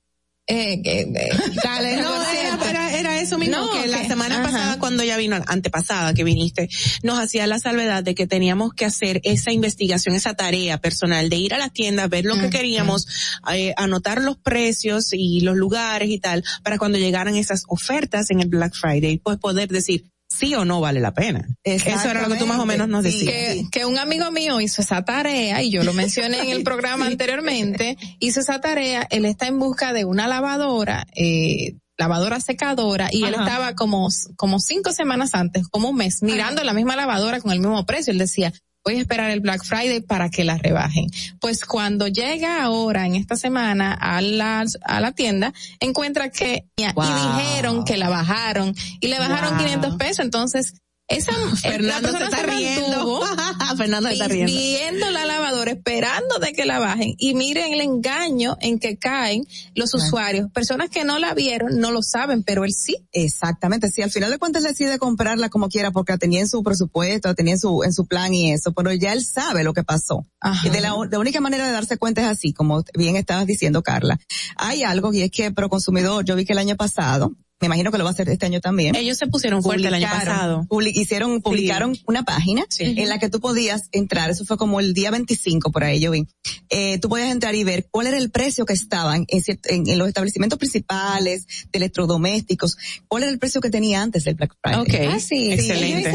Dale, no, era eso mismo, que la semana pasada cuando ya vino, antepasada que viniste, nos hacía la salvedad de que teníamos que hacer esa investigación, esa tarea personal de ir a las tiendas, ver lo que queríamos, anotar los precios y los lugares y tal, para cuando llegaran esas ofertas en el Black Friday, pues poder decir sí o no vale la pena. Eso era lo que tú más o menos nos decías. Que un amigo mío hizo esa tarea, y yo lo mencioné en el programa anteriormente, hizo esa tarea, él está en busca de una lavadora secadora, y él estaba como 5 semanas antes, como un mes, mirando la misma lavadora con el mismo precio. Él decía, voy a esperar el Black Friday para que la rebajen. Pues cuando llega ahora, en esta semana, a la tienda, encuentra que, y dijeron que la bajaron, y le bajaron 500 pesos, entonces, Fernando se está riendo. Fernando se está riendo. Viendo la lavadora, esperando de que la bajen, y miren el engaño en que caen los usuarios. Personas que no la vieron, no lo saben, pero él sí. Exactamente, sí, al final de cuentas decide comprarla como quiera porque la tenía en su presupuesto, la tenía en su plan y eso, pero ya él sabe lo que pasó. Y de la única manera de darse cuenta es así, como bien estabas diciendo, Carla. Hay algo, y es que Proconsumidor, yo vi que el año pasado, me imagino que lo va a hacer este año también. Ellos se pusieron fuerte el año pasado. Publicaron una página en la que tú podías entrar, eso fue como el día 25 por ahí yo vi. Tú podías entrar y ver cuál era el precio que estaban en los establecimientos principales de electrodomésticos, cuál era el precio que tenía antes del Black Friday. Okay. Excelente.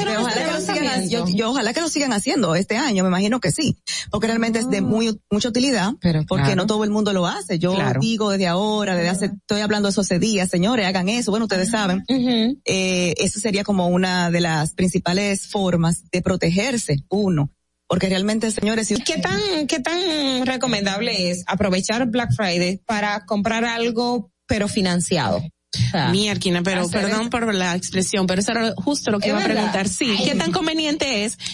Ojalá que lo sigan haciendo este año, me imagino que sí, porque realmente es de mucha utilidad, porque no todo el mundo lo hace. Yo digo desde ahora, estoy hablando de eso hace días, señores, hagan eso. Bueno, ustedes saben, eso sería como una de las principales formas de protegerse, porque realmente, señores, ¿Qué tan recomendable es aprovechar Black Friday para comprar algo pero financiado? Mierquina, pero perdón por la expresión, pero eso era justo lo que iba a preguntar. Sí, ¿qué tan conveniente es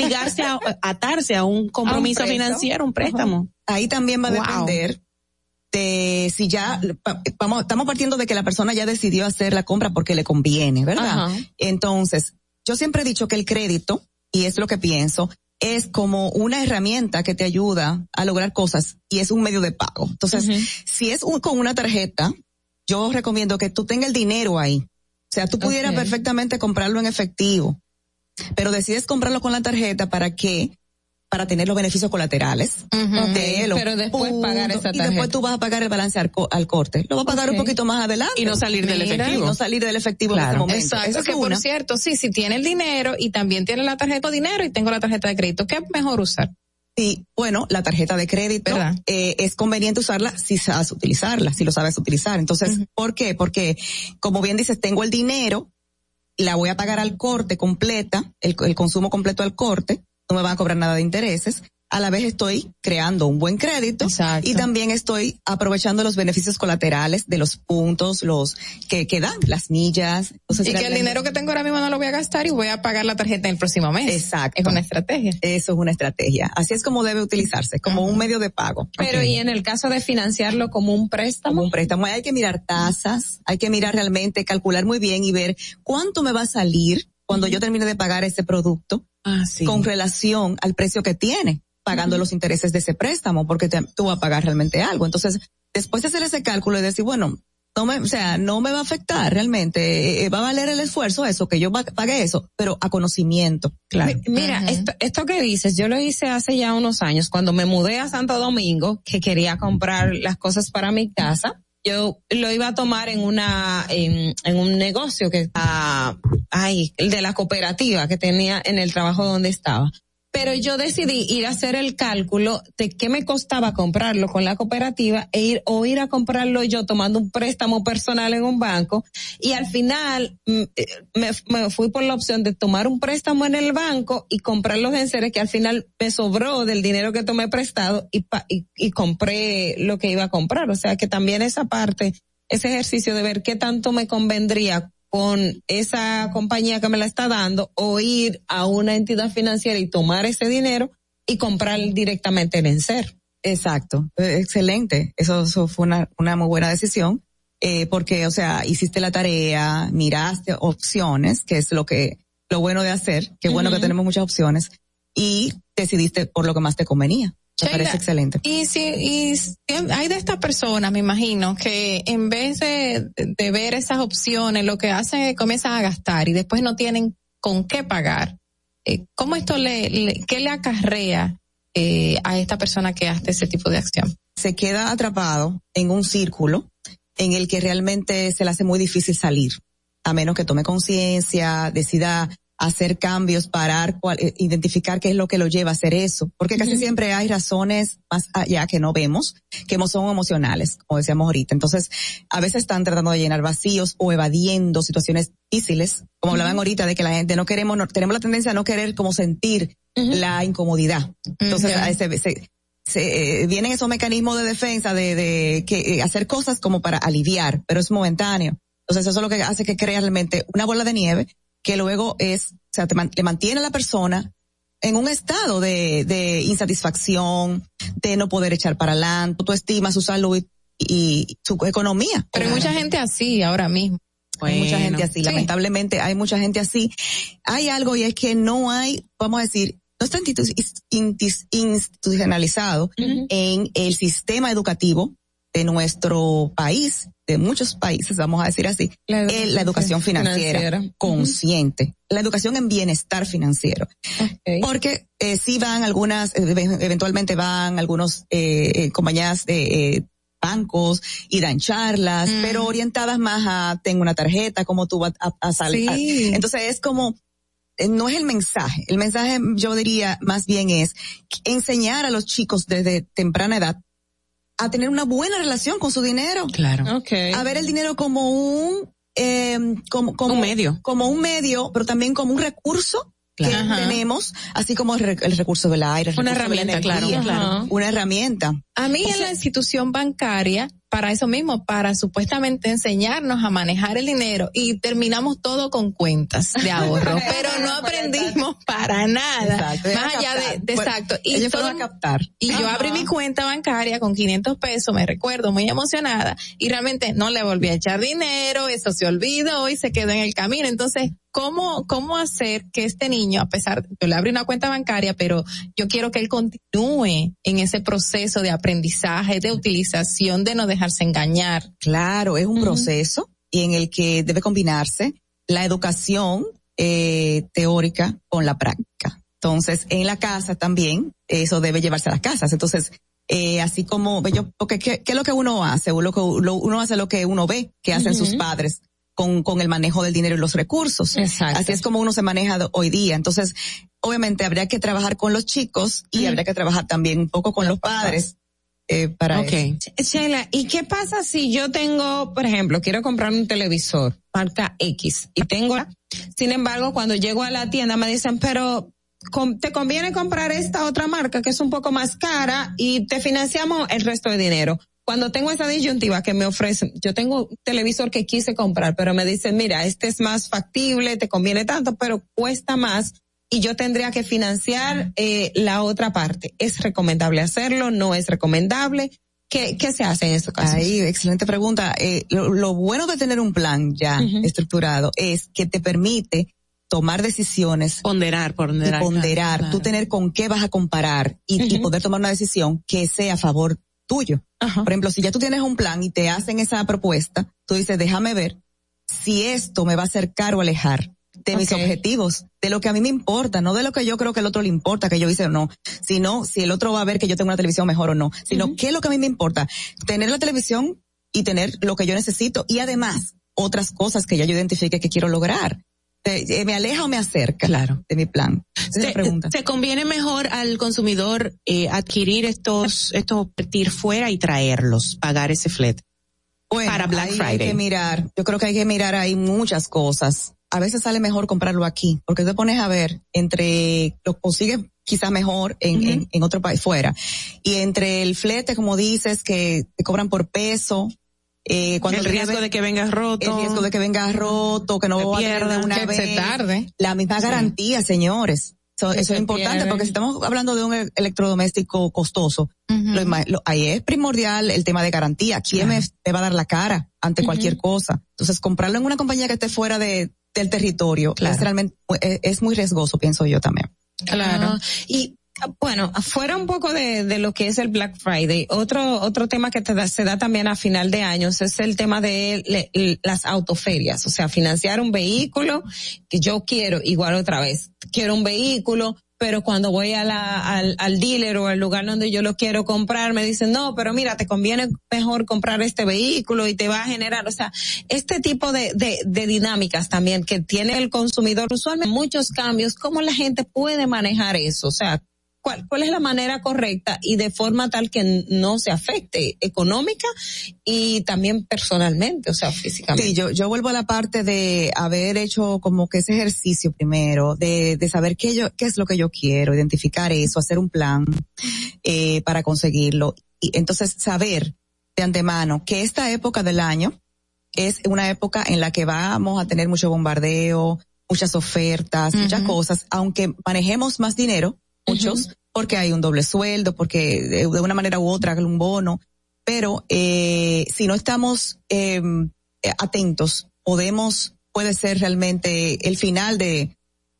atarse a un compromiso financiero, un préstamo? Ahí también va a depender de si ya estamos partiendo de que la persona ya decidió hacer la compra porque le conviene, ¿verdad? Entonces, yo siempre he dicho que el crédito, y es lo que pienso, es como una herramienta que te ayuda a lograr cosas y es un medio de pago. Entonces, si es con una tarjeta, yo recomiendo que tú tengas el dinero ahí. O sea, tú pudieras perfectamente comprarlo en efectivo, pero decides comprarlo con la tarjeta ¿para qué? Para tener los beneficios colaterales pero después pagar esa tarjeta. Y después tú vas a pagar el balance al corte. Lo vas a pagar un poquito más adelante. Y no salir del efectivo. Y no salir del efectivo en ese momento. Exacto, eso es que por cierto, si tiene el dinero y también tiene la tarjeta de dinero y tengo la tarjeta de crédito, ¿qué es mejor usar? Sí, bueno, la tarjeta de crédito es conveniente usarla si sabes utilizarla, si lo sabes utilizar. Entonces, ¿por qué? Porque, como bien dices, tengo el dinero, la voy a pagar al corte completa, el consumo completo al corte, no me van a cobrar nada de intereses. A la vez estoy creando un buen crédito y también estoy aprovechando los beneficios colaterales de los puntos, los que dan, las millas. Entonces, y que el dinero que tengo ahora mismo no lo voy a gastar y voy a pagar la tarjeta en el próximo mes. Exacto. Es una estrategia. Eso es una estrategia. Así es como debe utilizarse, como un medio de pago. Pero y en el caso de financiarlo como un préstamo. Como un préstamo, hay que mirar tasas, hay que mirar realmente, calcular muy bien y ver cuánto me va a salir cuando yo termine de pagar ese producto con relación al precio que tiene, pagando los intereses de ese préstamo, porque tú vas a pagar realmente algo. Entonces, después de hacer ese cálculo y decir, bueno, no me va a afectar realmente, va a valer el esfuerzo eso, que yo pague eso, pero a conocimiento. Claro. Mira, esto que dices, yo lo hice hace ya unos años, cuando me mudé a Santo Domingo, que quería comprar las cosas para mi casa. Yo lo iba a tomar en un negocio que el de la cooperativa que tenía en el trabajo donde estaba. Pero yo decidí ir a hacer el cálculo de qué me costaba comprarlo con la cooperativa ir a comprarlo yo tomando un préstamo personal en un banco, y al final me fui por la opción de tomar un préstamo en el banco y comprar los enseres, que al final me sobró del dinero que tomé prestado y compré lo que iba a comprar. O sea que también esa parte, ese ejercicio de ver qué tanto me convendría con esa compañía que me la está dando, o ir a una entidad financiera y tomar ese dinero y comprar directamente el enser. Exacto, excelente. Eso fue una muy buena decisión, porque, o sea, hiciste la tarea, miraste opciones, que es lo bueno de hacer, qué bueno que tenemos muchas opciones, y decidiste por lo que más te convenía. Me parece excelente. Y hay de estas personas, me imagino, que en vez de ver esas opciones, lo que hacen es comienzan a gastar y después no tienen con qué pagar. ¿Cómo esto qué le acarrea a esta persona que hace ese tipo de acción? Se queda atrapado en un círculo en el que realmente se le hace muy difícil salir, a menos que tome conciencia, decida hacer cambios, parar, identificar qué es lo que lo lleva a hacer eso, porque casi siempre hay razones más allá que no vemos, que son emocionales, como decíamos ahorita. Entonces, a veces están tratando de llenar vacíos o evadiendo situaciones difíciles, como hablaban ahorita de que la gente tenemos la tendencia a no querer como sentir la incomodidad. Entonces, vienen esos mecanismos de defensa de que hacer cosas como para aliviar, pero es momentáneo. Entonces, eso es lo que hace que crea realmente una bola de nieve que luego le mantiene a la persona en un estado de insatisfacción, de no poder echar para adelante, tu estima, su salud y su economía. Pero hay mucha gente así ahora mismo. Hay mucha gente así, lamentablemente hay mucha gente así. Hay algo, y es que no hay, vamos a decir, no está institucionalizado en el sistema educativo de nuestro país, de muchos países, vamos a decir así, la educación financiera. Consciente, la educación en bienestar financiero. Porque sí van eventualmente van algunos compañías de bancos y dan charlas, pero orientadas más a tengo una tarjeta, cómo tú vas a salir. Sí. Entonces es como, no es el mensaje yo diría más bien es enseñar a los chicos desde temprana edad a tener una buena relación con su dinero. Claro. Okay. A ver el dinero como un medio, pero también como un recurso que tenemos, así como el recurso del aire, una herramienta, claro. Una herramienta. A mí en la institución bancaria, para eso mismo, para supuestamente enseñarnos a manejar el dinero, y terminamos todo con cuentas de ahorro, pero no aprendimos para nada. Exacto. Más allá de exacto. Y ellos fueron a captar. Y yo abrí mi cuenta bancaria con 500 pesos, me recuerdo muy emocionada, y realmente no le volví a echar dinero, eso se olvidó y se quedó en el camino. Entonces, ¿cómo hacer que este niño, a pesar, yo le abrí una cuenta bancaria, pero yo quiero que él continúe en ese proceso de aprendizaje, de utilización, de no dejarse engañar? Claro, es un proceso y en el que debe combinarse la educación teórica con la práctica. Entonces, en la casa también, eso debe llevarse a las casas. Entonces, así como, porque ¿qué es lo que uno hace? Uno hace lo que uno ve que hacen sus padres con el manejo del dinero y los recursos. Exacto. Así es como uno se maneja hoy día. Entonces, obviamente habría que trabajar con los chicos y habría que trabajar también un poco con los padres. Para eso. Sheila, ¿y qué pasa si yo tengo, por ejemplo, quiero comprar un televisor marca X y sin embargo, cuando llego a la tienda me dicen, pero te conviene comprar esta otra marca que es un poco más cara y te financiamos el resto de dinero? Cuando tengo esa disyuntiva que me ofrecen, yo tengo un televisor que quise comprar, pero me dicen, mira, este es más factible, te conviene tanto, pero cuesta más y yo tendría que financiar la otra parte. ¿Es recomendable hacerlo? ¿No es recomendable? ¿Qué se hace en estos casos? Ahí, excelente pregunta. Lo bueno de tener un plan ya estructurado es que te permite tomar decisiones. Ponderar. Claro. Tú tener con qué vas a comparar y poder tomar una decisión que sea a favor tuyo. Por ejemplo, si ya tú tienes un plan y te hacen esa propuesta, tú dices, déjame ver si esto me va a acercar o alejar de mis objetivos, de lo que a mí me importa, no de lo que yo creo que al otro le importa, que yo hice o no, sino si el otro va a ver que yo tengo una televisión mejor o no, sino qué es lo que a mí me importa, tener la televisión y tener lo que yo necesito y además otras cosas que ya yo identifique que quiero lograr. ¿Me aleja o me acerca de mi plan? ¿Se conviene mejor al consumidor adquirir estos partir fuera y traerlos, pagar ese flete? Bueno, para Black Friday. Hay que mirar, yo creo que hay que mirar ahí muchas cosas. A veces sale mejor comprarlo aquí, porque te pones a ver lo consigues quizás mejor en otro país fuera. Y entre el flete, como dices, que te cobran por peso, cuando el riesgo de que venga roto. El riesgo de que venga roto, que no pierda una vez. Se tarde. La misma garantía, señores. Eso es importante porque si estamos hablando de un electrodoméstico costoso, ahí es primordial el tema de garantía. ¿Quién me va a dar la cara ante cualquier cosa? Entonces, comprarlo en una compañía que esté fuera del territorio es realmente es muy riesgoso, pienso yo también. Claro. Y bueno, fuera un poco de lo que es el Black Friday, otro tema que se da también a final de años es el tema de las autoferias, o sea, financiar un vehículo que yo quiero, igual otra vez, quiero un vehículo, pero cuando voy al dealer o al lugar donde yo lo quiero comprar, me dicen, no, pero mira, te conviene mejor comprar este vehículo y te va a generar, o sea, este tipo de dinámicas también que tiene el consumidor, usualmente muchos cambios, ¿cómo la gente puede manejar eso? O sea, ¿cuál es la manera correcta y de forma tal que no se afecte económica y también personalmente, o sea, físicamente? Sí, yo vuelvo a la parte de haber hecho como que ese ejercicio primero, de saber qué es lo que yo quiero, identificar eso, hacer un plan, para conseguirlo. Y entonces saber de antemano que esta época del año es una época en la que vamos a tener mucho bombardeo, muchas ofertas, muchas cosas, aunque manejemos más dinero, muchos, porque hay un doble sueldo, porque de una manera u otra un bono, pero si no estamos atentos, puede ser realmente el final de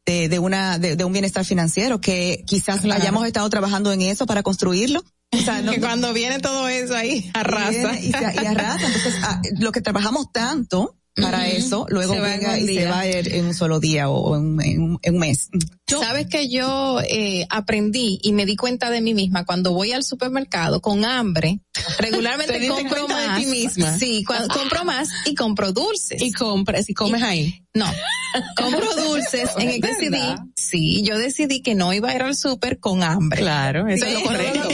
un bienestar financiero que quizás hayamos estado trabajando en eso para construirlo. O sea, que cuando viene todo eso ahí, arrasa. Y arrasa. Entonces, lo que trabajamos tanto para eso, luego venga y se va a ir en un solo día o en un mes. Sabes que yo aprendí y me di cuenta de mí misma cuando voy al supermercado con hambre, regularmente compro más. De ti misma. Sí, compro más y compro dulces. Y comes ahí. No, compro dulces. Yo decidí que no iba a ir al súper con hambre. Claro, eso es lo correcto.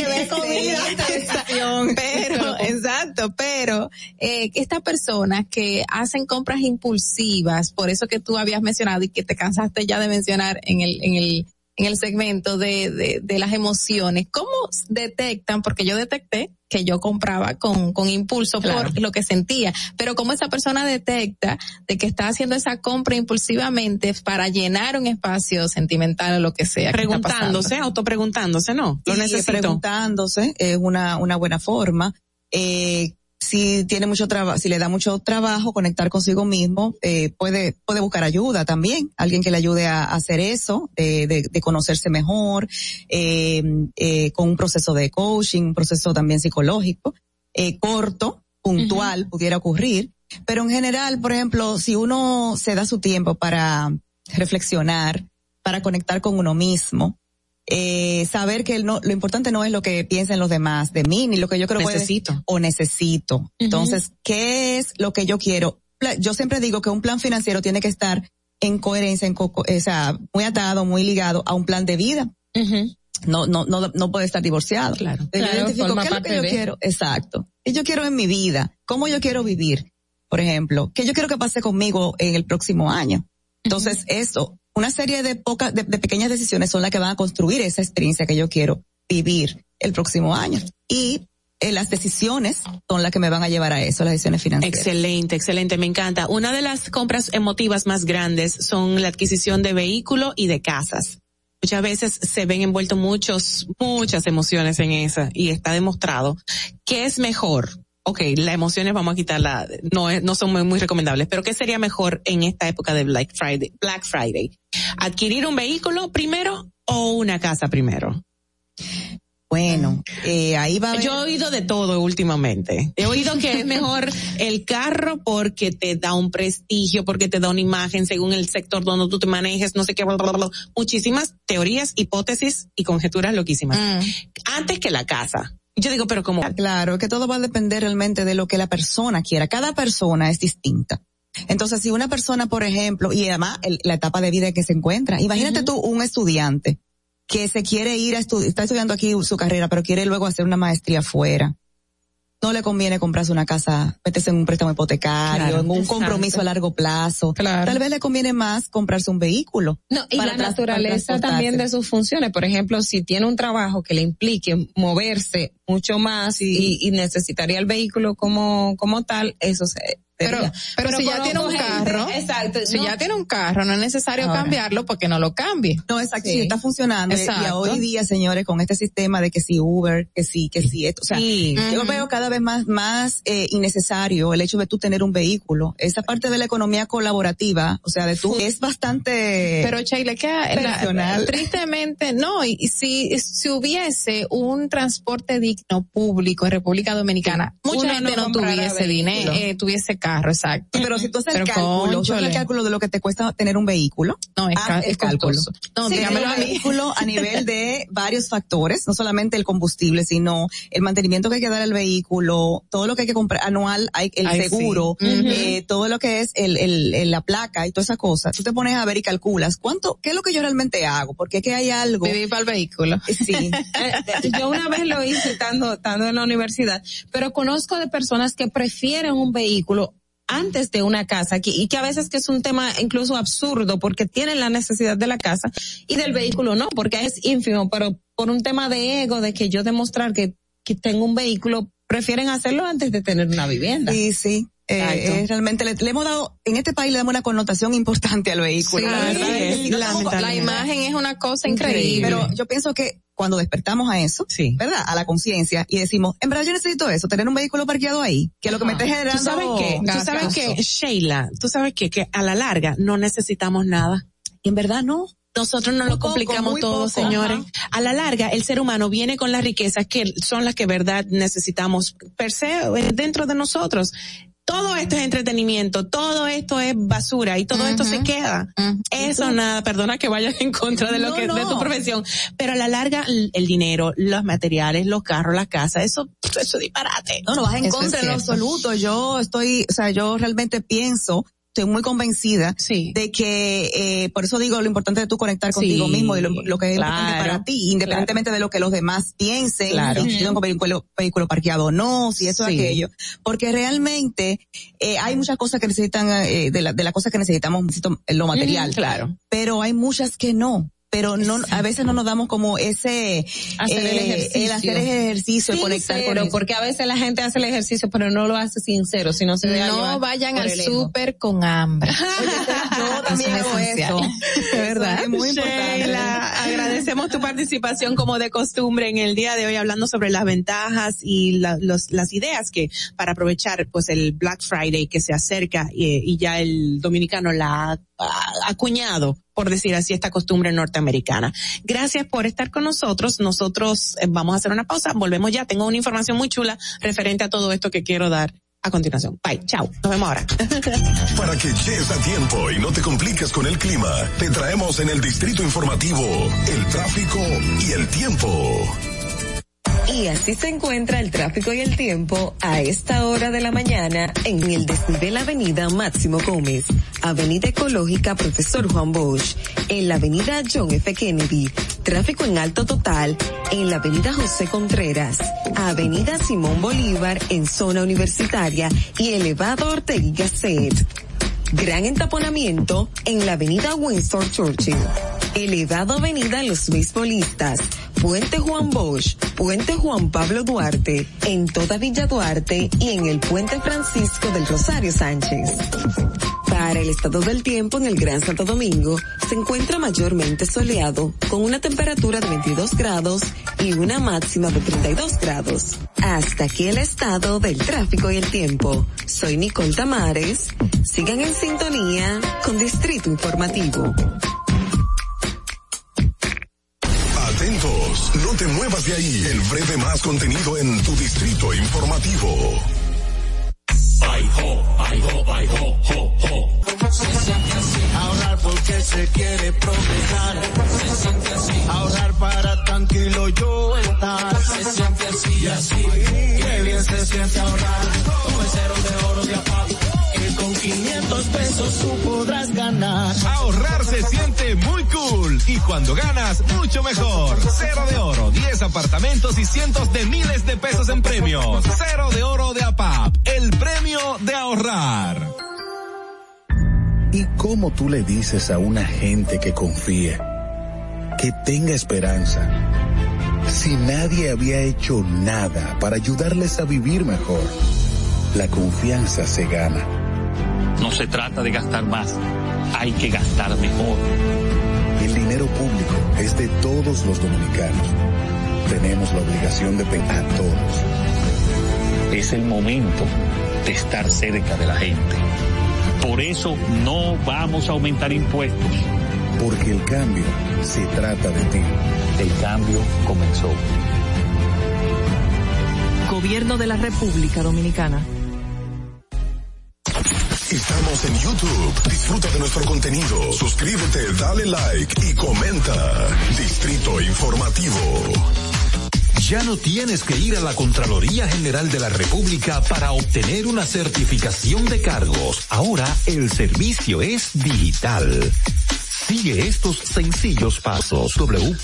Pero estas personas que hacen compras impulsivas, por eso que tú habías mencionado y que te cansaste ya de mencionar en el segmento de las emociones, ¿cómo detectan? Porque yo detecté que yo compraba con impulso por lo que sentía, pero ¿cómo esa persona detecta de que está haciendo esa compra impulsivamente para llenar un espacio sentimental o lo que sea? Preguntándose, autopreguntándose, ¿no? Lo necesito. Preguntándose es una buena forma. Si tiene mucho trabajo, si le da mucho trabajo conectar consigo mismo, puede buscar ayuda también, alguien que le ayude a hacer eso, de conocerse mejor, con un proceso de coaching, un proceso también psicológico, corto, puntual, pudiera ocurrir, pero en general, por ejemplo, si uno se da su tiempo para reflexionar, para conectar con uno mismo, saber que lo importante no es lo que piensen los demás de mí, ni lo que yo creo necesito. Entonces, ¿qué es lo que yo quiero? Yo siempre digo que un plan financiero tiene que estar en coherencia, o sea, muy atado, muy ligado a un plan de vida. No puede estar divorciado. Claro. Yo identifico qué es lo que yo quiero. Exacto. ¿Qué yo quiero en mi vida? ¿Cómo yo quiero vivir? Por ejemplo, ¿qué yo quiero que pase conmigo en el próximo año? Entonces, una serie de pequeñas decisiones son las que van a construir esa experiencia que yo quiero vivir el próximo año. Y las decisiones son las que me van a llevar a eso, las decisiones financieras. Excelente, me encanta. Una de las compras emotivas más grandes son la adquisición de vehículo y de casas. Muchas veces se ven envueltos muchas emociones en esa y está demostrado. ¿Qué es mejor? Okay, las emociones vamos a quitarla, no son muy recomendables, pero ¿qué sería mejor en esta época de Black Friday? ¿Adquirir un vehículo primero o una casa primero? Bueno, ahí va a haber... Yo he oído de todo últimamente. He oído que es mejor el carro porque te da un prestigio, porque te da una imagen según el sector donde tú te manejes, no sé qué, bla, bla, bla. Muchísimas teorías, hipótesis y conjeturas loquísimas. Antes que la casa. Yo digo, pero ¿cómo? Claro, que todo va a depender realmente de lo que la persona quiera. Cada persona es distinta. Entonces, si una persona, por ejemplo, y además la etapa de vida en que se encuentra, imagínate tú un estudiante que se quiere ir a está estudiando aquí su carrera, pero quiere luego hacer una maestría afuera. No le conviene comprarse una casa, meterse en un préstamo hipotecario, en un compromiso a largo plazo. Claro. Tal vez le conviene más comprarse un vehículo. No, y la naturaleza también de sus funciones. Por ejemplo, si tiene un trabajo que le implique moverse mucho más y necesitaría el vehículo como tal, eso se... Pero si ya tiene un carro, ya tiene un carro, no es necesario cambiarlo porque no lo cambie. No, exacto, sí, está funcionando. Exacto. Y hoy día, señores, con este sistema de que si Uber, que si esto, o sea, yo veo cada vez más innecesario el hecho de tú tener un vehículo. Esa parte de la economía colaborativa, o sea, de tú, es bastante... Pero Sheila, personal. Tristemente, no, y si hubiese un transporte digno público en República Dominicana, mucha gente no tuviese dinero, tuviese carro, exacto. Pero si tú haces el cálculo de lo que te cuesta tener un vehículo. No, es cálculo. No, sí, dígamelo a mí. Vehículo a nivel de varios factores, no solamente el combustible, sino el mantenimiento que hay que dar al vehículo, todo lo que hay que comprar anual, el seguro, todo lo que es la placa y todas esas cosas. Tú te pones a ver y calculas qué es lo que yo realmente hago, porque es que hay algo. Vivir para el vehículo. Sí. Yo una vez lo hice estando en la universidad, pero conozco de personas que prefieren un vehículo antes de una casa, y que a veces que es un tema incluso absurdo porque tienen la necesidad de la casa y del vehículo no, porque es ínfimo, pero por un tema de ego, de que yo demostrar que tengo un vehículo, prefieren hacerlo antes de tener una vivienda. Sí. Realmente le hemos dado, en este país le damos una connotación importante al vehículo. Sí, la imagen es una cosa increíble. Pero yo pienso que cuando despertamos a eso, ¿verdad? A la conciencia y decimos, en verdad yo necesito eso, tener un vehículo parqueado ahí, que lo que me está generando. ¿Tú sabes qué, Sheila? ¿Tú sabes qué? Que a la larga no necesitamos nada. Y en verdad no. Nosotros no lo complicamos todo, señores. A la larga, el ser humano viene con las riquezas que son las que verdad necesitamos per se dentro de nosotros. Todo esto es entretenimiento, todo esto es basura y todo esto se queda. Eso nada, perdona que vayas en contra de de tu profesión, pero a la larga el dinero, los materiales, los carros, las casas, eso disparate. No vas en contra en lo absoluto. Yo realmente pienso, estoy muy convencida de que, por eso digo lo importante de tú conectar contigo mismo y lo que es importante para ti, independientemente de lo que los demás piensen, si tengo un vehículo parqueado o no, si eso o aquello, porque realmente hay muchas cosas que necesitan, de las cosas que necesitamos, lo material, pero hay muchas que no. Pero no, a veces no nos damos como ese hacer el ejercicio, conectar con eso. Porque a veces la gente hace el ejercicio pero no lo hace sincero, sino se deja llevar. No vayan al súper con hambre. Yo también hago eso. De verdad. Es muy importante. Sheila, agradecemos tu participación como de costumbre en el día de hoy hablando sobre las ventajas y las ideas que para aprovechar pues el Black Friday que se acerca y ya el dominicano la ha acuñado, por decir así, esta costumbre norteamericana. Gracias por estar con nosotros. Nosotros vamos a hacer una pausa. Volvemos ya. Tengo una información muy chula referente a todo esto que quiero dar a continuación. Bye. Chao. Nos vemos ahora. Para que llegues a tiempo y no te compliques con el clima, te traemos en el Distrito Informativo el tráfico y el tiempo. Y así se encuentra el tráfico y el tiempo a esta hora de la mañana en el desnivel Avenida Máximo Gómez, Avenida Ecológica Profesor Juan Bosch, en la Avenida John F. Kennedy, tráfico en alto total en la Avenida José Contreras, Avenida Simón Bolívar en zona universitaria y elevado Ortega y Gasset. Gran entaponamiento en la Avenida Winston Churchill, elevado Avenida Los Beisbolistas, Puente Juan Bosch, Puente Juan Pablo Duarte, en toda Villa Duarte y en el Puente Francisco del Rosario Sánchez. Para el estado del tiempo en el Gran Santo Domingo, se encuentra mayormente soleado, con una temperatura de 22 grados y una máxima de 32 grados. Hasta aquí el estado del tráfico y el tiempo. Soy Nicole Tamares. Sigan en sintonía con Distrito Informativo. Atentos, No te muevas de ahí. El breve más contenido en tu distrito informativo. Ay, ho, ay, ho, ay, ho, ho, ho. Se siente así. Ahorrar porque se quiere progresar. Se siente así. Ahorrar para tranquilo yo estar. Se siente así y así. Qué bien se siente ahorrar. Con el cero de oro de APAP. Que con 500 pesos tú podrás ganar. Ahorrar se siente muy cool. Y cuando ganas, mucho mejor. Cero de oro, 10 apartamentos y cientos de miles de pesos en premios. Cero de oro de APAP. El premio de ahorrar. ¿Y cómo tú le dices a una gente que confíe, que tenga esperanza, si nadie había hecho nada para ayudarles a vivir mejor? La confianza se gana. No se trata de gastar más, hay que gastar mejor. El dinero público es de todos los dominicanos. Tenemos la obligación de pedir a todos. Es el momento de estar cerca de la gente. Por eso no vamos a aumentar impuestos. Porque el cambio se trata de ti. El cambio comenzó. Gobierno de la República Dominicana. Estamos en YouTube. Disfruta de nuestro contenido. Suscríbete, dale like y comenta. Distrito Informativo. Ya no tienes que ir a la Contraloría General de la República para obtener una certificación de cargos. Ahora el servicio es digital. Sigue estos sencillos pasos.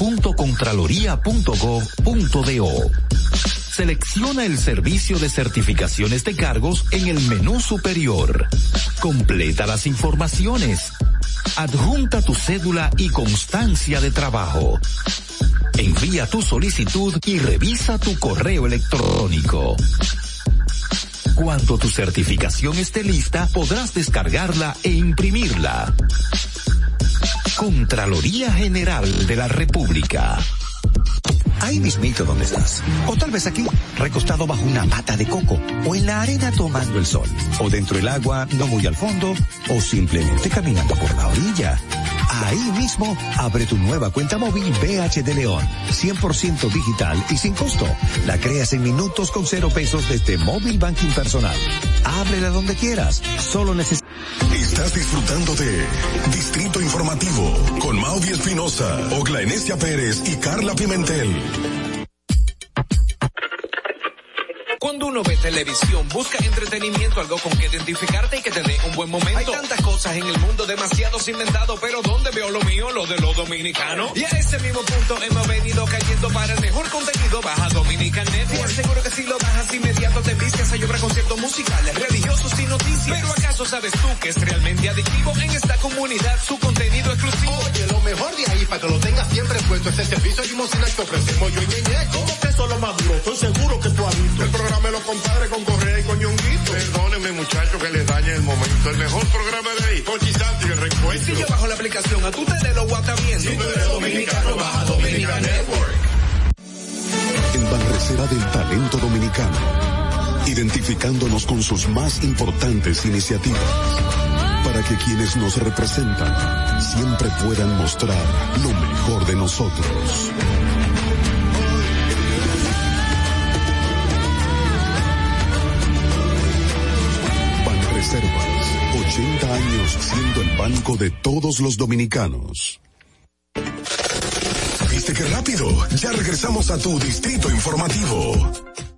www.contraloría.gov.do. Selecciona el servicio de certificaciones de cargos en el menú superior. Completa las informaciones. Adjunta tu cédula y constancia de trabajo. Envía tu solicitud y revisa tu correo electrónico. Cuando tu certificación esté lista, podrás descargarla e imprimirla. Contraloría General de la República. Ahí mismito donde estás. O tal vez aquí, recostado bajo una mata de coco. O en la arena tomando el sol. O dentro del agua, no muy al fondo. O simplemente caminando por la orilla. Ahí mismo, abre tu nueva cuenta móvil BH de León. 100% digital y sin costo. La creas en minutos con 0 pesos desde Móvil Banking Personal. Ábrela donde quieras. Solo necesitas... Estás disfrutando de Distrito Informativo con Mauvie Espinosa, Ogla Enesia Pérez y Carla Pimentel. Cuando uno ve televisión, busca entretenimiento, algo con que identificarte y que te dé un buen momento. Hay tantas cosas en el mundo, demasiados inventados, pero ¿dónde veo lo mío? Lo de los dominicanos. Y a ese mismo punto hemos venido cayendo para el mejor contenido. Baja Dominican Network. Te aseguro que si lo bajas inmediato te vistes. Hay obra, conciertos musicales, religiosos y noticias. Pero ¿acaso sabes tú que es realmente adictivo en esta comunidad su contenido exclusivo? Oye, lo mejor de ahí para que lo tengas siempre puesto es el servicio limosina que ofrecemos yo y Ñeñeco. ¿Cómo que eso es lo más duro? Estoy seguro que tú has visto. El programa de los compadres con Correa y con Ñonguito. Perdónenme, muchachos, que les dañe el momento. El mejor programa de ahí, Conchi Santo y el reencuentro. Y si yo bajo la aplicación, a tú te de lo guata viendo. Si tú eres dominicano, baja Dominican Network. El Banreserva del talento dominicano, identificándonos con sus más importantes iniciativas, para que quienes nos representan siempre puedan mostrar lo mejor de nosotros. Banreservas, 80 años siendo el banco de todos los dominicanos. ¿Viste qué rápido? Ya regresamos a tu Distrito Informativo.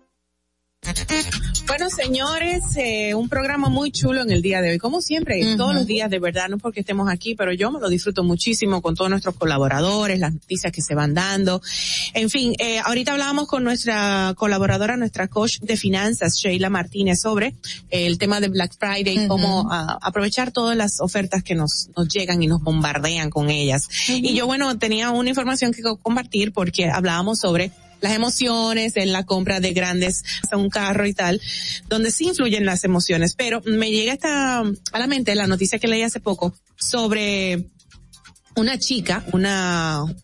Bueno, señores, un programa muy chulo en el día de hoy. Como siempre, todos los días, de verdad, no porque estemos aquí, pero yo me lo disfruto muchísimo con todos nuestros colaboradores, las noticias que se van dando. En fin, ahorita hablábamos con nuestra colaboradora, nuestra coach de finanzas, Sheila Martínez, sobre el tema de Black Friday, cómo aprovechar todas las ofertas que nos llegan y nos bombardean con ellas. Y yo, bueno, tenía una información que compartir porque hablábamos sobre las emociones en la compra de grandes, un carro y tal, donde sí influyen las emociones, pero me llega a la mente la noticia que leí hace poco sobre una chica, una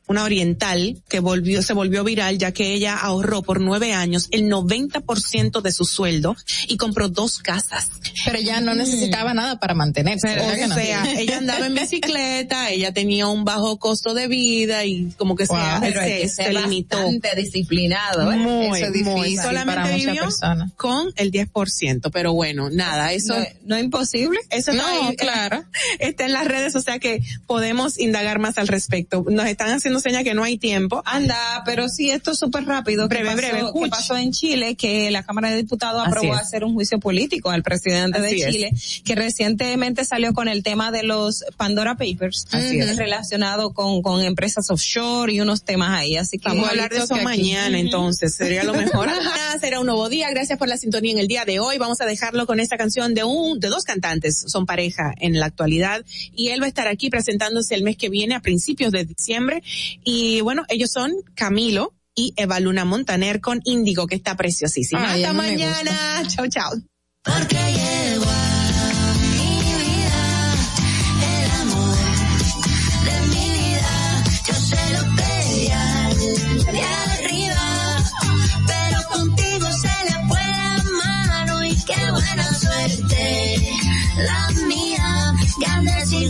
una oriental que se volvió viral, ya que ella ahorró por 9 años el 90% de su sueldo y compró 2 casas. Pero ya no necesitaba nada para mantenerse. O sea, ella andaba en bicicleta, ella tenía un bajo costo de vida y como que se limitó. Bastante disciplinado, ¿eh? Muy, eso es difícil muy. Solamente para muchas vivió personas. con el 10%, pero bueno, nada, eso no es imposible. Eso claro. Está en las redes, o sea que podemos indagar más al respecto. Nos están haciendo señas que no hay tiempo. Anda, pero sí, esto es súper rápido. Breve. ¿Qué pasó en Chile? Que la Cámara de Diputados aprobó hacer un juicio político al presidente de Chile, que recientemente salió con el tema de los Pandora Papers, relacionado con empresas offshore y unos temas ahí. Así que vamos a hablar de eso mañana, entonces. Sería lo mejor. Será un nuevo día. Gracias por la sintonía en el día de hoy. Vamos a dejarlo con esta canción de 2 cantantes. Son pareja en la actualidad y él va a estar aquí presentándose el mes que viene a principios de diciembre. Y bueno, ellos son Camilo y Eva Luna Montaner con Índigo, que está preciosísima. Hasta mañana. Chao, chao. Porque llegó a mi vida el amor de mi vida. Yo se lo pedía de arriba, pero contigo se le fue la mano y qué buena suerte la mía. Ganas y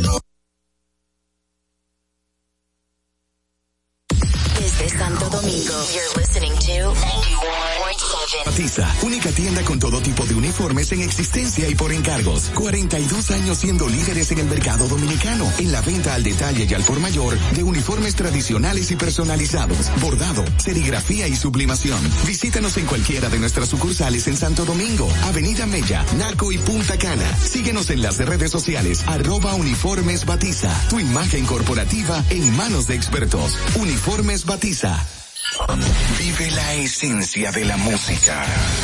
desde Santo Domingo, you're listening to 91.7. Batiza, única tienda con todo tipo de uniformes en existencia y por encargos. 42 años siendo líderes en el mercado dominicano, en la venta al detalle y al por mayor de uniformes tradicionales y personalizados, bordado, serigrafía y sublimación. Visítanos en cualquiera de nuestras sucursales en Santo Domingo, Avenida Mella, Naco y Punta Cana. Síguenos en las redes sociales, @Uniformes Batiza. Tu imagen corporativa en manos de expertos. Uniformes Batiza. Vive la esencia de la música.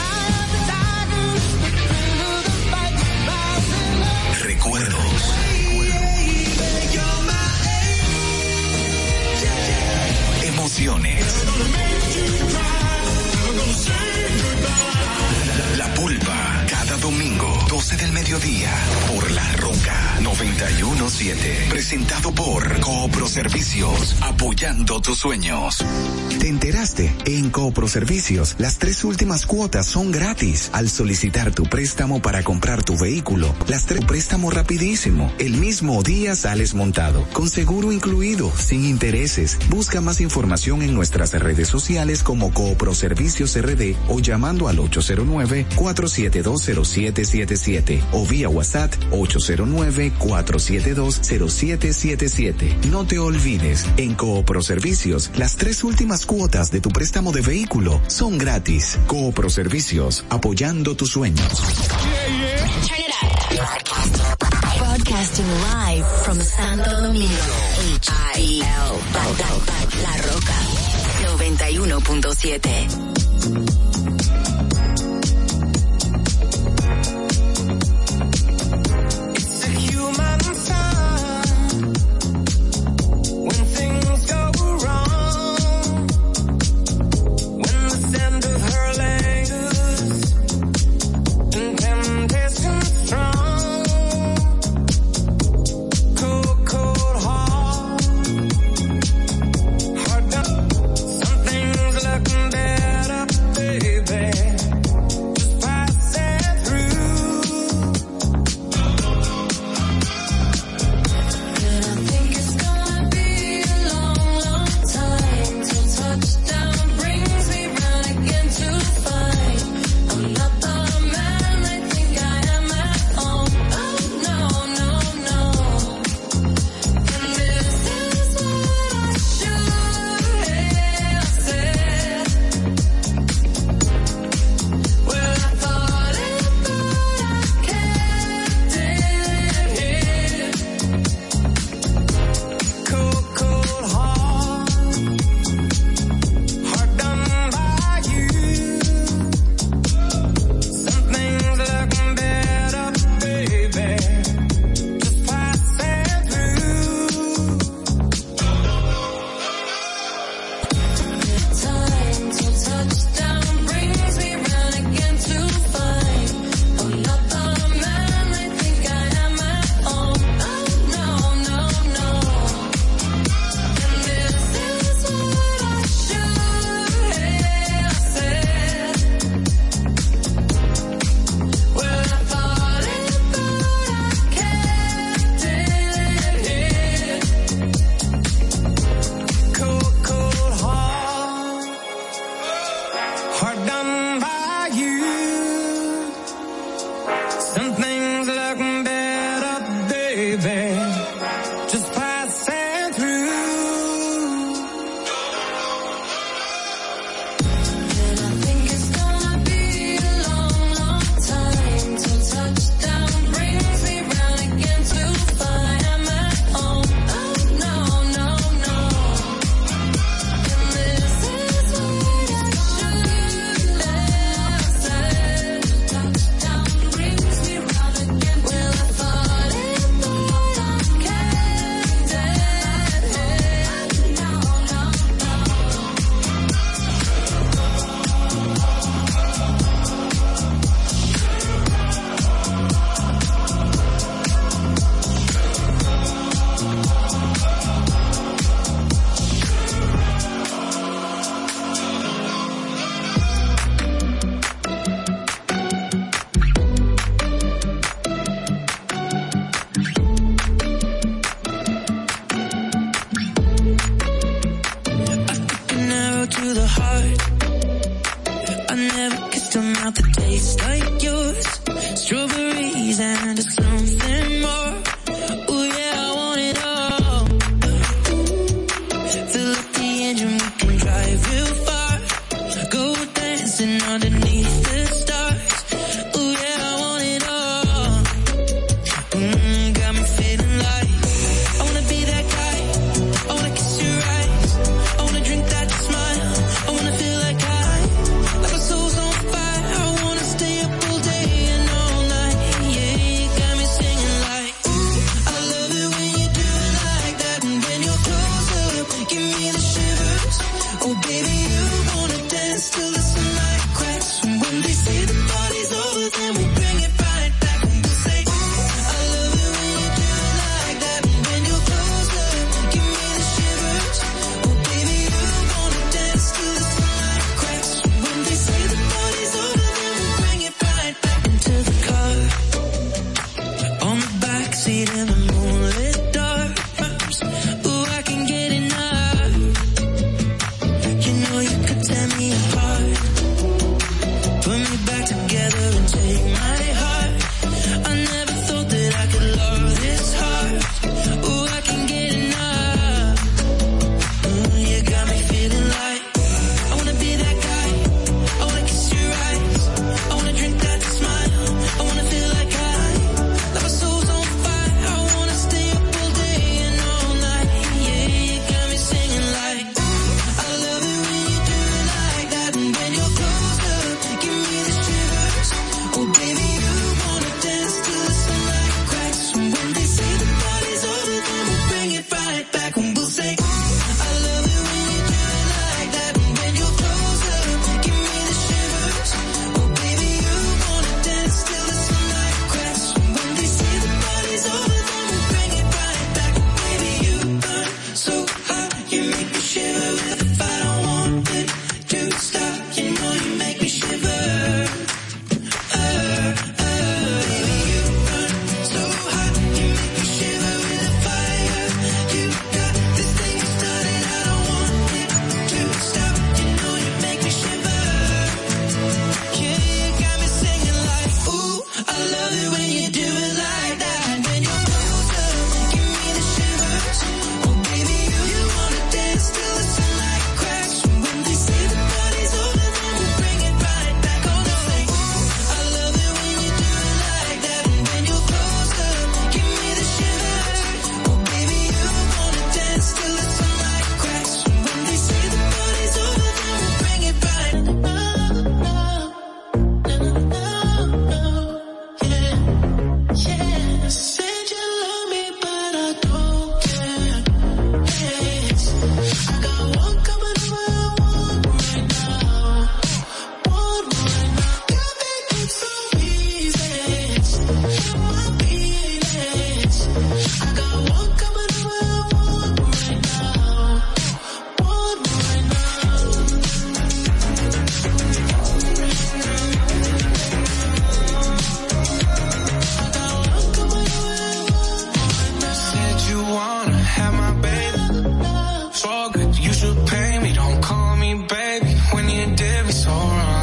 Recuerdos. Emociones. La Pulpa, cada domingo, 12 del mediodía, por La Roca 91.7. Presentado por Coopro Servicios, apoyando tus sueños. ¿Te enteraste? En Coopro Servicios, las 3 últimas cuotas son gratis. Al solicitar tu préstamo para comprar tu vehículo, las 3 préstamo rapidísimo. El mismo día sales montado, con seguro incluido, sin intereses. Busca más información en nuestras redes sociales como Coopro Servicios RD o llamando al 809-472-0777 o vía WhatsApp 809-472-0777. No te olvides, en Coopro Servicios, las 3 últimas cuotas de tu préstamo de vehículo son gratis. Coopro Servicios, apoyando tus sueños. Turn it up. Broadcasting live from Santo Domingo. HIL. La Roca 91.7. Something's looking better, baby. hard done by you. Some things look better, baby, just passing through. And I think it's gonna be a long, long time till touchdown brings me round again to find I'm at home. Oh no, no, no. And this is what I should have said. Touchdown brings me round again. Well, I thought it thought I kept it. No, no, no. An arrow to the heart. I never kissed a mouth that tastes like yours. Strawberries and something more. Ooh yeah, I want it all. Fill up the engine, we can drive real far. Go dancing underneath the stars. Ooh yeah, I want it all. Got me feeling like I wanna be that guy. I wanna kiss your eyes. I wanna drink that smile. I wanna feel like like my soul's on fire. I wanna stay up all day and all night. Yeah, you got me singing like, ooh, I love it when you do it like that. And when you're close up, give me the shivers. Oh baby, you wanna dance till the sunlight cracks. And when they say the party's over, then we bring it right back. And we'll say, ooh, I love it when you do it like that. And when you're close up, give me the shivers. Oh baby, you wanna dance till the sunlight cracks. When they say the party's over, then we bring it right back into the car. On the backseat in the moonlit dark. Ooh, I can get enough. You know you could tear me apart. Put me back together and take my heart. I never thought that I could love this hard. Ooh, I can get enough. Ooh, you got me feeling like I wanna be that guy. I wanna kiss your eyes. I wanna drink that smile. I wanna feel like like my soul's on fire. I wanna stay up all day and all night. Yeah, you got me singing like, ooh, I love it when you do it like that. And when you're close up, give me the shivers. Oh baby, you wanna dance till the sunlight cracks. And when they say the party's over, then we'll bring it right back. And we'll say, ooh, I love it when you do it like that. And when you're close up, give me the shivers. Oh baby, you wanna dance till the sunlight cracks. And when they say the party's over, then we'll bring it right back. Baby, you burn so hot, you make me shiver. If I don't want it to stop, you know you make me shiver. Baby, you burn so hot, you make me shiver with the fire. You got this thing started, I don't want it to stop, you know you make me shiver. Yeah, you got me singing like, ooh, I love it when you do it like that. And when you're close up, give me the shivers. Oh baby, you wanna dance till the sunlight cracks. And when they say the party's over, then we'll bring it right back. Oh no, say, ooh, I love it when you do it like that. And when you're close up, give me the shivers. Oh baby, you wanna dance till the sunlight cracks. And when they say the party's over, then we'll bring it right back. Yeah, said you love me, but I don't care. Yes, I got one coming over, one right now. One right now. You make it so easy. Hit my feelings. I got one coming over, one right now. One right Said you wanna have my baby. For good, you should pay me. Don't call me baby when you did me so wrong.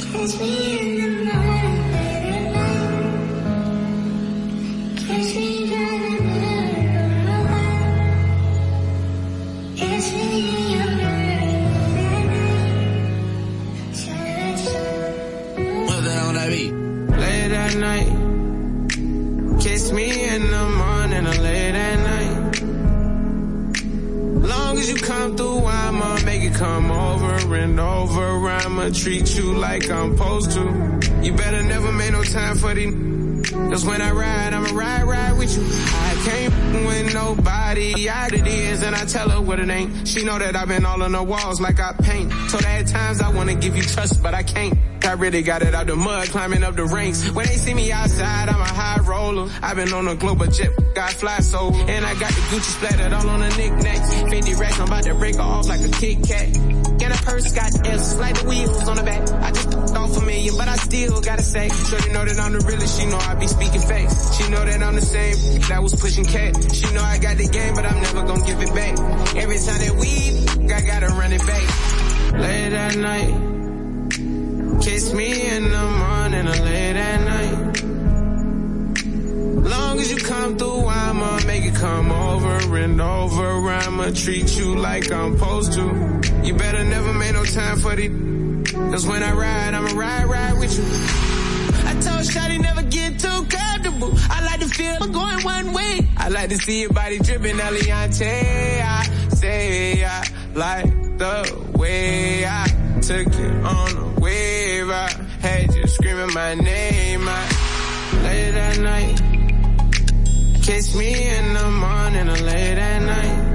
Late at night, kiss me in the morning or late at night. Long as you come through, I'ma make it come over and over. I'ma treat you like I'm supposed to. You better never make no time for these. Cause when I ride, I'ma ride with you. I can't with nobody, out it is, and I tell her what it ain't. She know that I've been all on the walls like I paint. Told her at times I wanna give you trust, but I can't. I really got it out the mud, climbing up the ranks. When they see me outside, I'm a high roller. I've been on a global jet, got fly so. And I got the Gucci splattered all on the knickknacks. 50 racks, I'm about to break her off like a Kit Kat. And a purse got F's, like the wheels on the back. I just off $1 million, but I still gotta say. Shorty know that I'm the realest, she know I be speaking facts. She know that I'm the same that was pushing cat. She know I got the game, but I'm never gonna give it back. Every time that we, I gotta run it back. Late at night, kiss me in the morning or late at night. Long as you come through, I'ma make it come over and over. I'ma treat you like I'm supposed to. You better never make no time for these. Cause when I ride, I'ma ride with you. I told Shawty never get too comfortable. I like to feel I'm going one way. I like to see your body dripping Eliante. I say I like the way I took it on a wave. I had you screaming my name. Late at night, kiss me in the morning or late at night.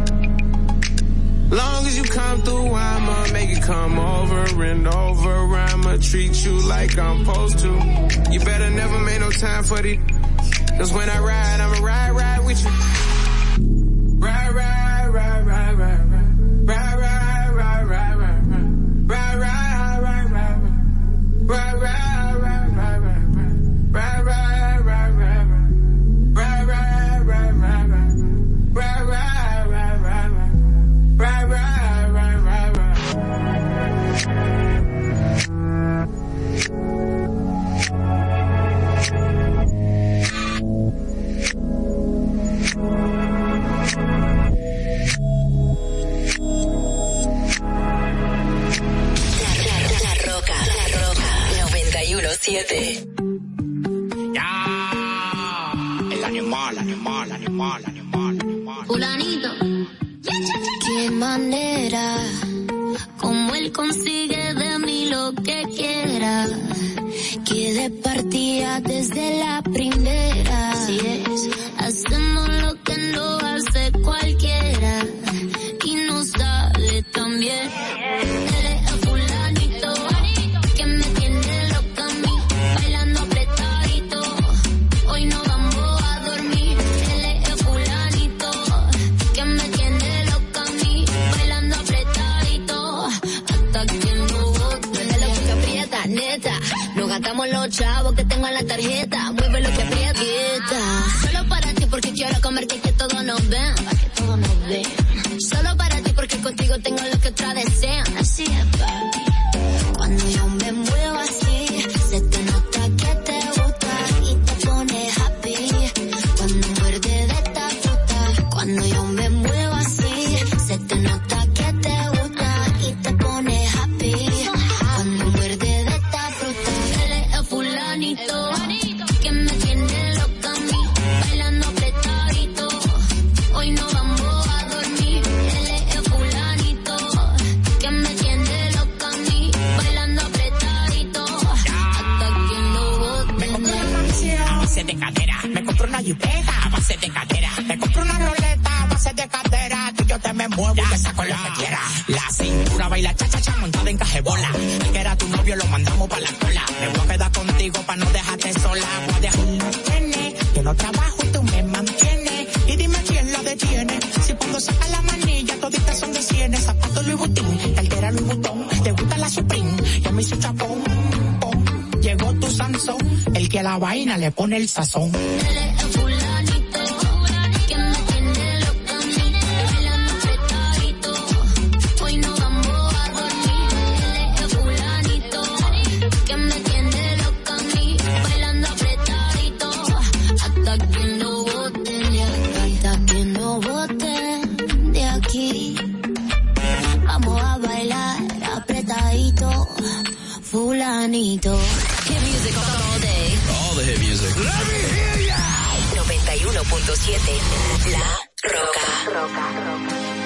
Long as you come through, I'ma make it come over and over. I'ma treat you like I'm supposed to. You better never make no time for these. Cause when I ride, I'ma ride with you. Ride. Ya, el animal. Fulanito, qué manera, como él consigue de mí lo que quiera, que de partida desde la primera, así es, hacemos lo que no hace cualquiera, y nos sale tan bien. Gastamos los chavos que tengo en la tarjeta, mueve lo que aprieta. Solo para ti porque quiero comer que todos nos ven, para que todos nos ven. Solo para ti porque contigo tengo lo que otras desean. Así es, papi. Cuando yo me muevo así, se te nota que te gusta y te pone happy. Cuando muerde de esta fruta, cuando yo me muevo así, se te nota que te gusta y te pone happy. Cuando muerde de esta fruta. Que me tiene loca a mí, bailando apretadito. Hoy no vamos a dormir. Él es el fulanito que me tiene loca a mí, bailando apretadito. Hasta que no bote. Me compré una mansión a base de cadera. Me compré una jipeta a base de cadera. Me compré una roleta a base de cadera. Que yo te me muevo y te saco lo que quiera. La cintura baila cha montada en cajebola. El que era tu novio lo mandamos pa' la cola. Me voy a quedar contigo pa' no dejarte sola. Voy a dejarlo tiene. Yo no trabajo y tú me mantienes. Y dime quién la detiene. Si cuando saca la manilla toditas son de cienes. Zapatos Louis Vuitton, cartera Louis Vuitton. Te gusta la Supreme, yo me hice chapón. Llegó tu Sansón, el que a la vaina le pone el sazón. fulanito. Hit music all day. All the hit music. Let me hear ya. 91.7 La Roca.